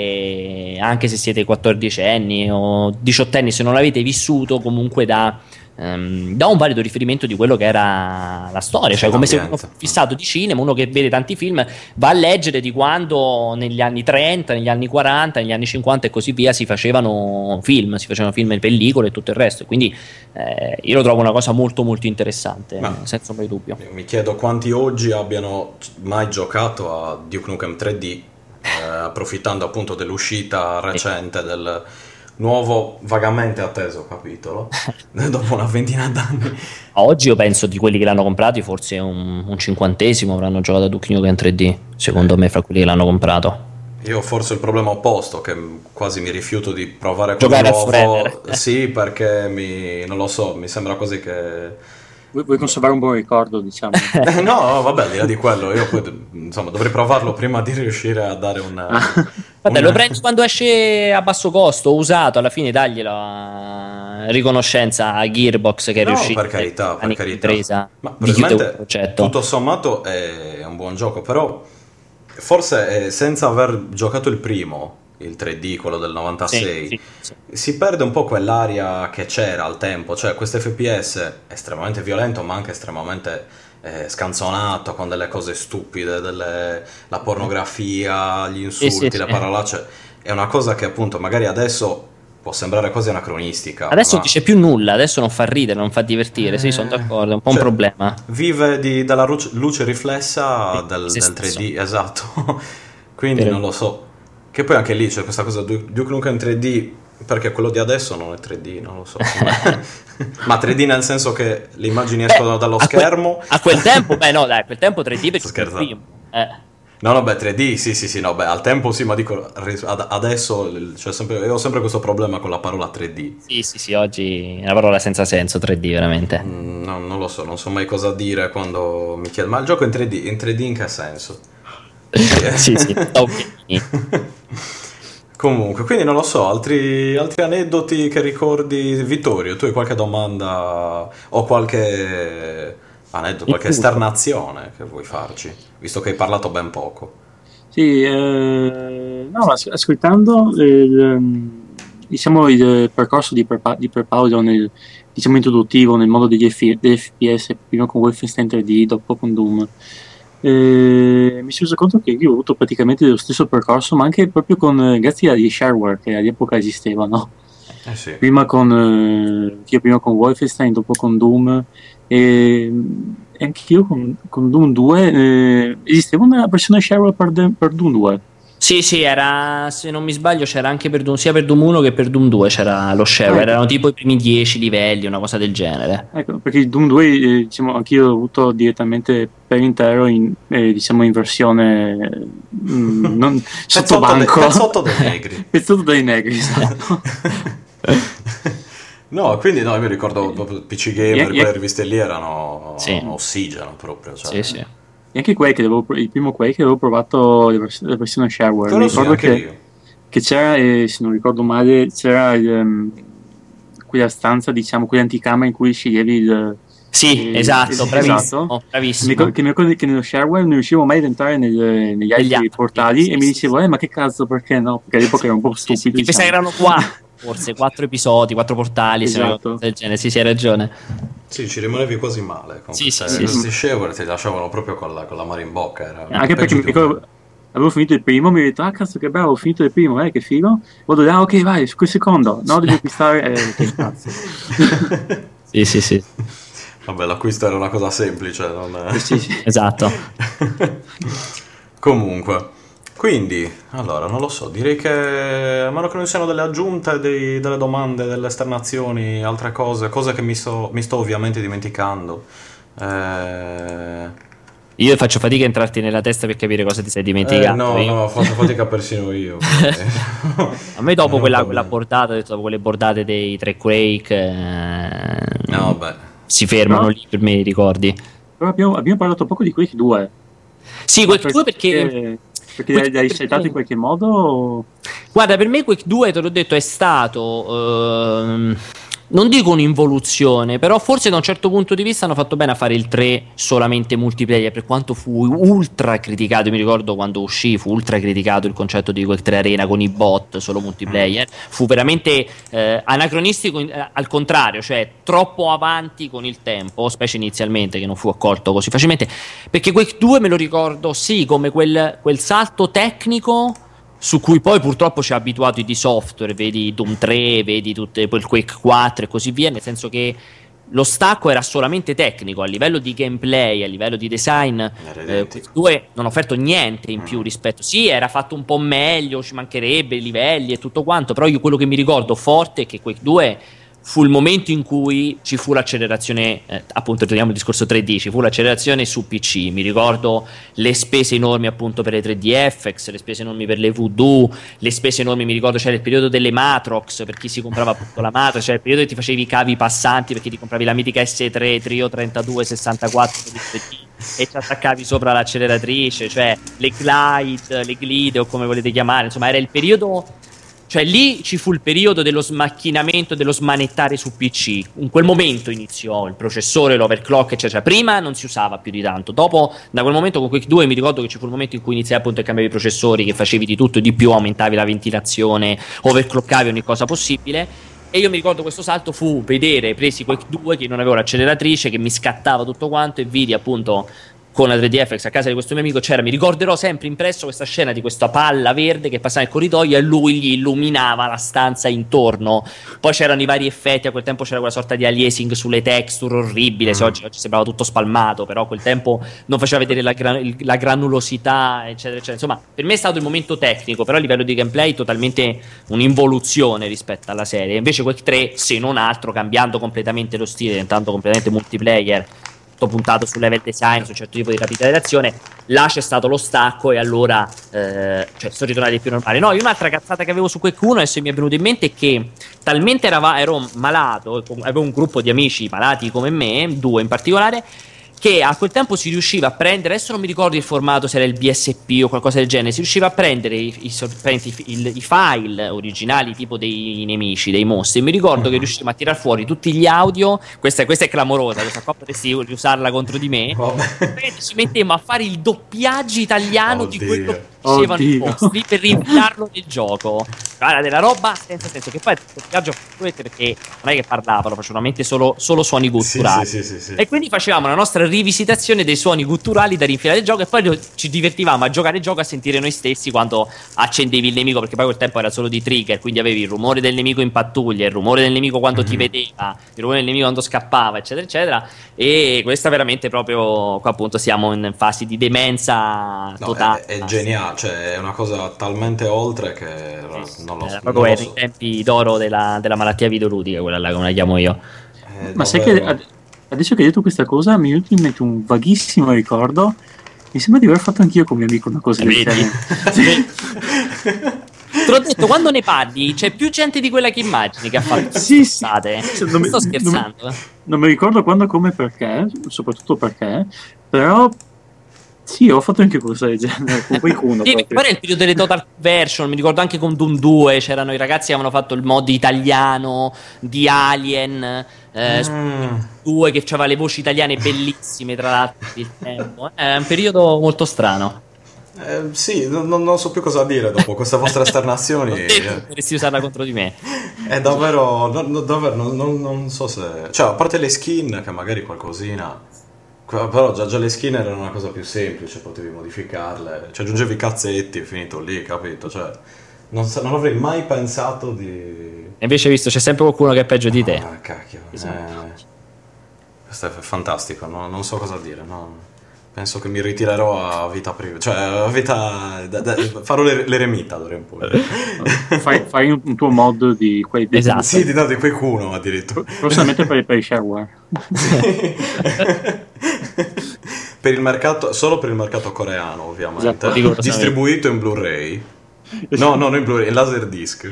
che anche se siete quattordicenni o diciottenni, se non l'avete vissuto, comunque da ehm, da un valido riferimento di quello che era la storia, cioè come se uno L'ambiente. fissato di cinema, uno che vede tanti film, va a leggere di quando negli anni trenta, negli anni quaranta, negli anni cinquanta e così via si facevano film, si facevano film e pellicole e tutto il resto, quindi eh, io lo trovo una cosa molto molto interessante, Ma- senza ombra di dubbio. Mi chiedo quanti oggi abbiano mai giocato a Duke Nukem tre D, eh, approfittando appunto dell'uscita recente del nuovo vagamente atteso capitolo dopo una ventina d'anni. Oggi io penso di quelli che l'hanno comprato forse un, un cinquantesimo avranno giocato a Duke Nukem tre D, secondo me, fra quelli che l'hanno comprato. Io forse il problema opposto, che quasi mi rifiuto di provare giocare nuovo. a Forever. Sì, perché mi, non lo so, mi sembra quasi che... Vuoi, vuoi conservare un buon ricordo, diciamo? Eh, no, vabbè, al di là di quello, io poi insomma dovrei provarlo prima di riuscire a dare una... Vabbè, una... lo prendi quando esce a basso costo, usato, alla fine dagli la riconoscenza a Gearbox che è no, riuscito per carità, per carità. Ma di chiudere probabilmente un progetto. tutto sommato è un buon gioco, però forse eh, senza aver giocato il primo, il tre D, quello del novantasei, sì, sì, sì. si perde un po' quell'aria che c'era al tempo, cioè questo F P S estremamente violento ma anche estremamente eh, scanzonato, con delle cose stupide, delle, la pornografia, gli insulti, sì, sì, le sì. parolacce, è una cosa che appunto magari adesso può sembrare quasi anacronistica. Adesso ma... non dice più nulla, adesso non fa ridere, non fa divertire, eh, sì, sono d'accordo, è un po' cioè, un problema. Vive di, dalla luce, luce riflessa Sì, del, se del tre D, stesso. esatto. Quindi Però- non lo so. Che poi anche lì c'è questa cosa Duke Duke Nukem tre D, perché quello di adesso non è tre D, non lo so. Ma tre D nel senso che le immagini Beh, escono dallo a quel- schermo. a quel tempo, beh no, dai, a quel tempo tre D perché Sto fu il scherzando. primo. Eh. No, no, beh, tre D, sì, sì, sì, no, beh, al tempo sì, ma dico, ris- ad- adesso c'è sempre, io ho sempre questo problema con la parola tre D. Sì, sì, sì, oggi è una parola senza senso, tre D veramente. Mm, no, non lo so, non so mai cosa dire quando mi chiedo, ma il gioco è in tre D, in tre D in che senso? Sì, sì, ok. Comunque, quindi non lo so, altri, altri aneddoti che ricordi, Vittorio, tu hai qualche domanda o qualche aneddoto, qualche Input. esternazione che vuoi farci, visto che hai parlato ben poco. Sì, eh, no, as- ascoltando il, ehm, diciamo, il percorso di, Perpa- di Pierpaolo nel, diciamo, introduttivo nel mondo degli, F- degli F P S, prima con Wolfenstein tre D, dopo con Doom, eh, mi sono reso conto che io ho avuto praticamente lo stesso percorso, ma anche proprio con, eh, grazie agli shareware che all'epoca esistevano. Eh sì. Prima con, eh, io prima con Wolfenstein, dopo con Doom, e e anch'io con, con Doom due, eh, esisteva una versione shareware per, de- per Doom due. Sì, sì, era, se non mi sbaglio, c'era anche per Doom, sia per Doom uno che per Doom due c'era lo shareware, Ecco. erano tipo i primi dieci livelli, una cosa del genere. Ecco, perché il Doom due, eh, diciamo, anch'io l'ho avuto direttamente per intero in, eh, diciamo, in versione mm, non, sotto banco. Pezzotto dei negri. Pezzotto dei negri, esatto. No, quindi no, io mi ricordo proprio P C Gamer, E- e- quelle riviste lì erano Sì. ossigeno proprio. Cioè. Sì, sì. E anche Quake, avevo, il primo Quake avevo provato la, vers- la versione shareware. Quello Mi sì, ricordo anche che, io. che c'era, eh, se non ricordo male, c'era il, ehm, quella stanza, diciamo, quell'anticamera in cui sceglievi il... Sì, eh, esatto, es- bravissimo, esatto. Mi bravissimo. ricordo, che mi ricordo che nello shareware non riuscivo mai ad entrare nel- negli altri altri, portali sì, e mi sì, dicevo, sì. eh ma che cazzo, perché no? Perché all'epoca era un po' Sì, sì, stupido. mi pensa che diciamo. erano quattro, forse quattro episodi, quattro portali, se non Esatto. ricordo del genere. Sì, sì, hai ragione. Sì, ci rimanevi quasi male. Con Sì, queste, sì, sì, questi sì. shareware ti lasciavano proprio con la, con la mano in bocca. Era Anche perché peggio mi di un ricordo, meme. avevo finito il primo, mi ho detto, ah cazzo che bravo, ho finito il primo, eh, che figo. Vado là, ok, vai, su quel secondo. No, devi acquistare, eh, che cazzo. Sì, sì, sì. Vabbè, l'acquisto era una cosa semplice. Non è... Eh, sì, sì. Esatto. Comunque, quindi, allora, non lo so, direi che a meno che non siano delle aggiunte, dei- delle domande, delle esternazioni, altre cose, cose che mi, so- mi sto ovviamente dimenticando. Eh, Io faccio fatica a entrarti nella testa per capire cosa ti sei eh, dimenticato. no, Io- no, faccio fatica persino io. quindi- A me dopo Non quella, va quella bene. bordata, ho detto, dopo quelle bordate dei tre Quake, eh, No, beh. si fermano No. lì per me i ricordi. Però abbiamo, abbiamo parlato poco di Quake due. Sì, Quake due perché... Perché Quake l'hai due sceltato in qualche modo? o- Guarda, per me Quake due, te l'ho detto, è stato... ehm, non dico un'involuzione, però forse da un certo punto di vista hanno fatto bene a fare il tre solamente multiplayer, per quanto fu ultra criticato. Mi ricordo quando uscì, fu ultra criticato il concetto di Quake tre Arena con i bot solo multiplayer. Fu veramente eh, anacronistico, in- eh, al contrario, cioè troppo avanti con il tempo, specie inizialmente, che non fu accolto così facilmente. Perché Quake due me lo ricordo, sì, come quel, quel salto tecnico su cui poi purtroppo ci ha abituato i di software, vedi Doom tre, vedi tutte, poi il Quake quattro e così via, nel senso che lo stacco era solamente tecnico, a livello di gameplay, a livello di design, eh, Quake due non ha offerto niente in più rispetto, sì, era fatto un po' meglio, ci mancherebbe i livelli e tutto quanto, però io quello che mi ricordo forte è che Quake due fu il momento in cui ci fu l'accelerazione, eh, appunto torniamo al discorso tre D, ci fu l'accelerazione su P C, mi ricordo le spese enormi appunto per le tre D F X, le spese enormi per le Voodoo, le spese enormi, mi ricordo c'era il periodo delle Matrox per chi si comprava appunto la Matrox, c'era il periodo che ti facevi i cavi passanti perché ti compravi la mitica S tre Trio trentadue sessantaquattro per il tre D e ci attaccavi sopra l'acceleratrice, cioè le glide, le glide o come volete chiamare, insomma era il periodo. Cioè lì ci fu il periodo dello smacchinamento, dello smanettare su P C. In quel momento iniziò il processore, l'overclock, eccetera. Prima non si usava più di tanto. Dopo, da quel momento con Quake due, mi ricordo che ci fu il momento in cui iniziai appunto a cambiare i processori, che facevi di tutto e di più, aumentavi la ventilazione, overclockavi ogni cosa possibile. E io mi ricordo questo salto fu vedere, presi Quake due, che non avevo l'acceleratrice, che mi scattava tutto quanto, e vidi appunto con la tre D F X a casa di questo mio amico c'era, mi ricorderò sempre impresso questa scena di questa palla verde che passava nel corridoio e lui gli illuminava la stanza intorno. Poi c'erano i vari effetti, a quel tempo c'era quella sorta di aliasing sulle texture orribile, mm. se oggi, oggi sembrava tutto spalmato, però a quel tempo non faceva vedere la, gran, la granulosità, eccetera eccetera. Insomma, per me è stato il momento tecnico, però a livello di gameplay totalmente un'involuzione rispetto alla serie. Invece Quake tre, se non altro, cambiando completamente lo stile, diventando completamente multiplayer, puntato sul level design, su un certo tipo di capitalizzazione, là c'è stato lo stacco e allora eh, cioè sono ritornati più normali. No, io un'altra cazzata che avevo su Quake uno, adesso mi è venuto in mente, è che talmente erava, ero malato, avevo un gruppo di amici malati come me, due in particolare, che a quel tempo si riusciva a prendere, adesso non mi ricordo il formato, se era il B S P o qualcosa del genere, si riusciva a prendere i, i, i, i file originali tipo dei nemici, dei mostri, e mi ricordo che riuscivamo a tirar fuori tutti gli audio, questa, questa è clamorosa, questa qua potresti usarla contro di me, e ci mettemmo a fare il doppiaggio italiano Oddio. di quello che dicevano i mostri per rinfilarlo nel gioco. Guarda, della roba senza senso, che poi il doppiaggio perché non è che parlavano, facevano veramente solo, solo suoni gutturali, sì, sì, sì, sì. E quindi facevamo la nostra rivisitazione dei suoni gutturali da rinfilare il gioco, e poi ci divertivamo a giocare il gioco, a sentire noi stessi quando accendevi il nemico, perché poi quel tempo era solo di trigger, quindi avevi il rumore del nemico in pattuglia, il rumore del nemico quando mm-hmm. ti vedeva, il rumore del nemico quando scappava, eccetera eccetera. E questa veramente proprio, qua appunto siamo in fasi di demenza totale. No, è, è geniale, cioè è una cosa talmente oltre che sì, non lo so. Proprio era i tempi d'oro della, della malattia videoludica, quella là come la chiamo io. Eh, Ma sai che ad, adesso che hai detto questa cosa mi è venuto in mente un vaghissimo ricordo. Mi sembra di aver fatto anch'io con mio amico una cosa del genere. Sì. Te l'ho detto, quando ne parli c'è più gente di quella che immagini che ha fatto sì, sì. Non, non sto scherzando. Non, non mi ricordo quando, come, perché, soprattutto perché, però sì, ho fatto anche cosa del genere con qualcuno. Sì, poi nel periodo delle Total Version, mi ricordo anche con Doom due, c'erano i ragazzi che avevano fatto il mod italiano di Alien, eh, mm. due che aveva le voci italiane bellissime, tra l'altro, il tempo. È un periodo molto strano. Eh, sì, non, non so più cosa dire dopo queste vostre esternazioni. Potresti usarla contro di me. È davvero, no, no, davvero non, non, non so se, cioè, a parte le skin che magari qualcosina, però già, già le skin erano una cosa più semplice, potevi modificarle, cioè aggiungevi i cazzetti e finito lì, capito? Cioè, non, non avrei mai pensato di... E invece hai visto, c'è sempre qualcuno che è peggio di te. Ah, cacchio. Eh, questo è fantastico, no, non so cosa dire, no. Penso che mi ritirerò a vita privata, cioè a vita, da, da, farò le, l'eremita d'ora in poi. fai, fai un, un tuo mod di quei... Esatto. Sì, di, no, di qualcuno addirittura. Prossimamente per, per i shareware. Per il mercato, solo per il mercato coreano ovviamente, esatto, distribuito in Blu-ray. No, no, non in Blu-ray, in Laserdisc.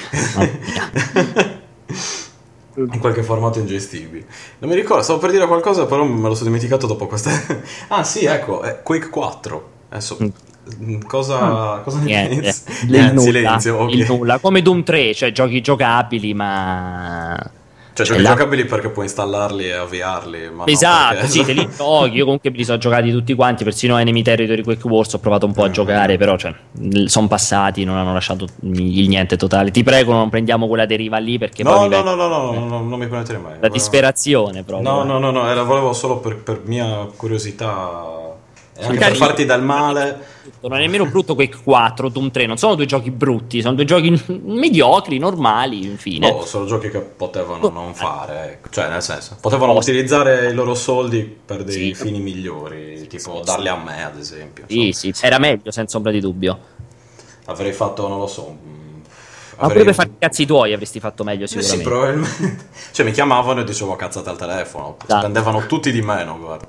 In qualche formato ingestibile. Non mi ricordo, stavo per dire qualcosa, però me lo sono dimenticato dopo questa. Ah sì, ecco, è Quake quattro. Adesso cosa, cosa ne pensi? Il silenzio, okay. Il nulla, come Doom tre, cioè giochi giocabili, ma cioè giochi giocabili perché puoi installarli e avviarli, ma esatto, perché... sì, te li giochi. Io comunque me li sono giocati tutti quanti, persino Enemy Territory Quake Wars ho provato un po' a mm. giocare, però cioè, sono passati, non hanno lasciato il niente totale. Ti prego, non prendiamo quella deriva lì, perché no, poi no, no, no, no, no, no, non mi prendete mai. La disperazione proprio. No, no, no, no, era, volevo solo per, per mia curiosità E anche per farti del male. Non è nemmeno brutto Quake quattro, Doom tre, non sono due giochi brutti, sono due giochi mediocri, normali, infine. No, sono giochi che potevano non fare, ecco. Cioè nel senso, potevano utilizzare i loro soldi per dei sì. fini migliori, tipo sì, darli a me ad esempio. Sì, insomma. Sì, era meglio senza ombra di dubbio. Avrei fatto, non lo so... Ma avrei... pure per fare i cazzi tuoi avresti fatto meglio sicuramente. Eh sì, probabilmente. Cioè mi chiamavano e dicevo cazzate al telefono, esatto. Spendevano tutti di meno, guarda.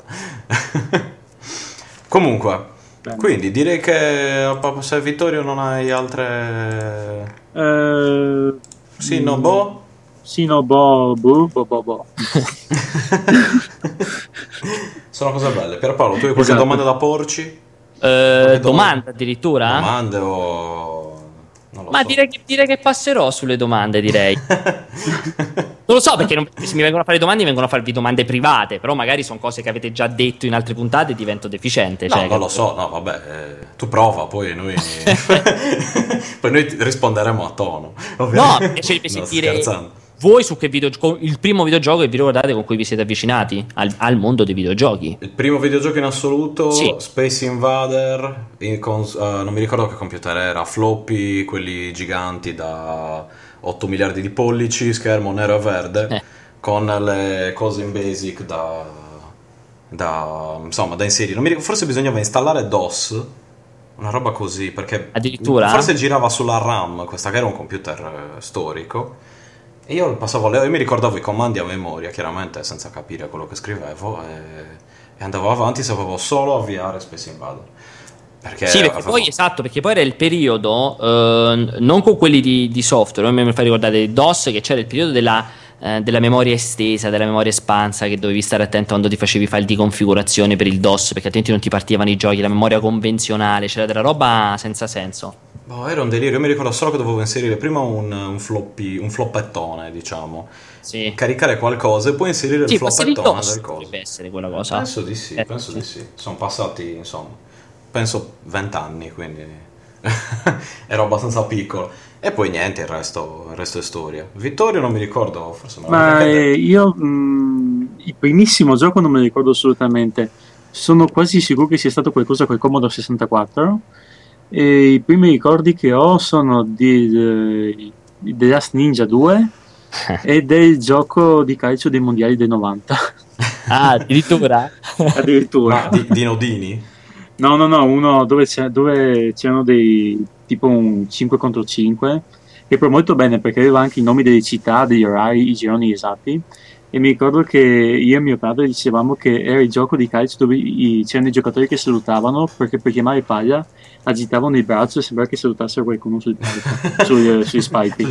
Comunque... Bene. Quindi direi che se Vittorio non hai altre uh, sì no boh sì no boh boh boh boh bo. Sono cose belle. Pierpaolo, tu hai qualche esatto. domanda da porci? Uh, domanda addirittura? Domande o non lo ma so. direi, che, direi che passerò sulle domande, direi. Non lo so, perché non, se mi vengono a fare domande mi vengono a farvi domande private, però magari sono cose che avete già detto in altre puntate e divento deficiente. No, cioè, non lo so, no, vabbè, eh, tu prova, poi noi poi noi ti risponderemo a tono. No, mi piacerebbe sentire voi su che videogioco, il primo videogioco che vi ricordate con cui vi siete avvicinati al, al mondo dei videogiochi. Il primo videogioco in assoluto, sì. Space Invader, in cons- uh, non mi ricordo che computer era, floppy, quelli giganti da otto miliardi di pollici, schermo nero e verde, eh. con le cose in basic da, da, insomma, da inserire. Non mi ricordo, forse bisognava installare DOS, una roba così, perché addirittura forse girava sulla RAM, questa che era un computer storico. E io passavo le, io mi ricordavo i comandi a memoria, chiaramente senza capire quello che scrivevo, e, e andavo avanti, sapevo solo avviare Space Invader. Perché sì, perché avevo... poi esatto, perché poi era il periodo, eh, non con quelli di, di software, non mi fai ricordare DOS, che c'era il periodo della, eh, della memoria estesa, della memoria espansa, che dovevi stare attento quando ti facevi i file di configurazione per il DOS, perché altrimenti non ti partivano i giochi, la memoria convenzionale, c'era della roba senza senso. Boh, era un delirio, io mi ricordo solo che dovevo inserire prima un, un floppy, un floppettone, diciamo, sì. caricare qualcosa e poi inserire sì, il floppettone del coso. Potrebbe essere quella cosa. Penso di sì, eh, penso sì. di sì. Sono passati, insomma, penso vent'anni, quindi ero abbastanza piccolo. E poi niente, il resto, il resto è storia. Vittorio non mi ricordo, forse me Ma eh, io mh, il primissimo gioco non me lo ricordo assolutamente. Sono quasi sicuro che sia stato qualcosa col Commodore sessantaquattro. E i primi ricordi che ho sono di, di, di The Last Ninja due e del gioco di calcio dei mondiali del novanta. Ah, addirittura? Addirittura. Ma di, di nodini? No, no, no, uno dove, c'è, dove c'erano dei tipo un cinque contro cinque, che però molto bene perché aveva anche i nomi delle città, degli orari, i gironi esatti. E mi ricordo che io e mio padre dicevamo che era il gioco di calcio dove i, c'erano i giocatori che salutavano, perché per chiamare paglia agitavano il braccio e sembrava che salutassero qualcuno sul palco, sui, sui spike.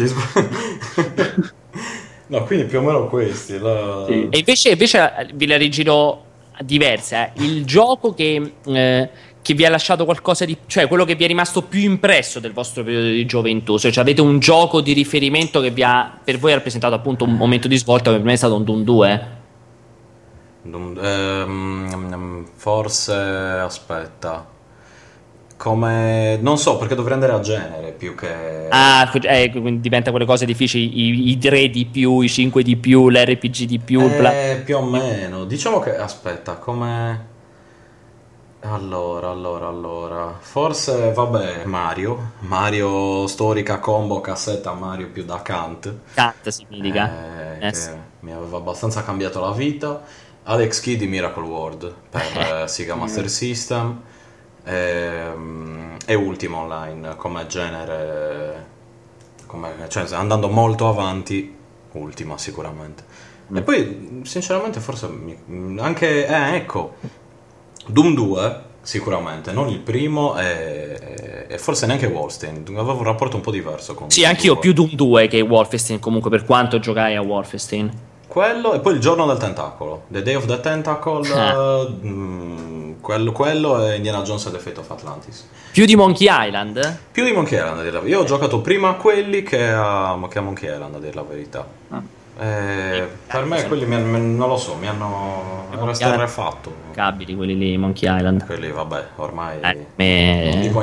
No, quindi più o meno questi. La... Sì. E invece, invece vi la rigiro diversa. Eh. Il gioco che, eh, che vi ha lasciato qualcosa di... cioè quello che vi è rimasto più impresso del vostro periodo di gioventù. Cioè avete un gioco di riferimento che vi ha, per voi ha rappresentato appunto un momento di svolta, che per me è stato un Doom due. Doom, ehm, forse, aspetta... Come non so, perché dovrei andare a genere più che ah eh, diventa quelle cose difficili, i, i tre di più, i cinque di più, l'R P G di più, eh, bla... più o meno diciamo che aspetta come allora allora allora forse vabbè Mario Mario storica combo cassetta Mario più da Kant Kant si indica eh, yes. Che mi aveva abbastanza cambiato la vita. Alex Kidd di Miracle World per Sega Master System. E, e Ultima Online come genere, come, cioè andando molto avanti, Ultima sicuramente. Mm. E poi sinceramente forse mi, anche eh, ecco Doom due sicuramente, non il primo e, e forse neanche Wolfenstein, avevo un rapporto un po' diverso con sì, Doom anch'io due. Più Doom due che Wolfenstein, comunque, per quanto giocai a Wolfenstein. Quello e poi il giorno del tentacolo, The Day of the Tentacle. ah. mh, Quello, quello è Indiana Jones e The Fate of Atlantis. Più di Monkey Island? Più di Monkey Island. Io ho giocato prima a quelli che a, che a Monkey Island, a dire la verità. Ah. Eh, per me quelli mi, non lo so, mi hanno resto fatto. Cabili quelli lì, Monkey Island. Quelli vabbè, ormai eh, me... non dico niente.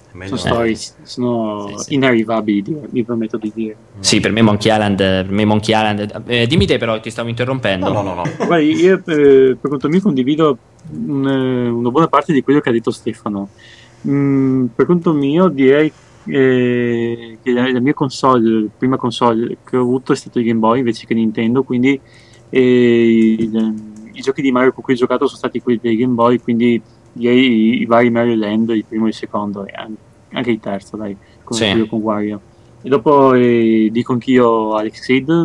Meglio sono storie, sono Sì, sì. inarrivabili, di- mi permetto di dire. Sì, per me Monkey Island, per me Monkey Island eh, dimmi te però, ti stavo interrompendo. No, no, no, no. Guardi, io eh, per conto mio condivido un, eh, una buona parte di quello che ha detto Stefano. Mm, per conto mio direi eh, che la, la mia console, la prima console che ho avuto è stato il Game Boy invece che Nintendo, quindi eh, il- i giochi di Mario con cui ho giocato sono stati quelli del Game Boy, quindi direi i, i vari Mario Land, il primo e il secondo, e an- anche il terzo, dai, come Sì. quello con Wario. E dopo eh, dico anch'io Alex Kidd.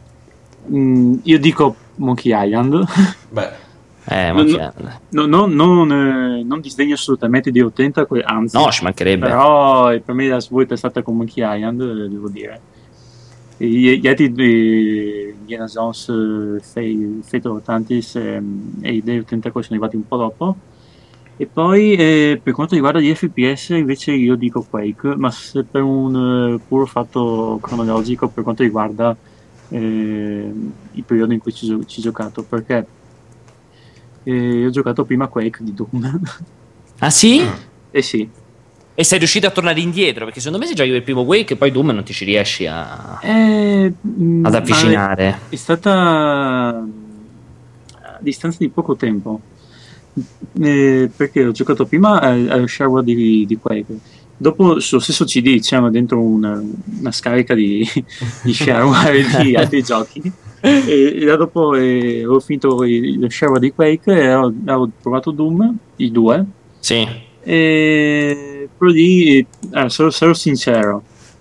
Mm, io dico Monkey Island. Beh, Eh, No, Monkey no, Island. no, no, non, eh, non disdegno assolutamente di Tentacle, anzi, No, ci mancherebbe. però eh, per me la svolta è stata con Monkey Island, eh, devo dire. E Gli, gli altri due, Indiana Jones, eh, Fate Fate of Atlantis ehm, e i Day Tentacle sono arrivati un po' dopo. E poi eh, per quanto riguarda gli F P S invece io dico Quake, ma se per un eh, puro fatto cronologico per quanto riguarda eh, il periodo in cui ci, gio- ci ho giocato, perché eh, ho giocato prima Quake di Doom. Ah sì? Eh sì, E sei riuscito a tornare indietro? Perché secondo me se giochi per primo Quake poi Doom non ti ci riesci a... Eh, mm, ad ma avvicinare. è stata a distanza di poco tempo. Eh, perché ho giocato prima al, al shareware di, di Quake. Dopo sullo stesso C D c'erano dentro una, una scarica di, di shareware di altri giochi. E, e da dopo eh, avevo finito il, lo shareware di Quake e ho, ho provato Doom, i due. Sì. E però lì, eh, sarò, sarò sincero,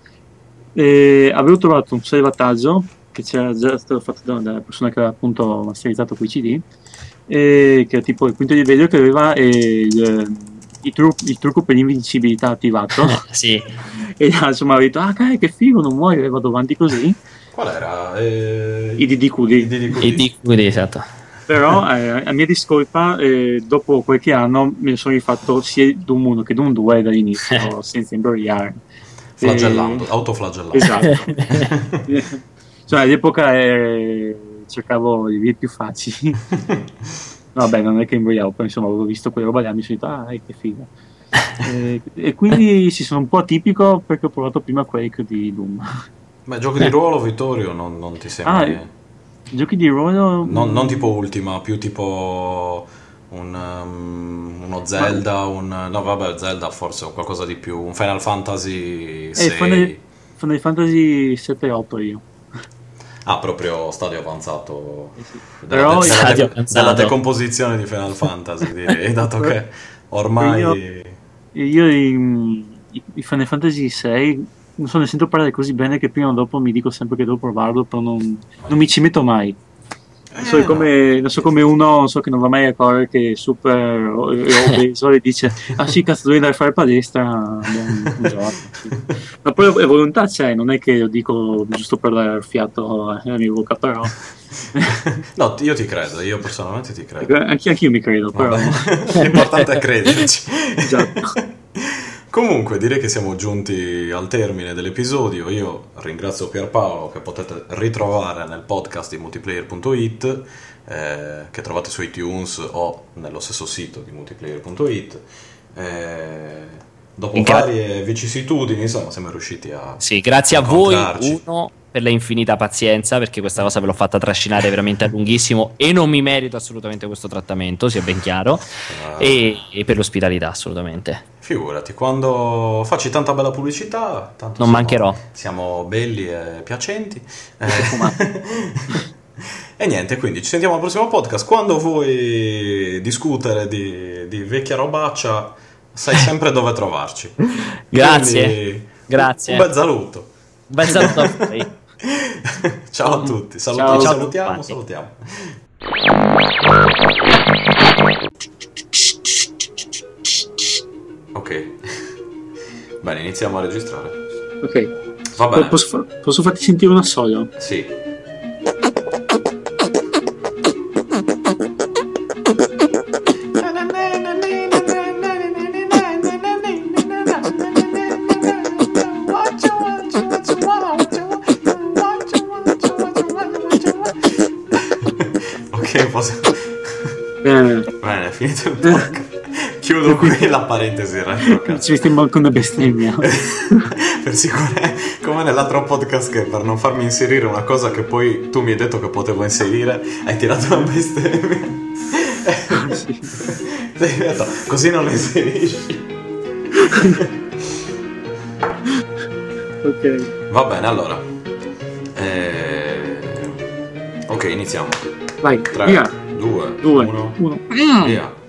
eh, avevo trovato un salvataggio che c'era già stato fatto da- dalla persona che aveva appunto masterizzato quei C D, eh, che era tipo il quinto livello che aveva eh, il, il, tru- il trucco per l'invincibilità attivato. Sì. E insomma ho detto, ah cazzo, che figo, non muoio, e vado avanti così. qual era? Eh, I D D Q D. I D D Q D. E di quindi, esatto. Però eh, a mia discolpa, eh, dopo qualche anno me ne sono rifatto sia Doom uno che Doom due dall'inizio, senza imbrogliare. Flagellando, Eh, autoflagellando. Esatto. Cioè, all'epoca eh, cercavo le vie più facili. Vabbè, non è che imbrogliavo, però insomma avevo visto quelle roba là e mi sono detto, ah, che figo. Eh, e quindi si sono un po' atipico perché ho provato prima Quake di Doom. Beh, giochi di ruolo, Vittorio, non, non ti sembra... Ah, giochi di ruolo... non, non tipo Ultima, più tipo un, um, uno Zelda, un... no vabbè, Zelda forse o qualcosa di più, un Final Fantasy Eh, sei. Final, Final Fantasy sette e otto io. Ah, proprio stadio avanzato della, Però de- io- della, Stadio de- avanzato. della decomposizione di Final Fantasy, direi, dato che ormai... Io, io i, i- i Final Fantasy sei non so, ne sento parlare così bene che prima o dopo mi dico sempre che devo provarlo, però non, non mi ci metto mai. Non so, Eh, come, non so come uno non so, che non va mai a correre, che è super o- o- obeso e dice ah sì cazzo devi andare a fare palestra, buon, buongiorno, sì. Ma poi la volontà c'è, non è che lo dico giusto per dare il fiato alla mia bocca, però No, io ti credo, io personalmente ti credo. anche io mi credo, però Vabbè, l'importante è crederci. Esatto. Comunque direi che siamo giunti al termine dell'episodio. Io ringrazio Pierpaolo, che potete ritrovare nel podcast di multiplayer punto it, eh, che trovate su iTunes o nello stesso sito di multiplayer punto it. Eh, dopo In ca- varie vicissitudini, insomma, siamo riusciti a Sì, grazie a voi, incontrarci. uno, per la infinita pazienza, perché questa cosa ve l'ho fatta trascinare veramente a lunghissimo e non mi merito assolutamente questo trattamento, sia ben chiaro, Ah, e, e per l'ospitalità, assolutamente. Figurati, quando facci tanta bella pubblicità, tanto Non siamo- mancherò. Siamo belli e piacenti. Eh, e niente, quindi ci sentiamo al prossimo podcast. Quando vuoi discutere di, di vecchia robaccia, sai sempre dove trovarci. Grazie, Quindi, grazie. Un bel saluto. Un bel saluto a voi. Ciao a tutti. Salut- Ciao. Ciao a salutiamo, tutti. salutiamo. Ok. Bene, iniziamo a registrare. Ok. Va bene. Posso, fa- posso farti sentire una solo? Sì. Ok, posso... Bene. Bene, è finito il podcast. Chiudo qui la parentesi retro. Ci stiamo con una bestemmia. Per sicurezza, come nell'altro podcast, che per non farmi inserire una cosa che poi tu mi hai detto che potevo inserire, hai tirato una bestemmia. Sì. Sei detto, così non lo inserisci. Ok. Va bene, allora. Eh... Ok, iniziamo. Vai, tre, via. due, Due, uno, uno. via.